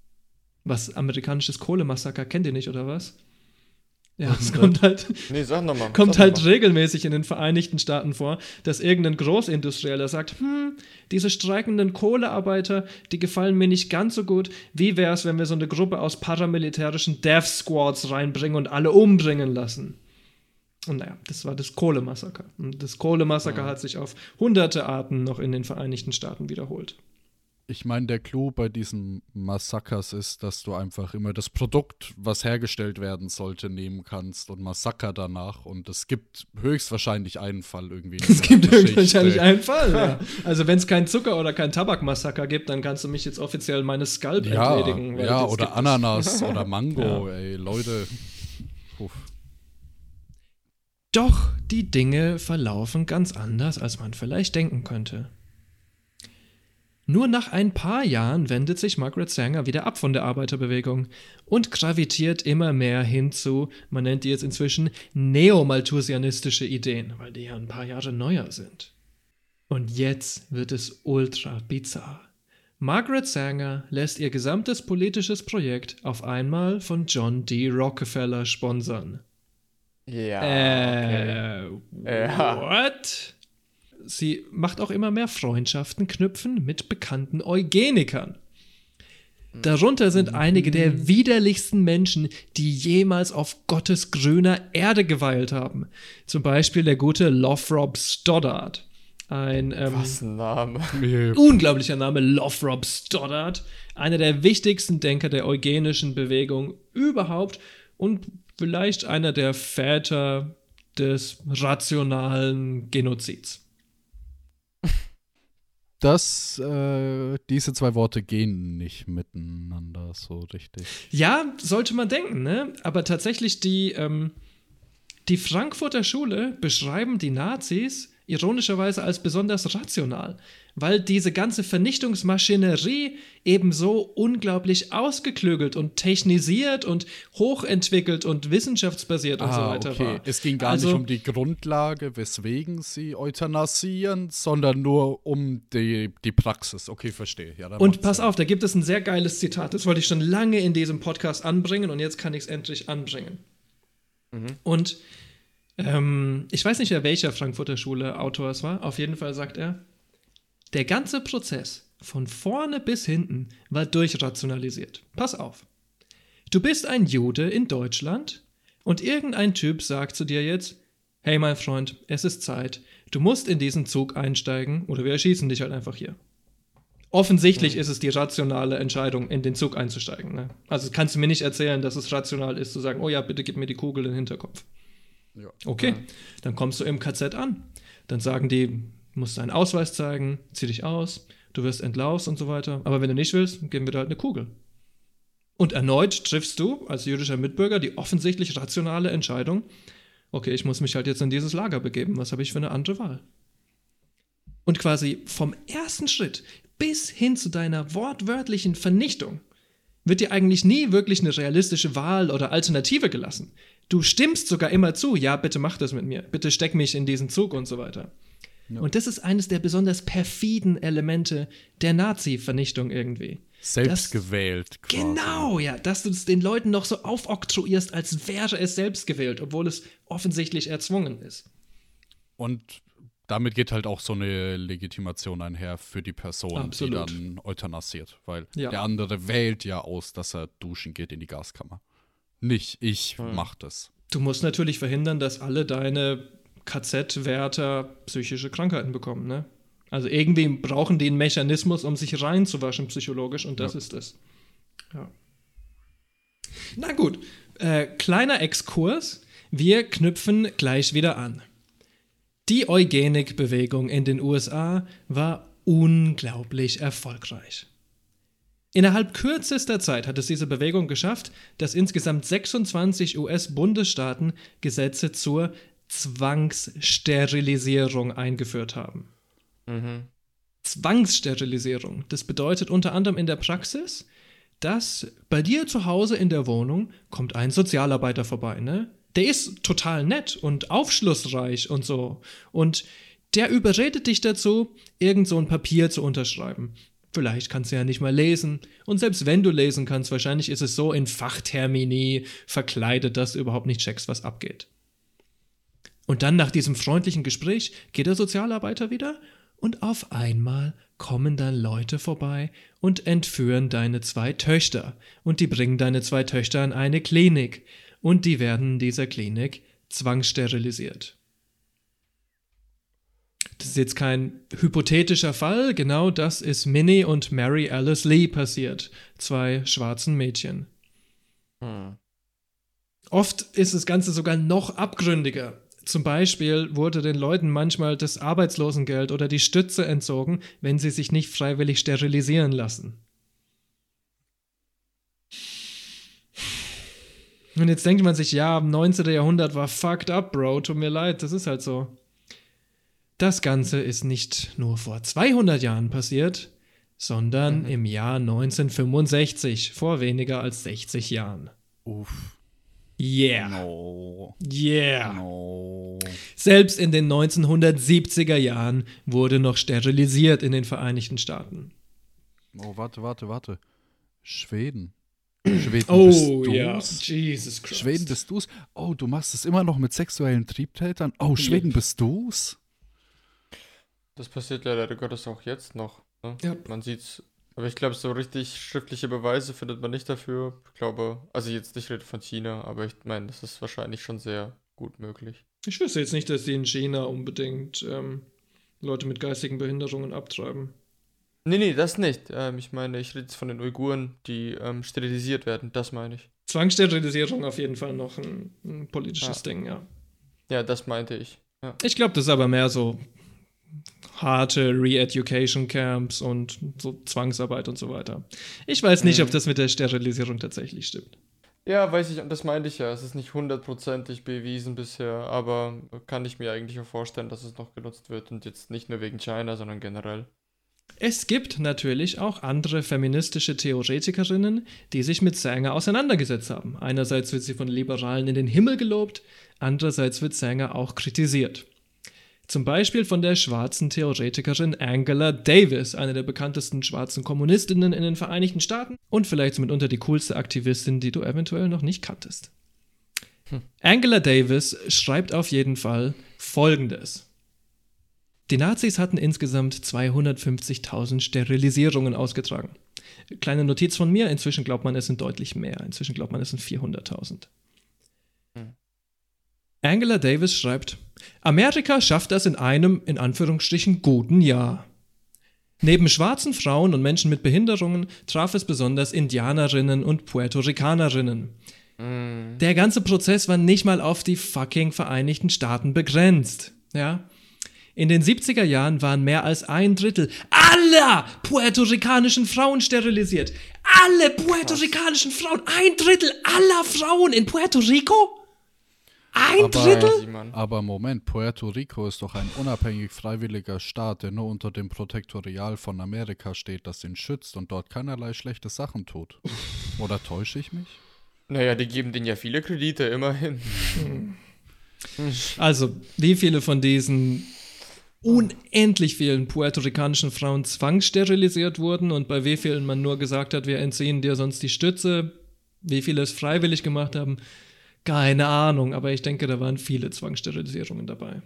H: Was, amerikanisches Kohlemassaker, kennt ihr nicht, oder was? Ja, es kommt halt,
A: Nee, sag nochmal.
H: kommt
A: sag
H: halt
A: noch mal.
H: regelmäßig in den Vereinigten Staaten vor, dass irgendein Großindustrieller sagt, hm, diese streikenden Kohlearbeiter, die gefallen mir nicht ganz so gut. Wie wär's, wenn wir so eine Gruppe aus paramilitärischen Death Squads reinbringen und alle umbringen lassen? Und naja, das war das Kohlemassaker. Und das Kohlemassaker
A: Ja.
H: hat sich auf hunderte Arten noch in den Vereinigten Staaten wiederholt.
B: Ich meine, der Clou bei diesen Massakers ist, dass du einfach immer das Produkt, was hergestellt werden sollte, nehmen kannst und Massaker danach. Und es gibt höchstwahrscheinlich einen Fall irgendwie. in
H: Es
B: der
H: gibt
B: Geschichte.
H: wahrscheinlich einen Fall, ja. Also wenn es keinen Zucker- oder kein Tabakmassaker gibt, dann kannst du mich jetzt offiziell meine Scalp
B: Ja,
H: entledigen. weil
B: ja
H: das gibt
B: oder
H: es.
B: Ananas oder Mango,
H: Ja.
B: ey, Leute. Puh.
H: Doch die Dinge verlaufen ganz anders, als man vielleicht denken könnte. Nur nach ein paar Jahren wendet sich Margaret Sanger wieder ab von der Arbeiterbewegung und gravitiert immer mehr hin zu, man nennt die jetzt inzwischen neomalthusianistische Ideen, weil die ja ein paar Jahre neuer sind. Und jetzt wird es ultra bizarr. Margaret Sanger lässt ihr gesamtes politisches Projekt auf einmal von John D. Rockefeller sponsern.
A: Ja. Okay.
H: Äh,
A: Ja.
H: what? Sie macht auch immer mehr Freundschaften knüpfen mit bekannten Eugenikern. Darunter sind einige der widerlichsten Menschen, die jemals auf Gottes grüner Erde geweilt haben. Zum Beispiel der gute Lothrop Stoddard. Ein ähm,
A: Was ein Name.
H: unglaublicher Name, Lothrop Stoddard. Einer der wichtigsten Denker der eugenischen Bewegung überhaupt und vielleicht einer der Väter des rationalen Genozids.
B: Das, äh, diese zwei Worte gehen nicht miteinander so richtig.
H: Ja, sollte man denken, ne? Aber tatsächlich die, ähm, die Frankfurter Schule beschreiben die Nazis ironischerweise als besonders rational, weil diese ganze Vernichtungsmaschinerie eben so unglaublich ausgeklügelt und technisiert und hochentwickelt und wissenschaftsbasiert und so
B: Ah,
H: weiter
B: okay.
H: war.
B: Es ging gar
H: Also-
B: nicht um die Grundlage, weswegen sie euthanasieren, sondern nur um die, die Praxis. Okay, verstehe. Ja, dann
H: Und
B: macht's
H: pass
B: Sinn.
H: auf, da gibt es ein sehr geiles Zitat, das wollte ich schon lange in diesem Podcast anbringen und jetzt kann ich es endlich anbringen. Und Ähm, ich weiß nicht mehr, welcher Frankfurter Schule Autor es war. Auf jeden Fall sagt er, der ganze Prozess von vorne bis hinten war durchrationalisiert. Pass auf. Du bist ein Jude in Deutschland und irgendein Typ sagt zu dir jetzt, hey mein Freund, es ist Zeit, du musst in diesen Zug einsteigen oder wir erschießen dich halt einfach hier. Offensichtlich mhm. ist es die rationale Entscheidung, in den Zug einzusteigen. Ne? Also kannst du mir nicht erzählen, dass es rational ist, zu sagen, oh ja, bitte gib mir die Kugel in den Hinterkopf. Ja. Okay, ja. Dann kommst du im K Z an. Dann sagen die, musst deinen Ausweis zeigen, zieh dich aus, du wirst entlaust und so weiter. Aber wenn du nicht willst, geben wir dir halt eine Kugel. Und erneut triffst du als jüdischer Mitbürger die offensichtlich rationale Entscheidung, okay, ich muss mich halt jetzt in dieses Lager begeben, was habe ich für eine andere Wahl? Und quasi vom ersten Schritt bis hin zu deiner wortwörtlichen Vernichtung wird dir eigentlich nie wirklich eine realistische Wahl oder Alternative gelassen. Du stimmst sogar immer zu, ja, bitte mach das mit mir, bitte steck mich in diesen Zug und so weiter. Ja. Und das ist eines der besonders perfiden Elemente der Nazi-Vernichtung irgendwie.
B: Selbstgewählt
H: quasi. Genau, ja, dass du es den Leuten noch so aufoktroyierst, als wäre es selbst gewählt, obwohl es offensichtlich erzwungen ist.
B: Und damit geht halt auch so eine Legitimation einher für die Person,
H: Absolut.
B: die dann euthanasiert. Weil
H: ja.
B: der andere wählt ja aus, dass er duschen geht in die Gaskammer. Nicht ich hm. mach das.
H: Du musst natürlich verhindern, dass alle deine K Z-Wärter psychische Krankheiten bekommen, ne? Also irgendwie brauchen die einen Mechanismus, um sich reinzuwaschen psychologisch und das ja. ist es. Ja. Na gut, äh, kleiner Exkurs. Wir knüpfen gleich wieder an. Die Eugenik-Bewegung in den U S A war unglaublich erfolgreich. Innerhalb kürzester Zeit hat es diese Bewegung geschafft, dass insgesamt sechsundzwanzig U S-Bundesstaaten Gesetze zur Zwangssterilisierung eingeführt haben. Mhm. Zwangssterilisierung, das bedeutet unter anderem in der Praxis, dass bei dir zu Hause in der Wohnung kommt ein Sozialarbeiter vorbei, ne? Der ist total nett und aufschlussreich und so. Und der überredet dich dazu, irgend so ein Papier zu unterschreiben. Vielleicht kannst du ja nicht mal lesen. Und selbst wenn du lesen kannst, wahrscheinlich ist es so in Fachtermini verkleidet, dass du überhaupt nicht checkst, was abgeht. Und dann nach diesem freundlichen Gespräch geht der Sozialarbeiter wieder und auf einmal kommen dann Leute vorbei und entführen deine zwei Töchter. Und die bringen deine zwei Töchter in eine Klinik. Und die werden in dieser Klinik zwangssterilisiert. Das ist jetzt kein hypothetischer Fall, genau das ist Minnie und Mary Alice Lee passiert, zwei schwarzen Mädchen. Hm. Oft ist das Ganze sogar noch abgründiger. Zum Beispiel wurde den Leuten manchmal das Arbeitslosengeld oder die Stütze entzogen, wenn sie sich nicht freiwillig sterilisieren lassen. Und jetzt denkt man sich, ja, im neunzehnten Jahrhundert war fucked up, Bro, tut mir leid, das ist halt so. Das Ganze ist nicht nur vor zweihundert Jahren passiert, sondern mhm. im Jahr neunzehnhundertfünfundsechzig, vor weniger als sechzig Jahren.
B: Uff.
H: Yeah.
B: No.
H: Yeah.
B: No.
H: Selbst in den neunzehnhundertsiebziger Jahren wurde noch sterilisiert in den Vereinigten Staaten.
B: Oh, warte, warte, warte. Schweden. Schweden
H: oh,
B: bist du's?
H: Ja. Jesus Christ.
B: Schweden bist du's? Oh, du machst es immer noch mit sexuellen Triebtätern? Oh, Schweden ja. bist du's?
A: Das passiert leider Gottes auch jetzt noch. Ne?
H: Ja.
A: Man sieht's. Aber ich glaube, so richtig schriftliche Beweise findet man nicht dafür. Ich glaube, also jetzt nicht rede von China, aber ich meine, das ist wahrscheinlich schon sehr gut möglich.
H: Ich wüsste jetzt nicht, dass die in China unbedingt ähm, Leute mit geistigen Behinderungen abtreiben.
A: Nee, nee, das nicht. Ähm, ich meine, ich rede jetzt von den Uiguren, die ähm, sterilisiert werden. Das meine ich.
H: Zwangssterilisierung auf jeden Fall noch ein, ein politisches
A: ja.
H: Ding, ja.
A: Ja, das meinte ich. Ja.
H: Ich glaube, das ist aber mehr so harte Re-Education Camps und so Zwangsarbeit und so weiter. Ich weiß nicht, mhm. ob das mit der Sterilisierung tatsächlich stimmt.
A: Ja, weiß ich, und das meinte ich ja. Es ist nicht hundertprozentig bewiesen bisher, aber kann ich mir eigentlich auch vorstellen, dass es noch genutzt wird und jetzt nicht nur wegen China, sondern generell.
H: Es gibt natürlich auch andere feministische Theoretikerinnen, die sich mit Sanger auseinandergesetzt haben. Einerseits wird sie von Liberalen in den Himmel gelobt, andererseits wird Sanger auch kritisiert. Zum Beispiel von der schwarzen Theoretikerin Angela Davis, eine der bekanntesten schwarzen Kommunistinnen in den Vereinigten Staaten und vielleicht mitunter die coolste Aktivistin, die du eventuell noch nicht kanntest. Hm. Angela Davis schreibt auf jeden Fall Folgendes. Die Nazis hatten insgesamt zweihundertfünfzigtausend Sterilisierungen ausgetragen. Kleine Notiz von mir, inzwischen glaubt man, es sind deutlich mehr. Inzwischen glaubt man, es sind vierhunderttausend. Hm. Angela Davis schreibt, Amerika schafft das in einem, in Anführungsstrichen, guten Jahr. Neben schwarzen Frauen und Menschen mit Behinderungen traf es besonders Indianerinnen und Puerto Ricanerinnen. Mm. Der ganze Prozess war nicht mal auf die fucking Vereinigten Staaten begrenzt. Ja? In den siebziger Jahren waren mehr als ein Drittel aller puerto-ricanischen Frauen sterilisiert. Alle puerto-ricanischen Frauen, ein Drittel aller Frauen in Puerto Rico? Ein
B: aber,
H: Drittel?
B: Aber Moment, Puerto Rico ist doch ein unabhängig freiwilliger Staat, der nur unter dem Protektorial von Amerika steht, das ihn schützt und dort keinerlei schlechte Sachen tut. Oder täusche ich mich?
A: Naja, die geben denen ja viele Kredite, immerhin.
H: Also, wie viele von diesen unendlich vielen puerto-ricanischen Frauen zwangssterilisiert wurden und bei wie vielen man nur gesagt hat, wir entziehen dir sonst die Stütze, wie viele es freiwillig gemacht haben, keine Ahnung, aber ich denke, da waren viele Zwangssterilisierungen dabei.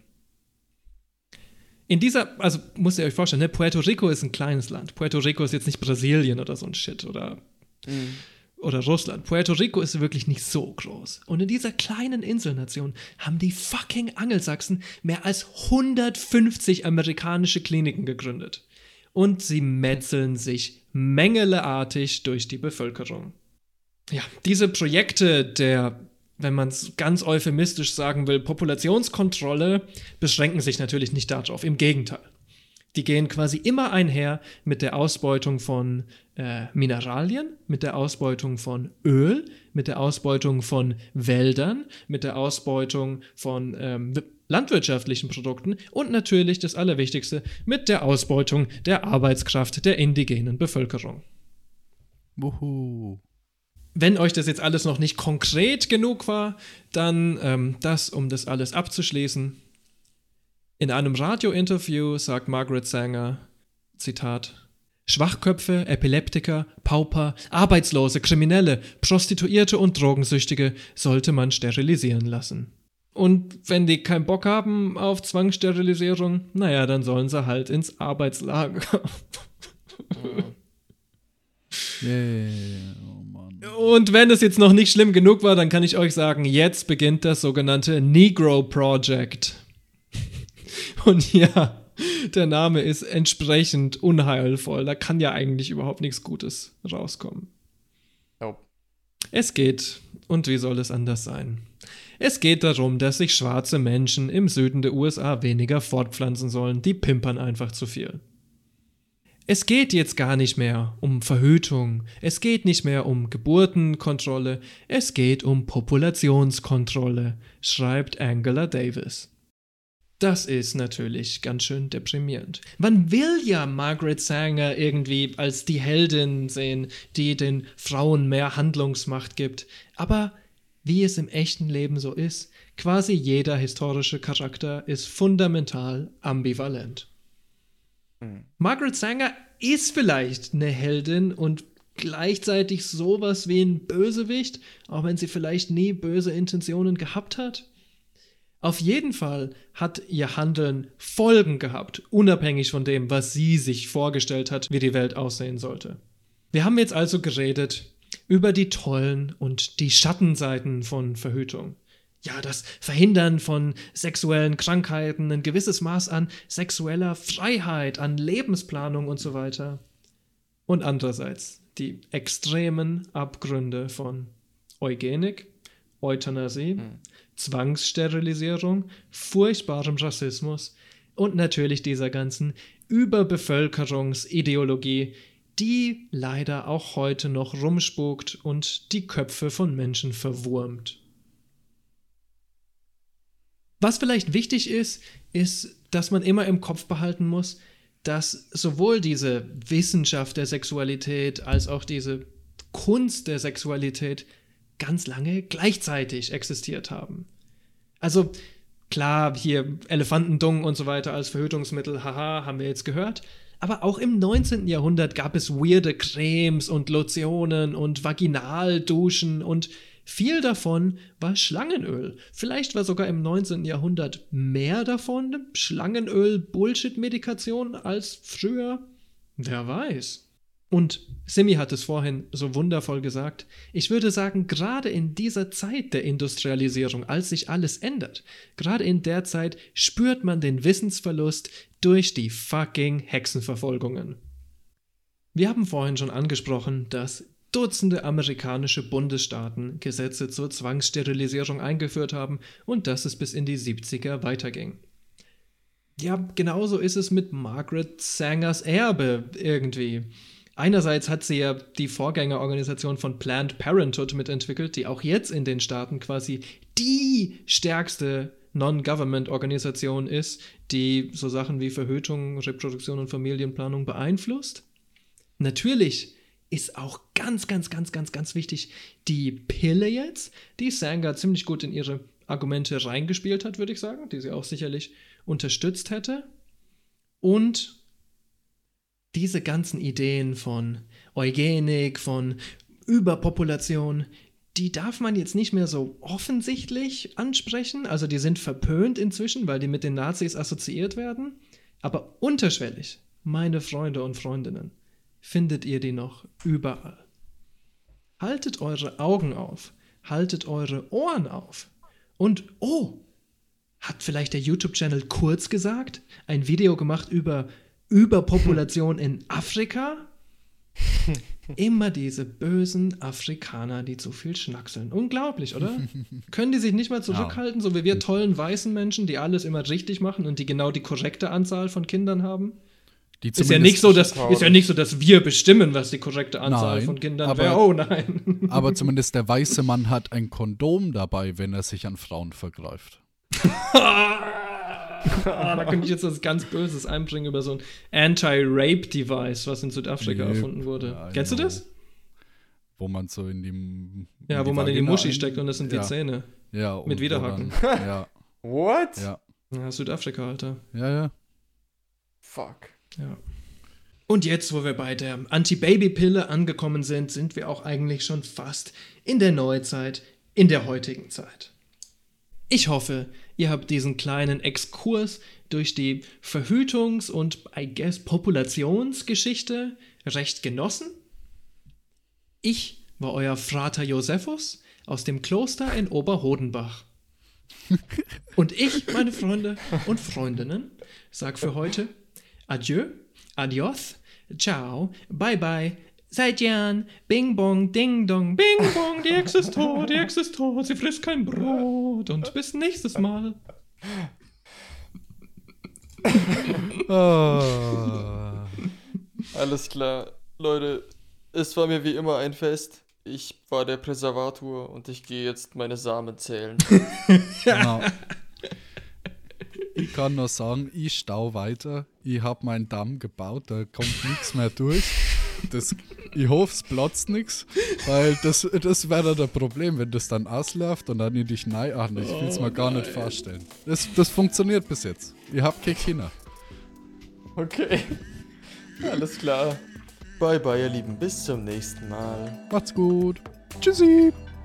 H: In dieser, also müsst ihr euch vorstellen, ne, Puerto Rico ist ein kleines Land. Puerto Rico ist jetzt nicht Brasilien oder so ein Shit oder, mhm. oder Russland. Puerto Rico ist wirklich nicht so groß. Und in dieser kleinen Inselnation haben die fucking Angelsachsen mehr als hundertfünfzig amerikanische Kliniken gegründet. Und sie metzeln sich mengeleartig durch die Bevölkerung. Ja, diese Projekte der, wenn man es ganz euphemistisch sagen will, Populationskontrolle beschränken sich natürlich nicht darauf. Im Gegenteil. Die gehen quasi immer einher mit der Ausbeutung von äh, Mineralien, mit der Ausbeutung von Öl, mit der Ausbeutung von Wäldern, mit der Ausbeutung von ähm, landwirtschaftlichen Produkten und natürlich das Allerwichtigste, mit der Ausbeutung der Arbeitskraft der indigenen Bevölkerung.
B: Wuhu.
H: Wenn euch das jetzt alles noch nicht konkret genug war, dann ähm, das, um das alles abzuschließen. In einem Radiointerview sagt Margaret Sanger, Zitat, Schwachköpfe, Epileptiker, Pauper, Arbeitslose, Kriminelle, Prostituierte und Drogensüchtige sollte man sterilisieren lassen. Und wenn die keinen Bock haben auf Zwangssterilisierung, naja, dann sollen sie halt ins Arbeitslager.
B: Yeah.
H: Und wenn es jetzt noch nicht schlimm genug war, dann kann ich euch sagen, jetzt beginnt das sogenannte Negro Project. Und ja, der Name ist entsprechend unheilvoll. Da kann ja eigentlich überhaupt nichts Gutes rauskommen.
A: Nope.
H: Es geht, und wie soll es anders sein? Es geht darum, dass sich schwarze Menschen im Süden der U S A weniger fortpflanzen sollen. Die pimpern einfach zu viel. Es geht jetzt gar nicht mehr um Verhütung, es geht nicht mehr um Geburtenkontrolle, es geht um Populationskontrolle, schreibt Angela Davis. Das ist natürlich ganz schön deprimierend. Man will ja Margaret Sanger irgendwie als die Heldin sehen, die den Frauen mehr Handlungsmacht gibt, aber wie es im echten Leben so ist, quasi jeder historische Charakter ist fundamental ambivalent. Margaret Sanger ist vielleicht eine Heldin und gleichzeitig sowas wie ein Bösewicht, auch wenn sie vielleicht nie böse Intentionen gehabt hat. Auf jeden Fall hat ihr Handeln Folgen gehabt, unabhängig von dem, was sie sich vorgestellt hat, wie die Welt aussehen sollte. Wir haben jetzt also geredet über die tollen und die Schattenseiten von Verhütung. Ja, das Verhindern von sexuellen Krankheiten, ein gewisses Maß an sexueller Freiheit, an Lebensplanung und so weiter. Und andererseits die extremen Abgründe von Eugenik, Euthanasie, hm. Zwangssterilisierung, furchtbarem Rassismus und natürlich dieser ganzen Überbevölkerungsideologie, die leider auch heute noch rumspukt und die Köpfe von Menschen verwurmt. Was vielleicht wichtig ist, ist, dass man immer im Kopf behalten muss, dass sowohl diese Wissenschaft der Sexualität als auch diese Kunst der Sexualität ganz lange gleichzeitig existiert haben. Also klar, hier Elefantendung und so weiter als Verhütungsmittel, haha, haben wir jetzt gehört. Aber auch im neunzehnten Jahrhundert gab es weirde Cremes und Lotionen und Vaginalduschen und Viel davon war Schlangenöl. Vielleicht war sogar im neunzehnten Jahrhundert mehr davon Schlangenöl-Bullshit-Medikation als früher. Wer weiß. Und Simi hat es vorhin so wundervoll gesagt. Ich würde sagen, gerade in dieser Zeit der Industrialisierung, als sich alles ändert, gerade in der Zeit spürt man den Wissensverlust durch die fucking Hexenverfolgungen. Wir haben vorhin schon angesprochen, dass Dutzende amerikanische Bundesstaaten Gesetze zur Zwangssterilisierung eingeführt haben und dass es bis in die siebziger weiterging. Ja, genauso ist es mit Margaret Sangers Erbe irgendwie. Einerseits hat sie ja die Vorgängerorganisation von Planned Parenthood mitentwickelt, die auch jetzt in den Staaten quasi die stärkste Non-Government-Organisation ist, die so Sachen wie Verhütung, Reproduktion und Familienplanung beeinflusst. Natürlich ist auch ganz, ganz, ganz, ganz, ganz wichtig die Pille jetzt, die Sanger ziemlich gut in ihre Argumente reingespielt hat, würde ich sagen, die sie auch sicherlich unterstützt hätte. Und diese ganzen Ideen von Eugenik, von Überpopulation, die darf man jetzt nicht mehr so offensichtlich ansprechen. Also die sind verpönt inzwischen, weil die mit den Nazis assoziiert werden. Aber unterschwellig, meine Freunde und Freundinnen, findet ihr die noch überall. Haltet eure Augen auf, haltet eure Ohren auf. Und, oh, hat vielleicht der YouTube-Channel Kurz gesagt, ein Video gemacht über Überpopulation in Afrika? Immer diese bösen Afrikaner, die zu viel schnackseln. Unglaublich, oder? Können die sich nicht mal zurückhalten, so wie wir tollen weißen Menschen, die alles immer richtig machen und die genau die korrekte Anzahl von Kindern haben?
B: Die
H: ist ja nicht so, dass ist ja nicht so, dass wir bestimmen, was die korrekte Anzahl
B: nein,
H: von Kindern
B: aber,
H: wäre. Oh nein.
B: Aber zumindest der weiße Mann hat ein Kondom dabei, wenn er sich an Frauen vergreift.
H: Ah, da könnte ich jetzt was ganz Böses einbringen über so ein Anti-Rape-Device, was in Südafrika nee, erfunden wurde. Ja, Kennst genau. du das?
B: Wo man so in die in
H: Ja, wo
B: die
H: man
B: Vagina
H: in die Muschi
B: ein,
H: steckt und das sind
B: ja.
H: die Zähne.
B: Ja.
H: Mit Widerhaken.
B: Dann, ja.
A: What?
B: Ja.
H: ja, Südafrika, Alter.
B: Ja, ja.
A: Fuck.
H: Ja. Und jetzt, wo wir bei der Anti-Baby-Pille angekommen sind, sind wir auch eigentlich schon fast in der Neuzeit, in der heutigen Zeit. Ich hoffe, ihr habt diesen kleinen Exkurs durch die Verhütungs- und, I guess, Populationsgeschichte recht genossen. Ich war euer Frater Josephus aus dem Kloster in Oberhodenbach. Und ich, meine Freunde und Freundinnen, sag für heute Adieu, adios, ciao, bye bye, seid Jan, bing bong, ding dong, bing bong, die Ex ist tot, die Ex ist tot, sie frisst kein Brot und bis nächstes Mal.
A: Oh. Alles klar, Leute, es war mir wie immer ein Fest. Ich war der Präservator und ich gehe jetzt meine Samen zählen.
B: Genau. Ich kann nur sagen, ich stau weiter. Ich habe meinen Damm gebaut, da kommt nichts mehr durch. Das, ich hoffe, es platzt nichts, weil das, das wäre das Problem, wenn das dann ausläuft und dann in dich nein. Ach, ich will es mir gar nicht vorstellen. Das, das funktioniert bis jetzt. Ich habe keine Kinder.
A: Okay. Alles klar. Bye bye, ihr Lieben. Bis zum nächsten Mal.
B: Macht's gut. Tschüssi.